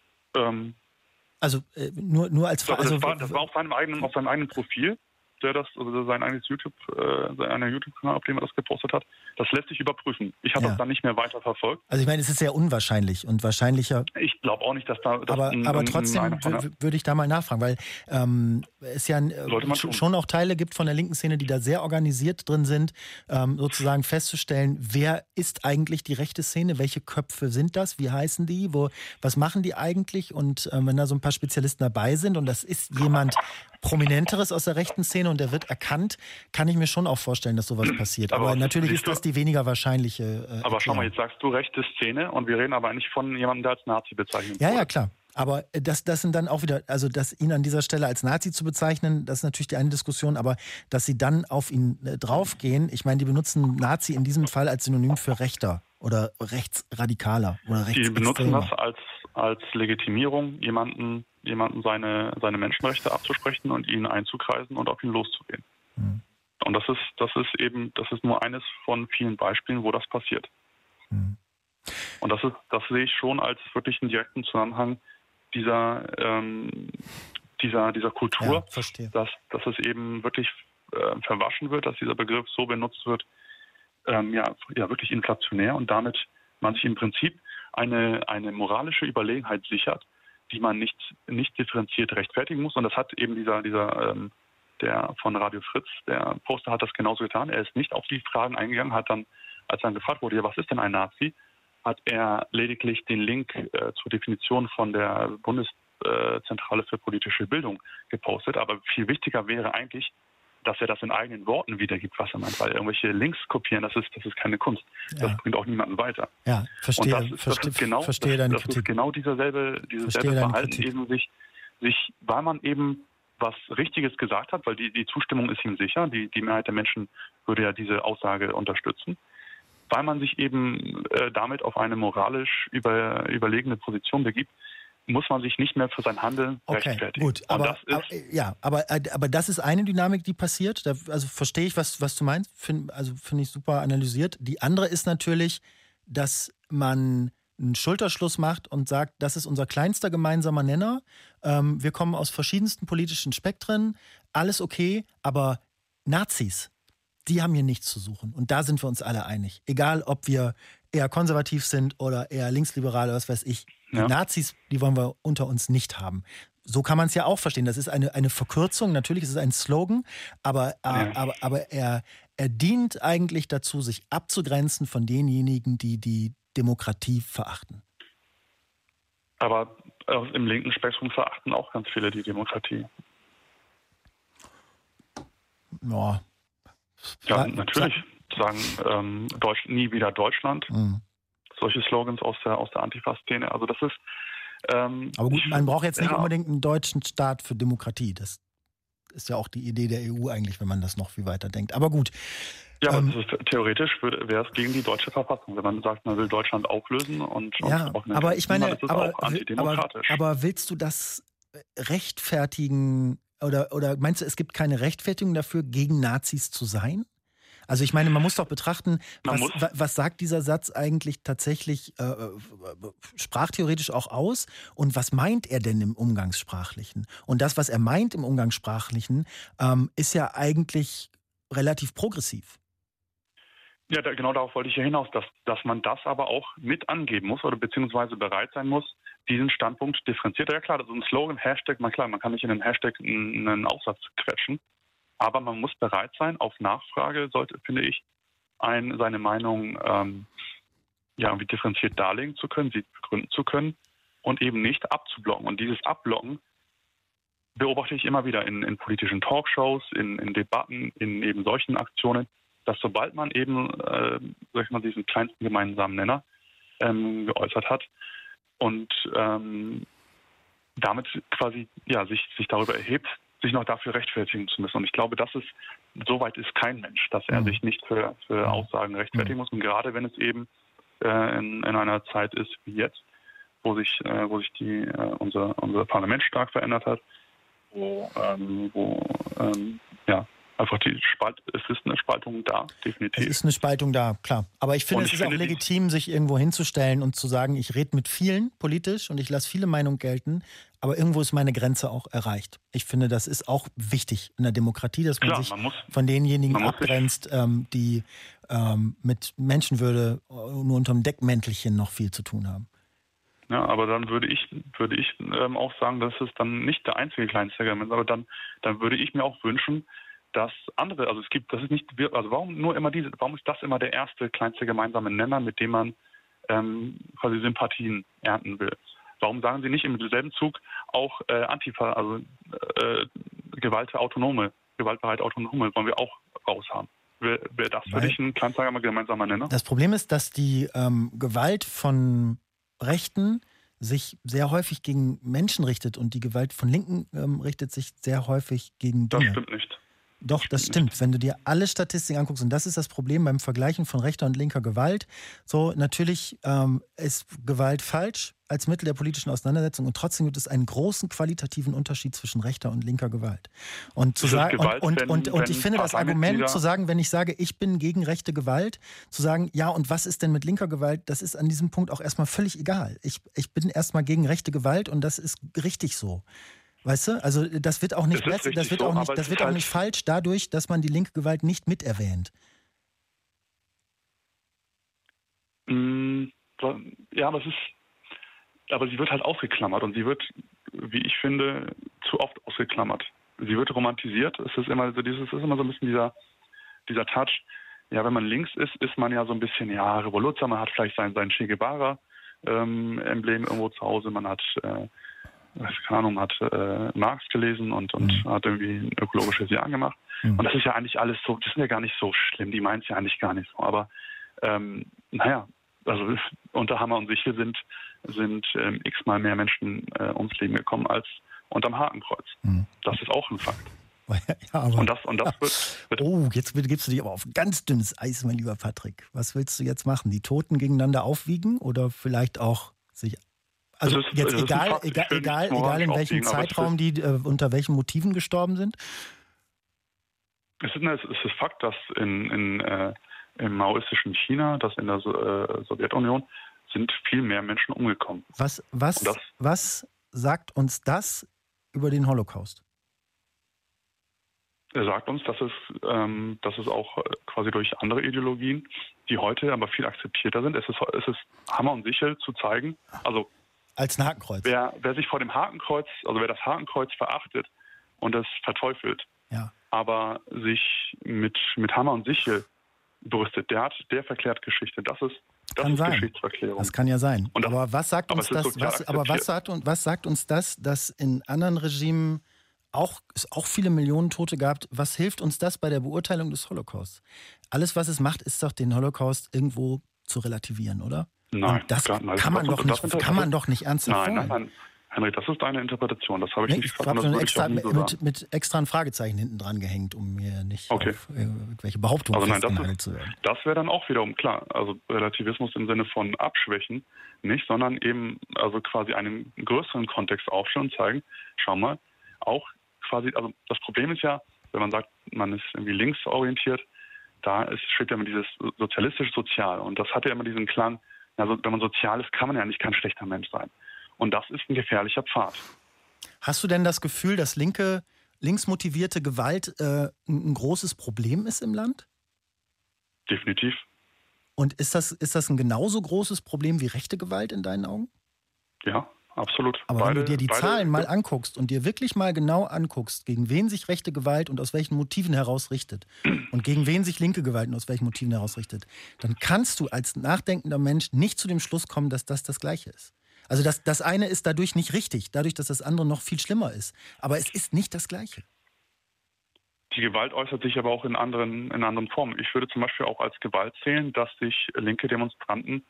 Nur als Frage. Das war auf seinem eigenen Profil, sein eigenes YouTube-Kanal, auf dem er das gepostet hat. Das lässt sich überprüfen. Ich habe das dann nicht mehr weiter verfolgt. Also ich meine, es ist sehr unwahrscheinlich und wahrscheinlicher. Ich glaube auch nicht, dass da. Aber trotzdem würde ich da mal nachfragen, weil es ja schon auch Teile gibt von der linken Szene, die da sehr organisiert drin sind, sozusagen festzustellen, wer ist eigentlich die rechte Szene, welche Köpfe sind das, wie heißen die, was machen die eigentlich, und wenn da so ein paar Spezialisten dabei sind und das ist jemand Prominenteres aus der rechten Szene und der wird erkannt, kann ich mir schon auch vorstellen, dass sowas passiert. Aber natürlich ist das die weniger wahrscheinliche Aber schau mal, jetzt sagst du rechte Szene und wir reden aber eigentlich von jemandem, der als Nazi bezeichnet wurde. Ja, klar. Aber das sind dann auch wieder, also dass ihn an dieser Stelle als Nazi zu bezeichnen, das ist natürlich die eine Diskussion, aber dass sie dann auf ihn draufgehen, ich meine, die benutzen Nazi in diesem Fall als Synonym für Rechter oder Rechtsradikaler oder Rechtsextremer. Die benutzen das als Legitimierung, jemanden seine Menschenrechte abzusprechen und ihn einzukreisen und auf ihn loszugehen. Und das ist nur eines von vielen Beispielen, wo das passiert. Und das sehe ich schon als wirklich einen direkten Zusammenhang dieser Kultur, dass es eben wirklich verwaschen wird, dass dieser Begriff so benutzt wird, wirklich inflationär, und damit man sich im Prinzip eine moralische Überlegenheit sichert, die man nicht differenziert rechtfertigen muss. Und das hat eben der von Radio Fritz, der Poster, hat das genauso getan. Er ist nicht auf die Fragen eingegangen, hat dann, als dann gefragt wurde, ja, was ist denn ein Nazi, hat er lediglich den Link zur Definition von der Bundeszentrale für politische Bildung gepostet. Aber viel wichtiger wäre eigentlich, dass er das in eigenen Worten wiedergibt, was er meint, weil irgendwelche Links kopieren, das ist keine Kunst. Das bringt auch niemanden weiter. Ja, verstehe. Und das ist genau dieselbe Verhalten, eben sich, weil man eben was Richtiges gesagt hat, weil die Zustimmung ist ihm sicher, die Mehrheit der Menschen würde ja diese Aussage unterstützen, weil man sich eben damit auf eine moralisch überlegene Position begibt, muss man sich nicht mehr für sein Handeln rechtfertigen. Gut, aber das ist eine Dynamik, die passiert. Also verstehe ich, was du meinst. Finde ich super analysiert. Die andere ist natürlich, dass man einen Schulterschluss macht und sagt, das ist unser kleinster gemeinsamer Nenner. Wir kommen aus verschiedensten politischen Spektren. Alles okay, aber Nazis, die haben hier nichts zu suchen. Und da sind wir uns alle einig. Egal, ob wir eher konservativ sind oder eher linksliberal oder was weiß ich. Die Nazis, die wollen wir unter uns nicht haben. so kann man es ja auch verstehen. Das ist eine Verkürzung, natürlich ist es ein Slogan, aber er dient eigentlich dazu, sich abzugrenzen von denjenigen, die die Demokratie verachten. Aber im linken Spektrum verachten auch ganz viele die Demokratie. Ja, natürlich. Sagen nie wieder Deutschland. Solche Slogans aus der Antifa-Szene. Also das ist... aber gut, man braucht jetzt nicht unbedingt einen deutschen Staat für Demokratie. Das ist ja auch die Idee der EU eigentlich, wenn man das noch viel weiter denkt. Aber gut. Ja, aber theoretisch wäre es gegen die deutsche Verfassung, wenn man sagt, man will Deutschland auflösen und auch eine, aber ich meine, das ist auch antidemokratisch. Aber willst du das rechtfertigen oder meinst du, es gibt keine Rechtfertigung dafür, gegen Nazis zu sein? Also ich meine, man muss doch betrachten, was sagt dieser Satz eigentlich tatsächlich sprachtheoretisch auch aus und was meint er denn im Umgangssprachlichen? Und das, was er meint im Umgangssprachlichen, ist ja eigentlich relativ progressiv. Ja, genau darauf wollte ich ja hinaus, dass man das aber auch mit angeben muss oder beziehungsweise bereit sein muss, diesen Standpunkt differenzierter. Ja klar, das ist ein Slogan, Hashtag, man kann nicht in den Hashtag einen Aufsatz quetschen, aber man muss bereit sein, auf Nachfrage finde ich, seine Meinung irgendwie differenziert darlegen zu können, sie begründen zu können und eben nicht abzublocken. Und dieses Abblocken beobachte ich immer wieder in politischen Talkshows, in Debatten, in eben solchen Aktionen, dass sobald man eben, diesen kleinsten gemeinsamen Nenner geäußert hat und damit quasi sich darüber erhebt, sich noch dafür rechtfertigen zu müssen. Und ich glaube, soweit ist kein Mensch, dass er sich nicht für Aussagen rechtfertigen muss. Und gerade wenn es eben in einer Zeit ist wie jetzt, wo sich unser Parlament stark verändert hat, einfach es ist eine Spaltung da, definitiv. Es ist eine Spaltung da, klar. Aber ich finde, es ist auch legitim, sich irgendwo hinzustellen und zu sagen, ich rede mit vielen politisch und ich lasse viele Meinungen gelten, aber irgendwo ist meine Grenze auch erreicht. Ich finde, das ist auch wichtig in der Demokratie, dass man sich von denjenigen abgrenzt, die mit Menschenwürde nur unterm Deckmäntelchen noch viel zu tun haben. Ja, aber dann würde ich auch sagen, dass es dann nicht der einzige kleinste ist, aber dann würde ich mir auch wünschen, dass andere, also warum ist das immer der erste kleinste gemeinsame Nenner, mit dem man quasi Sympathien ernten will? Warum sagen Sie nicht im selben Zug auch Antifa, also gewaltbereite Autonome wollen wir auch raus haben? Wäre das für dich ein kleinster gemeinsamer Nenner? Das Problem ist, dass die Gewalt von Rechten sich sehr häufig gegen Menschen richtet und die Gewalt von Linken richtet sich sehr häufig gegen Dinge. Das stimmt nicht. Doch, das stimmt. Wenn du dir alle Statistiken anguckst, und das ist das Problem beim Vergleichen von rechter und linker Gewalt, so natürlich ist Gewalt falsch als Mittel der politischen Auseinandersetzung und trotzdem gibt es einen großen qualitativen Unterschied zwischen rechter und linker Gewalt. Und zu sagen, und ich finde das Argument zu sagen, wenn ich sage, ich bin gegen rechte Gewalt, zu sagen, ja, und was ist denn mit linker Gewalt, das ist an diesem Punkt auch erstmal völlig egal. Ich bin erstmal gegen rechte Gewalt und das ist richtig so. Weißt du? Also das wird auch nicht besser, das wird auch nicht falsch dadurch, dass man die linke Gewalt nicht miterwähnt. Ja, aber sie wird halt ausgeklammert und sie wird, wie ich finde, zu oft ausgeklammert. Sie wird romantisiert. Es ist immer so ein bisschen dieser Touch. Ja, wenn man links ist man ja so ein bisschen, Revoluzer, man hat vielleicht sein Che Guevara Emblem irgendwo zu Hause, man hat hat Marx gelesen und hat irgendwie ein ökologisches Jahr gemacht. Und das ist ja eigentlich alles so, das ist ja gar nicht so schlimm, die meint es ja eigentlich gar nicht so. Aber also unter Hammer und Sichel sind x-mal mehr Menschen ums Leben gekommen als unterm Hakenkreuz. Das ist auch ein Fakt. Ja, aber, und das wird jetzt gibst du dich aber auf ganz dünnes Eis, mein lieber Patrick. Was willst du jetzt machen? Die Toten gegeneinander aufwiegen oder vielleicht auch sich... Also jetzt egal in welchem Zeitraum die unter welchen Motiven gestorben sind? Es ist Fakt, dass im maoistischen China, dass in der Sowjetunion sind viel mehr Menschen umgekommen. Was sagt uns das über den Holocaust? Er sagt uns, dass es auch quasi durch andere Ideologien, die heute aber viel akzeptierter sind, es ist Hammer und Sichel zu zeigen, also Als ein Hakenkreuz. Wer sich vor dem Hakenkreuz, also wer das Hakenkreuz verachtet und es verteufelt, aber sich mit Hammer und Sichel brüstet, der verklärt Geschichte. Das ist Geschichtsverklärung. Das kann ja sein. Aber was sagt uns das? Was sagt uns das, dass in anderen Regimen es auch viele Millionen Tote gab? Was hilft uns das bei der Beurteilung des Holocaust? Alles, was es macht, ist doch, den Holocaust irgendwo zu relativieren, oder? Nein, das kann man doch nicht ernsthaft wollen. Nein, Henrik, das ist deine Interpretation. Das habe ich nicht gesagt. Ich habe mit extra ein Fragezeichen hinten dran gehängt, um mir nicht auf irgendwelche Behauptungen festgenagelt zu werden. Das wäre dann auch wiederum klar. Also Relativismus im Sinne von abschwächen nicht, sondern eben also quasi einen größeren Kontext aufstellen und zeigen, schau mal, auch quasi, also das Problem ist ja, wenn man sagt, man ist irgendwie linksorientiert, steht ja immer dieses sozialistische Sozial. Und das hat ja immer diesen Klang, also wenn man sozial ist, kann man ja nicht kein schlechter Mensch sein. Und das ist ein gefährlicher Pfad. Hast du denn das Gefühl, dass linksmotivierte Gewalt ein großes Problem ist im Land? Definitiv. Und ist das ein genauso großes Problem wie rechte Gewalt in deinen Augen? Ja, absolut. Aber wenn du dir die Zahlen mal anguckst und dir wirklich mal genau anguckst, gegen wen sich rechte Gewalt und aus welchen Motiven heraus richtet und gegen wen sich linke Gewalt und aus welchen Motiven heraus richtet, dann kannst du als nachdenkender Mensch nicht zu dem Schluss kommen, dass das Gleiche ist. Also das eine ist dadurch nicht richtig, dadurch, dass das andere noch viel schlimmer ist. Aber es ist nicht das Gleiche. Die Gewalt äußert sich aber auch in anderen Formen. Ich würde zum Beispiel auch als Gewalt zählen, dass sich linke Demonstranten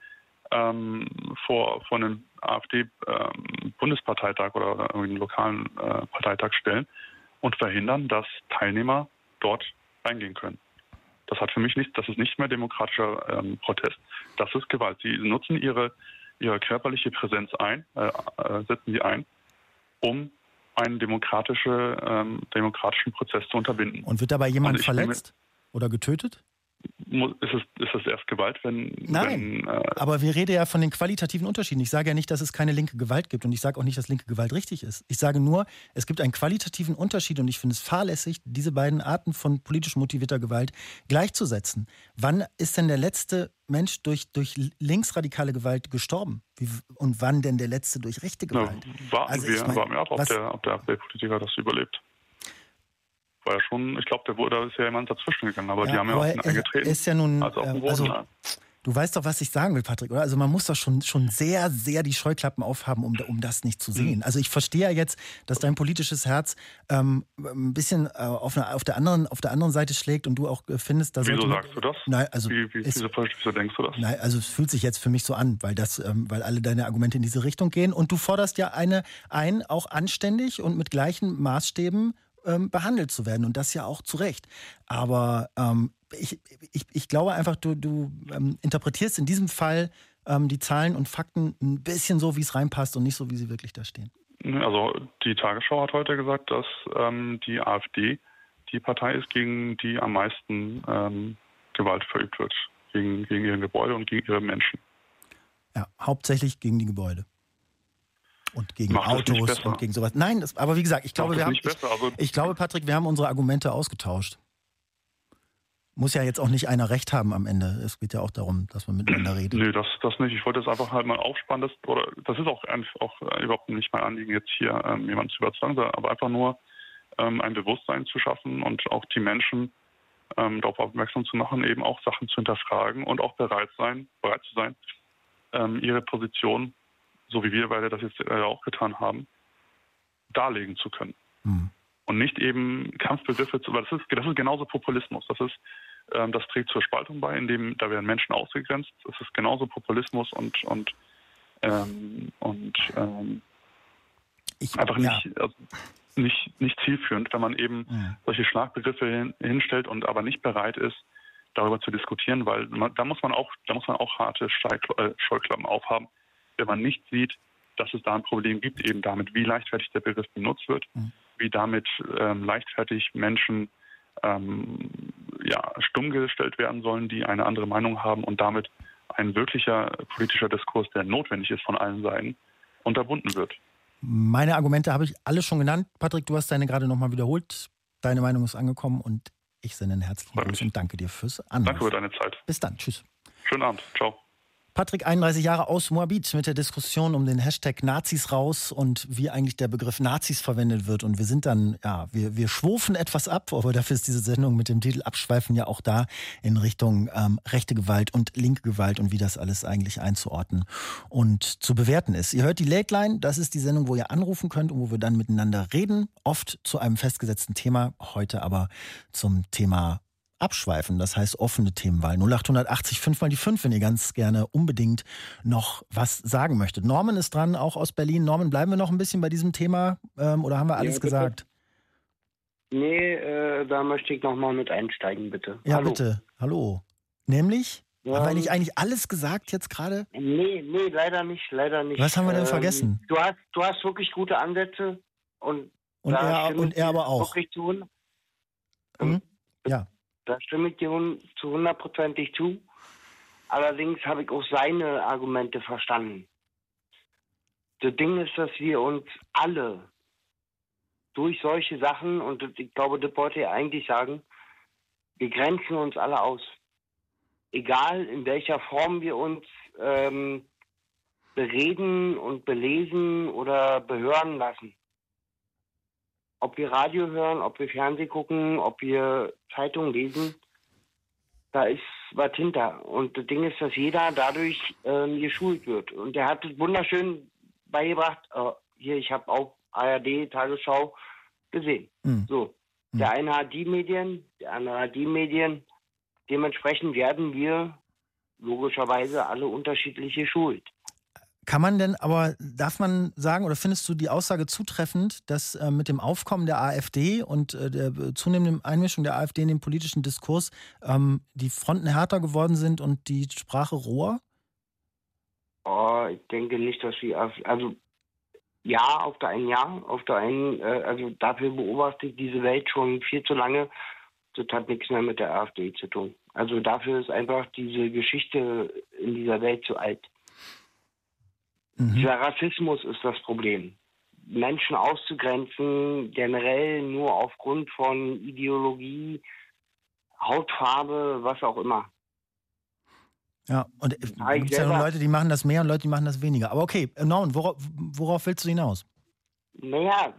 vor einem AfD-Bundesparteitag oder einen lokalen Parteitag stellen und verhindern, dass Teilnehmer dort reingehen können. Das ist nicht mehr demokratischer Protest, das ist Gewalt. Sie nutzen ihre körperliche Präsenz setzen sie ein, um einen demokratischen Prozess zu unterbinden. Und wird dabei jemand verletzt oder getötet? Ist es erst Gewalt, wenn... Nein, aber wir reden ja von den qualitativen Unterschieden. Ich sage ja nicht, dass es keine linke Gewalt gibt und ich sage auch nicht, dass linke Gewalt richtig ist. Ich sage nur, es gibt einen qualitativen Unterschied und ich finde es fahrlässig, diese beiden Arten von politisch motivierter Gewalt gleichzusetzen. Wann ist denn der letzte Mensch durch linksradikale Gewalt gestorben? Und wann denn der letzte durch rechte Gewalt? Warten wir ab, ob der AfD-Politiker das überlebt. War ja schon, ich glaube, da ist ja jemand dazwischen gegangen, aber die haben ja auch eingetreten. Ist ja nun, du weißt doch, was ich sagen will, Patrick, oder? Also man muss doch schon sehr, sehr die Scheuklappen aufhaben, um das nicht zu sehen. Also ich verstehe ja jetzt, dass dein politisches Herz ein bisschen auf der anderen Seite schlägt und du auch findest, dass... Wieso sagst du das? Nein, also wieso denkst du das? Nein, also es fühlt sich jetzt für mich so an, weil alle deine Argumente in diese Richtung gehen und du forderst ja auch anständig und mit gleichen Maßstäben behandelt zu werden und das ja auch zu Recht. Aber ich glaube einfach, du interpretierst in diesem Fall die Zahlen und Fakten ein bisschen so, wie es reinpasst und nicht so, wie sie wirklich da stehen. Also die Tagesschau hat heute gesagt, dass die AfD die Partei ist, gegen die am meisten Gewalt verübt wird. Gegen ihre Gebäude und gegen ihre Menschen. Ja, hauptsächlich gegen die Gebäude. Und gegen Autos und gegen sowas. Nein, aber wie gesagt, ich glaube, Patrick, wir haben unsere Argumente ausgetauscht. Muss ja jetzt auch nicht einer recht haben am Ende. Es geht ja auch darum, dass man miteinander redet. Nee, das nicht. Ich wollte es einfach halt mal aufspannen. Das ist auch überhaupt nicht mein Anliegen, jetzt hier jemanden zu überzeugen, aber einfach nur ein Bewusstsein zu schaffen und auch die Menschen darauf aufmerksam zu machen, eben auch Sachen zu hinterfragen und auch bereit zu sein, ihre Position, so wie wir beide das jetzt auch getan haben, darlegen zu können. Und nicht eben Kampfbegriffe weil das ist genauso Populismus. Das trägt zur Spaltung bei, da werden Menschen ausgegrenzt. Das ist genauso Populismus und einfach nicht zielführend, wenn man eben solche Schlagbegriffe hinstellt und aber nicht bereit ist, darüber zu diskutieren, weil da muss man auch harte Scheuklappen aufhaben, wenn man nicht sieht, dass es da ein Problem gibt, eben damit, wie leichtfertig der Begriff benutzt wird, wie damit leichtfertig Menschen stumm gestellt werden sollen, die eine andere Meinung haben und damit ein wirklicher politischer Diskurs, der notwendig ist von allen Seiten, unterbunden wird. Meine Argumente habe ich alle schon genannt. Patrick, du hast deine gerade nochmal wiederholt. Deine Meinung ist angekommen und ich sende einen herzlichen Gruß und danke dir fürs Anrufen. Danke für deine Zeit. Bis dann. Tschüss. Schönen Abend. Ciao. Patrick, 31 Jahre aus Moabit, mit der Diskussion um den Hashtag Nazis raus und wie eigentlich der Begriff Nazis verwendet wird. Und wir sind dann, wir schwufen etwas ab, aber dafür ist diese Sendung mit dem Titel Abschweifen ja auch da in Richtung rechte Gewalt und linke Gewalt und wie das alles eigentlich einzuordnen und zu bewerten ist. Ihr hört die Late Line, das ist die Sendung, wo ihr anrufen könnt und wo wir dann miteinander reden, oft zu einem festgesetzten Thema, heute aber zum Thema Abschweifen, das heißt offene Themenwahl. 0880 5 mal die 5, wenn ihr ganz gerne unbedingt noch was sagen möchtet. Norman ist dran, auch aus Berlin. Norman, bleiben wir noch ein bisschen bei diesem Thema oder haben wir alles gesagt? Nee, da möchte ich nochmal mit einsteigen, bitte. Ja, Hallo. bitte. Hallo. Nämlich? Haben wir nicht eigentlich alles gesagt jetzt gerade? Nee, leider nicht. Was haben wir denn vergessen? Du hast wirklich gute Ansätze und er aber auch. Wirklich zu ja. Da stimme ich dir zu 100%ig zu. Allerdings habe ich auch seine Argumente verstanden. Das Ding ist, dass wir uns alle durch solche Sachen, und ich glaube, das wollte er eigentlich sagen, wir grenzen uns alle aus. Egal in welcher Form wir uns bereden und belesen oder behören lassen. Ob wir Radio hören, ob wir Fernsehen gucken, ob wir Zeitung lesen, da ist was hinter. Und das Ding ist, dass jeder dadurch geschult wird. Und er hat es wunderschön beigebracht. Hier, ich habe auch ARD, Tagesschau gesehen. So, der eine hat die Medien, der andere hat die Medien. Dementsprechend werden wir logischerweise alle unterschiedlich geschult. Kann man denn, aber darf man sagen, oder findest du die Aussage zutreffend, dass mit dem Aufkommen der AfD und der zunehmenden Einmischung der AfD in den politischen Diskurs die Fronten härter geworden sind und die Sprache roher? Ich denke nicht, dass wir, also ja, auf der einen, also dafür beobachte ich diese Welt schon viel zu lange. Das hat nichts mehr mit der AfD zu tun. Also dafür ist einfach diese Geschichte in dieser Welt zu alt. Der Rassismus ist das Problem. Menschen auszugrenzen, generell nur aufgrund von Ideologie, Hautfarbe, was auch immer. Ja, und es gibt ja nur Leute, die machen das mehr und Leute, die machen das weniger. Aber okay, Norman, worauf willst du hinaus? Naja,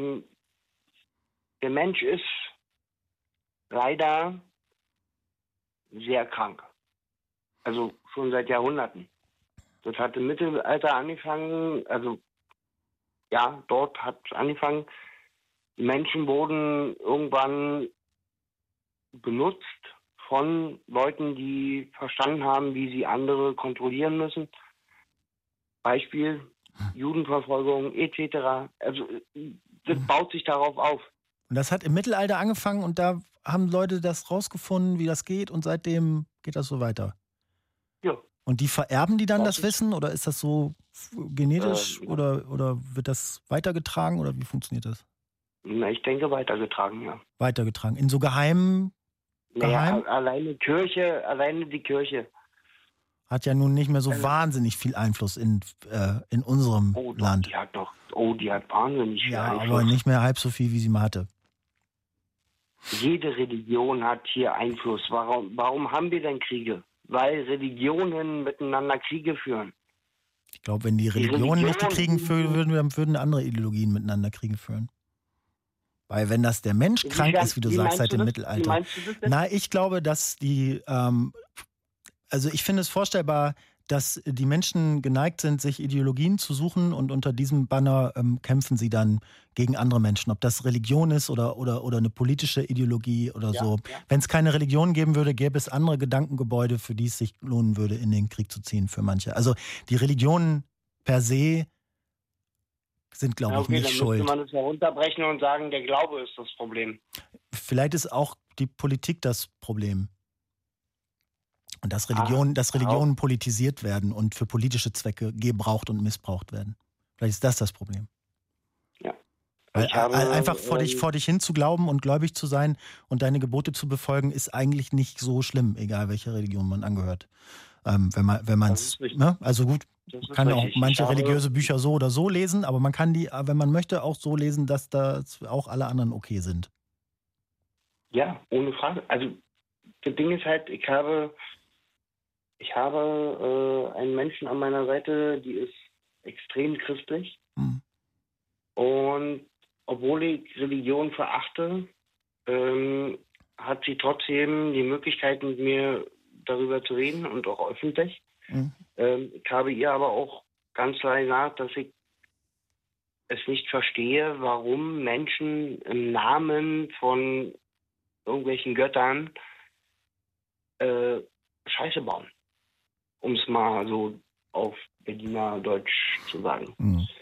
der Mensch ist leider sehr krank. Also schon seit Jahrhunderten. Das hat im Mittelalter angefangen, also ja, dort hat es angefangen. Die Menschen wurden irgendwann benutzt von Leuten, die verstanden haben, wie sie andere kontrollieren müssen. Beispiel Judenverfolgung etc. Also das baut sich darauf auf. Und das hat im Mittelalter angefangen und da haben Leute das rausgefunden, wie das geht und seitdem geht das so weiter. Ja. Und die vererben die dann das Wissen oder ist das so genetisch oder wird das weitergetragen oder wie funktioniert das? Na, ich denke weitergetragen, ja. Weitergetragen. In so geheimen? Naja, alleine die Kirche. Hat ja nun nicht mehr so wahnsinnig viel Einfluss in unserem Land. Die hat wahnsinnig viel Einfluss. Ja, aber nicht mehr halb so viel, wie sie mal hatte. Jede Religion hat hier Einfluss. Warum haben wir denn Kriege? Weil Religionen miteinander Kriege führen. Ich glaube, wenn die Religionen nicht die Kriege führen würden, dann würden andere Ideologien miteinander Kriege führen. Weil wenn das der Mensch krank ist, wie du sagst, seit dem Mittelalter. Na, ich glaube, dass also ich finde es vorstellbar, dass die Menschen geneigt sind, sich Ideologien zu suchen und unter diesem Banner kämpfen sie dann gegen andere Menschen. Ob das Religion ist oder eine politische Ideologie oder so. Ja. Wenn es keine Religion geben würde, gäbe es andere Gedankengebäude, für die es sich lohnen würde, in den Krieg zu ziehen für manche. Also die Religionen per se sind, glaube ich, nicht schuld. Dann müsste man es herunterbrechen und sagen, der Glaube ist das Problem. Vielleicht ist auch die Politik das Problem. Und dass Religionen politisiert werden und für politische Zwecke gebraucht und missbraucht werden. Vielleicht ist das Problem. Ja. Einfach vor dich hin zu glauben und gläubig zu sein und deine Gebote zu befolgen, ist eigentlich nicht so schlimm, egal welcher Religion man angehört. Wenn man es, ne? Also gut, man kann auch manche religiöse Bücher so oder so lesen, aber man kann die, wenn man möchte, auch so lesen, dass da auch alle anderen okay sind. Ja, ohne Frage. Also das Ding ist halt, ich Ich habe einen Menschen an meiner Seite, die ist extrem christlich. Und obwohl ich Religion verachte, hat sie trotzdem die Möglichkeit, mit mir darüber zu reden und auch öffentlich. Ich habe ihr aber auch ganz klar gesagt, dass ich es nicht verstehe, warum Menschen im Namen von irgendwelchen Göttern Scheiße bauen. Um es mal so auf Berliner Deutsch zu sagen.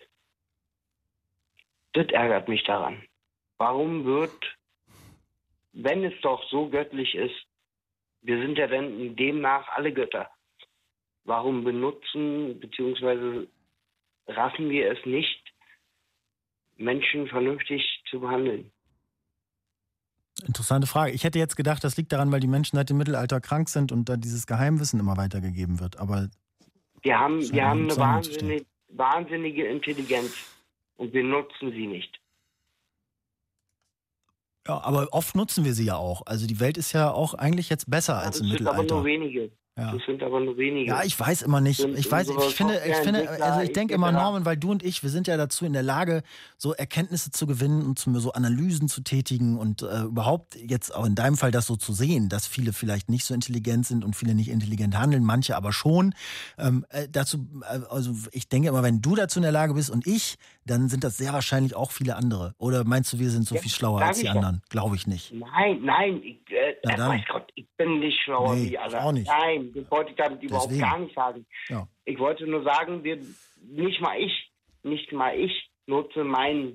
Das ärgert mich daran. Warum wird, wenn es doch so göttlich ist, wir sind ja dann demnach alle Götter, warum benutzen bzw. raffen wir es nicht, Menschen vernünftig zu behandeln? Interessante Frage. Ich hätte jetzt gedacht, das liegt daran, weil die Menschen seit dem Mittelalter krank sind und da dieses Geheimwissen immer weitergegeben wird. Aber wir haben eine wahnsinnige Intelligenz und wir nutzen sie nicht. Ja, aber oft nutzen wir sie ja auch. Also die Welt ist ja auch eigentlich jetzt besser als im Mittelalter. Das sind aber nur wenige. Ja. Das sind aber nur wenige. Ja, ich weiß immer nicht. Ich denke immer, Norman, weil du und ich, wir sind ja dazu in der Lage, so Erkenntnisse zu gewinnen und so Analysen zu tätigen und überhaupt jetzt auch in deinem Fall das so zu sehen, dass viele vielleicht nicht so intelligent sind und viele nicht intelligent handeln, manche aber schon. Also ich denke immer, wenn du dazu in der Lage bist und ich, dann sind das sehr wahrscheinlich auch viele andere. Oder meinst du, wir sind so viel schlauer als die anderen? Glaube ich nicht. Nein, weiß Gott, ich bin nicht schlauer wie alle. Auch nicht. Nein, das wollte ich damit überhaupt gar nicht sagen. Ja. Ich wollte nur sagen, nicht mal ich nutze meine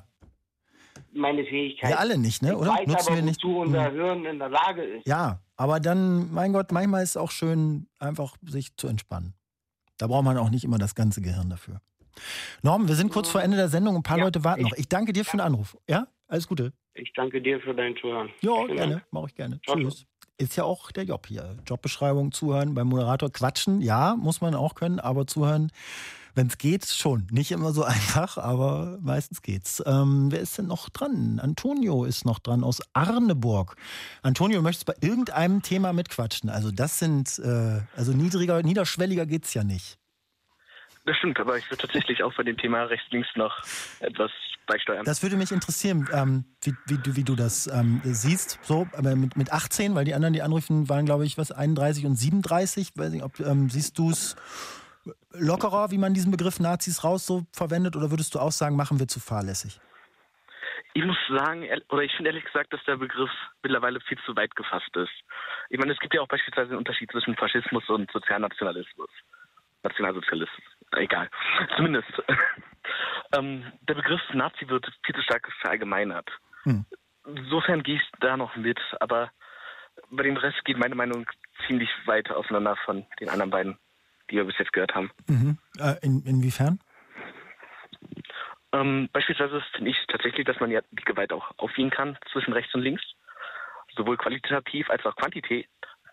Fähigkeit. Wir alle nicht, ne? Oder? Ich weiß aber, wozu unser Hirn in der Lage ist. Ja, aber dann, mein Gott, manchmal ist es auch schön, einfach sich zu entspannen. Da braucht man auch nicht immer das ganze Gehirn dafür. Norman, wir sind kurz vor Ende der Sendung, ein paar Leute warten noch. Ich danke dir für den Anruf. Ja, alles Gute. Ich danke dir für dein Zuhören. Ja, gerne, mache ich gerne. Tschüss. Ist ja auch der Job hier. Jobbeschreibung, zuhören beim Moderator. Quatschen, ja, muss man auch können, aber zuhören, wenn es geht, schon. Nicht immer so einfach, aber meistens geht's. Wer ist denn noch dran? Antonio ist noch dran aus Arneburg. Antonio, du möchtest bei irgendeinem Thema mitquatschen. Also das sind, niederschwelliger geht's ja nicht. Das stimmt, aber ich würde tatsächlich auch bei dem Thema rechts-links noch etwas beisteuern. Das würde mich interessieren, wie du das siehst, so mit 18, weil die anderen, die anrufen, waren, glaube ich, 31 und 37. Weiß nicht, siehst du es lockerer, wie man diesen Begriff Nazis raus so verwendet, oder würdest du auch sagen, machen wir zu fahrlässig? Ich muss sagen, ich finde ehrlich gesagt, dass der Begriff mittlerweile viel zu weit gefasst ist. Ich meine, es gibt ja auch beispielsweise einen Unterschied zwischen Faschismus und Sozialnationalismus. Nationalsozialismus. Egal. Zumindest. Der Begriff Nazi wird viel zu stark verallgemeinert. Insofern gehe ich da noch mit, aber bei dem Rest geht meine Meinung ziemlich weit auseinander von den anderen beiden, die wir bis jetzt gehört haben. Inwiefern? Beispielsweise finde ich tatsächlich, dass man ja die Gewalt auch aufwiegen kann zwischen rechts und links. Sowohl qualitativ als auch quantitativ.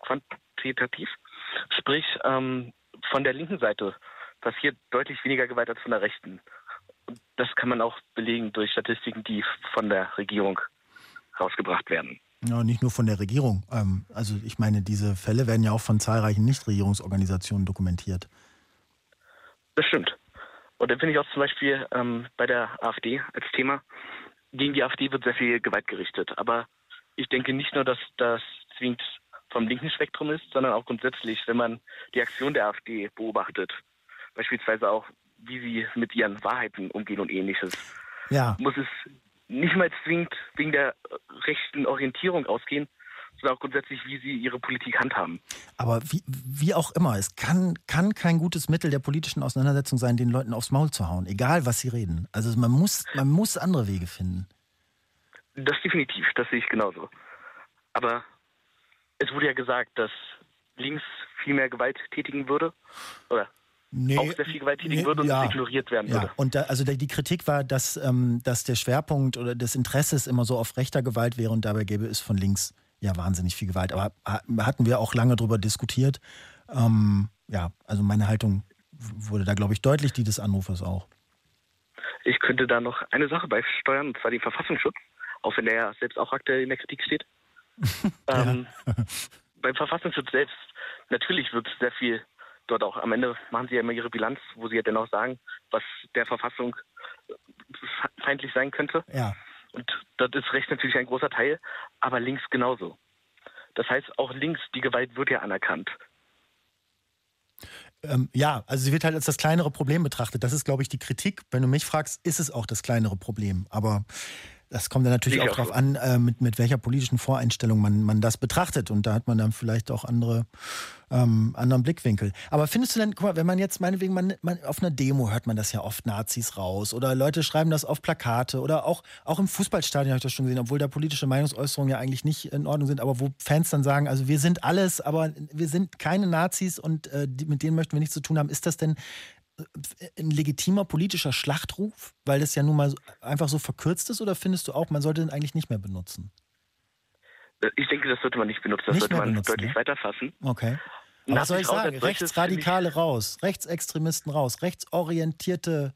Sprich, von der linken Seite passiert deutlich weniger Gewalt als von der rechten. Und das kann man auch belegen durch Statistiken, die von der Regierung rausgebracht werden. Ja, nicht nur von der Regierung. Also ich meine, diese Fälle werden ja auch von zahlreichen Nichtregierungsorganisationen dokumentiert. Das stimmt. Und dann finde ich auch zum Beispiel bei der AfD als Thema, gegen die AfD wird sehr viel Gewalt gerichtet. Aber ich denke nicht nur, dass das zwingend vom linken Spektrum ist, sondern auch grundsätzlich, wenn man die Aktion der AfD beobachtet, beispielsweise auch, wie sie mit ihren Wahrheiten umgehen und Ähnliches, muss es nicht mal zwingend wegen der rechten Orientierung ausgehen, sondern auch grundsätzlich, wie sie ihre Politik handhaben. Aber wie auch immer, es kann kein gutes Mittel der politischen Auseinandersetzung sein, den Leuten aufs Maul zu hauen, egal was sie reden. Also man muss andere Wege finden. Das definitiv, das sehe ich genauso. Aber es wurde ja gesagt, dass links viel mehr Gewalt tätigen würde, oder auch sehr viel Gewalt tätigen würde und es ignoriert werden würde. Und die Kritik war, dass der Schwerpunkt oder des Interesses immer so auf rechter Gewalt wäre und dabei gäbe es von links ja wahnsinnig viel Gewalt. Aber hatten wir auch lange drüber diskutiert. Also meine Haltung wurde da, glaube ich, deutlich, die des Anrufers auch. Ich könnte da noch eine Sache beisteuern, und zwar den Verfassungsschutz, auch wenn der ja selbst auch aktuell in der Kritik steht. Beim Verfassungsschutz selbst natürlich wird sehr viel dort auch, am Ende machen sie ja immer ihre Bilanz, wo sie ja dennoch sagen, was der Verfassung feindlich sein könnte. Ja. Und das ist rechts natürlich ein großer Teil, aber links genauso. Das heißt, auch links, die Gewalt wird ja anerkannt. Ja, also sie wird halt als das kleinere Problem betrachtet. Das ist, glaube ich, die Kritik. Wenn du mich fragst, ist es auch das kleinere Problem. Aber das kommt dann natürlich auch darauf an, mit welcher politischen Voreinstellung man das betrachtet. Und da hat man dann vielleicht auch anderen Blickwinkel. Aber findest du denn, guck mal, wenn man jetzt meinetwegen, man auf einer Demo hört man das ja oft, Nazis raus. Oder Leute schreiben das auf Plakate. Oder auch im Fußballstadion habe ich das schon gesehen, obwohl da politische Meinungsäußerungen ja eigentlich nicht in Ordnung sind. Aber wo Fans dann sagen, also wir sind alles, aber wir sind keine Nazis und mit denen möchten wir nichts zu tun haben. Ist das denn ein legitimer politischer Schlachtruf, weil das ja nun mal einfach so verkürzt ist, oder findest du auch, man sollte den eigentlich nicht mehr benutzen? Ich denke, das sollte man nicht benutzen, das sollte man deutlich weiterfassen. Okay. Aber was soll ich sagen? Rechtsradikale raus, Rechtsextremisten raus, rechtsorientierte...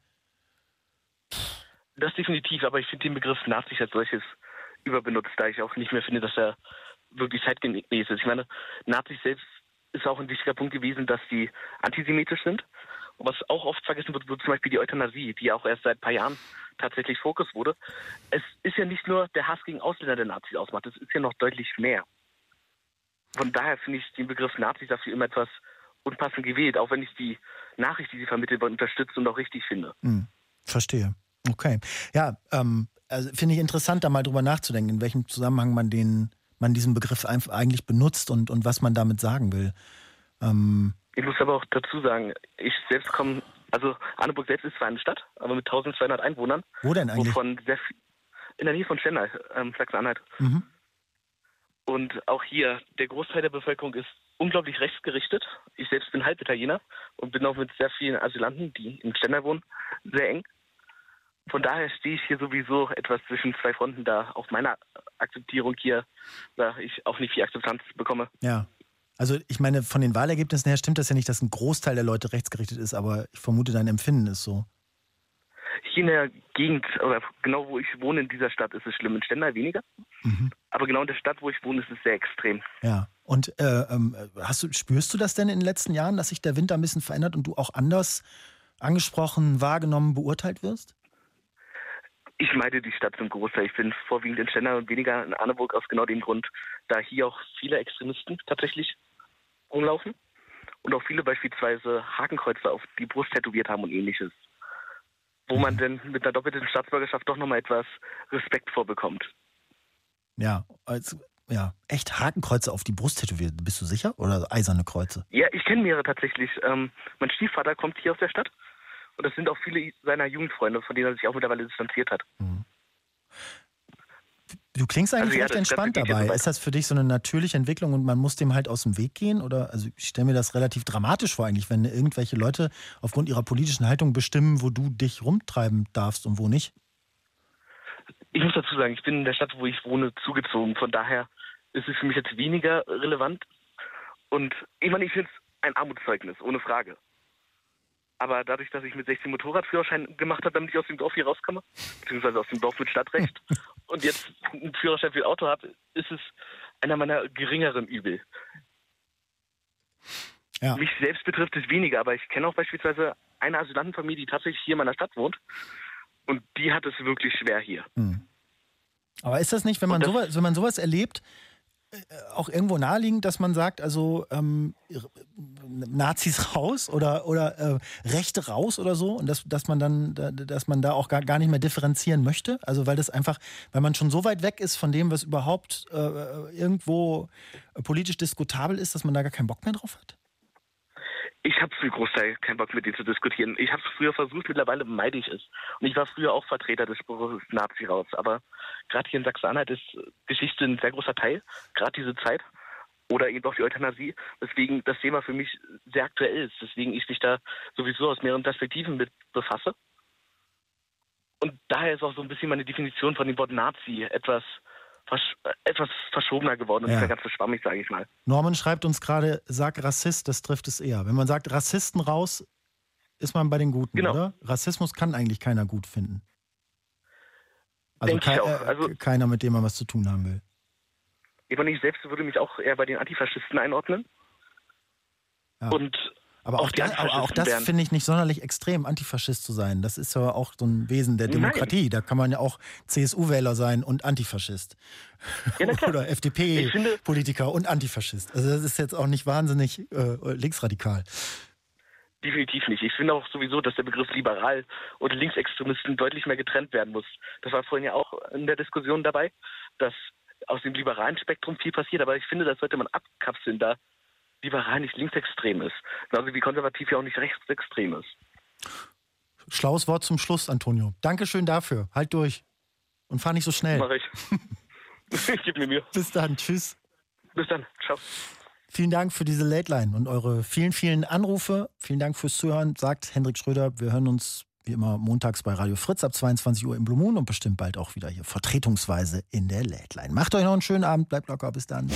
Das definitiv, aber ich finde den Begriff Nazis als solches überbenutzt, da ich auch nicht mehr finde, dass er wirklich zeitgemäß ist. Ich meine, Nazis selbst ist auch ein wichtiger Punkt gewesen, dass die antisemitisch sind. Und was auch oft vergessen wird, wird zum Beispiel die Euthanasie, die auch erst seit ein paar Jahren tatsächlich Fokus wurde. Es ist ja nicht nur der Hass gegen Ausländer, der Nazis ausmacht, es ist ja noch deutlich mehr. Von daher finde ich den Begriff Nazis dafür immer etwas unpassend gewählt, auch wenn ich die Nachricht, die sie vermittelt, unterstütze und auch richtig finde. Verstehe. Okay. Ja, also finde ich interessant, da mal drüber nachzudenken, in welchem Zusammenhang man diesen Begriff eigentlich benutzt und was man damit sagen will. Ich muss aber auch dazu sagen, ich selbst komme, also Arneburg selbst ist zwar eine Stadt, aber mit 1200 Einwohnern. Wo denn eigentlich? Wovon sehr viel, in der Nähe von Stendal, Sachsen-Anhalt. Mhm. Und auch hier, der Großteil der Bevölkerung ist unglaublich rechtsgerichtet. Ich selbst bin Halbitaliener und bin auch mit sehr vielen Asylanten, die in Stendal wohnen, sehr eng. Von daher stehe ich hier sowieso etwas zwischen zwei Fronten, da auch meine Akzeptierung hier, da ich auch nicht viel Akzeptanz bekomme. Ja. Also ich meine, von den Wahlergebnissen her stimmt das ja nicht, dass ein Großteil der Leute rechtsgerichtet ist, aber ich vermute, dein Empfinden ist so. Hier in der Gegend, oder genau wo ich wohne in dieser Stadt, ist es schlimm. In Stendal weniger. Mhm. Aber genau in der Stadt, wo ich wohne, ist es sehr extrem. Ja. Und spürst du das denn in den letzten Jahren, dass sich der Winter ein bisschen verändert und du auch anders angesprochen, wahrgenommen, beurteilt wirst? Ich meide die Stadt zum Großteil. Ich bin vorwiegend in Stendal und weniger in Arneburg aus genau dem Grund, da hier auch viele Extremisten tatsächlich rumlaufen und auch viele beispielsweise Hakenkreuze auf die Brust tätowiert haben und ähnliches. Wo man denn mit einer doppelten Staatsbürgerschaft doch nochmal etwas Respekt vorbekommt. Ja, echt Hakenkreuze auf die Brust tätowiert. Bist du sicher? Oder eiserne Kreuze? Ja, ich kenne mehrere tatsächlich. Mein Stiefvater kommt hier aus der Stadt. Und das sind auch viele seiner Jugendfreunde, von denen er sich auch mittlerweile distanziert hat. Du klingst eigentlich recht entspannt dabei. Ist das für dich so eine natürliche Entwicklung und man muss dem halt aus dem Weg gehen? Oder, also ich stelle mir das relativ dramatisch vor eigentlich, wenn irgendwelche Leute aufgrund ihrer politischen Haltung bestimmen, wo du dich rumtreiben darfst und wo nicht. Ich muss dazu sagen, ich bin in der Stadt, wo ich wohne, zugezogen. Von daher ist es für mich jetzt weniger relevant. Und ich meine, ich finde es ein Armutszeugnis, ohne Frage. Aber dadurch, dass ich mit 16 Motorradführerschein gemacht habe, damit ich aus dem Dorf hier rauskomme, beziehungsweise aus dem Dorf mit Stadtrecht, und jetzt einen Führerschein für ein Auto habe, ist es einer meiner geringeren Übel. Ja. Mich selbst betrifft es weniger, aber ich kenne auch beispielsweise eine Asylantenfamilie, die tatsächlich hier in meiner Stadt wohnt, und die hat es wirklich schwer hier. Aber ist das nicht, wenn man sowas erlebt, auch irgendwo naheliegend, dass man sagt, also Nazis raus oder Rechte raus oder so, und dass man da auch gar nicht mehr differenzieren möchte? Also weil man schon so weit weg ist von dem, was überhaupt irgendwo politisch diskutabel ist, dass man da gar keinen Bock mehr drauf hat? Ich habe für den Großteil keinen Bock, mit denen zu diskutieren. Ich habe es früher versucht, mittlerweile meide ich es. Und ich war früher auch Vertreter des Spruchs Nazi raus. Aber gerade hier in Sachsen-Anhalt ist Geschichte ein sehr großer Teil, gerade diese Zeit. Oder eben auch die Euthanasie, weswegen das Thema für mich sehr aktuell ist. Deswegen ich mich da sowieso aus mehreren Perspektiven mit befasse. Und daher ist auch so ein bisschen meine Definition von dem Wort Nazi etwas verschobener geworden und nicht mehr ganz so schwammig, sage ich mal. Norman schreibt uns gerade, sag Rassist, das trifft es eher. Wenn man sagt Rassisten raus, ist man bei den Guten, genau. Oder? Rassismus kann eigentlich keiner gut finden. Also, keiner, mit dem man was zu tun haben will. Ich selbst würde mich auch eher bei den Antifaschisten einordnen. Ja. Und aber auch das finde ich nicht sonderlich extrem, Antifaschist zu sein. Das ist ja auch so ein Wesen der Demokratie. Nein. Da kann man ja auch CSU-Wähler sein und Antifaschist. Ja, oder FDP-Politiker und Antifaschist. Also das ist jetzt auch nicht wahnsinnig linksradikal. Definitiv nicht. Ich finde auch sowieso, dass der Begriff liberal und Linksextremisten deutlich mehr getrennt werden muss. Das war vorhin ja auch in der Diskussion dabei, dass aus dem liberalen Spektrum viel passiert. Aber ich finde, das sollte man abkapseln, da liberal nicht linksextrem ist. Genauso wie konservativ ja auch nicht rechtsextrem ist. Schlaues Wort zum Schluss, Antonio. Dankeschön dafür. Halt durch. Und fahr nicht so schnell. Mach ich. Ich gebe mir Mühe. Bis dann. Tschüss. Bis dann. Ciao. Vielen Dank für diese Late Line und eure vielen, vielen Anrufe. Vielen Dank fürs Zuhören, sagt Hendrik Schröder. Wir hören uns wie immer montags bei Radio Fritz ab 22 Uhr im Blue Moon und bestimmt bald auch wieder hier vertretungsweise in der Late Line. Macht euch noch einen schönen Abend, bleibt locker, bis dann.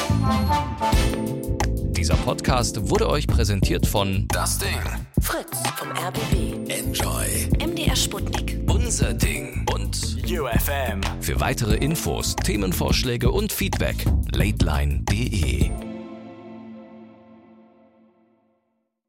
Dieser Podcast wurde euch präsentiert von Das Ding. Fritz vom RBB. Enjoy. MDR Sputnik. Unser Ding. Und UFM. Für weitere Infos, Themenvorschläge und Feedback, lateline.de.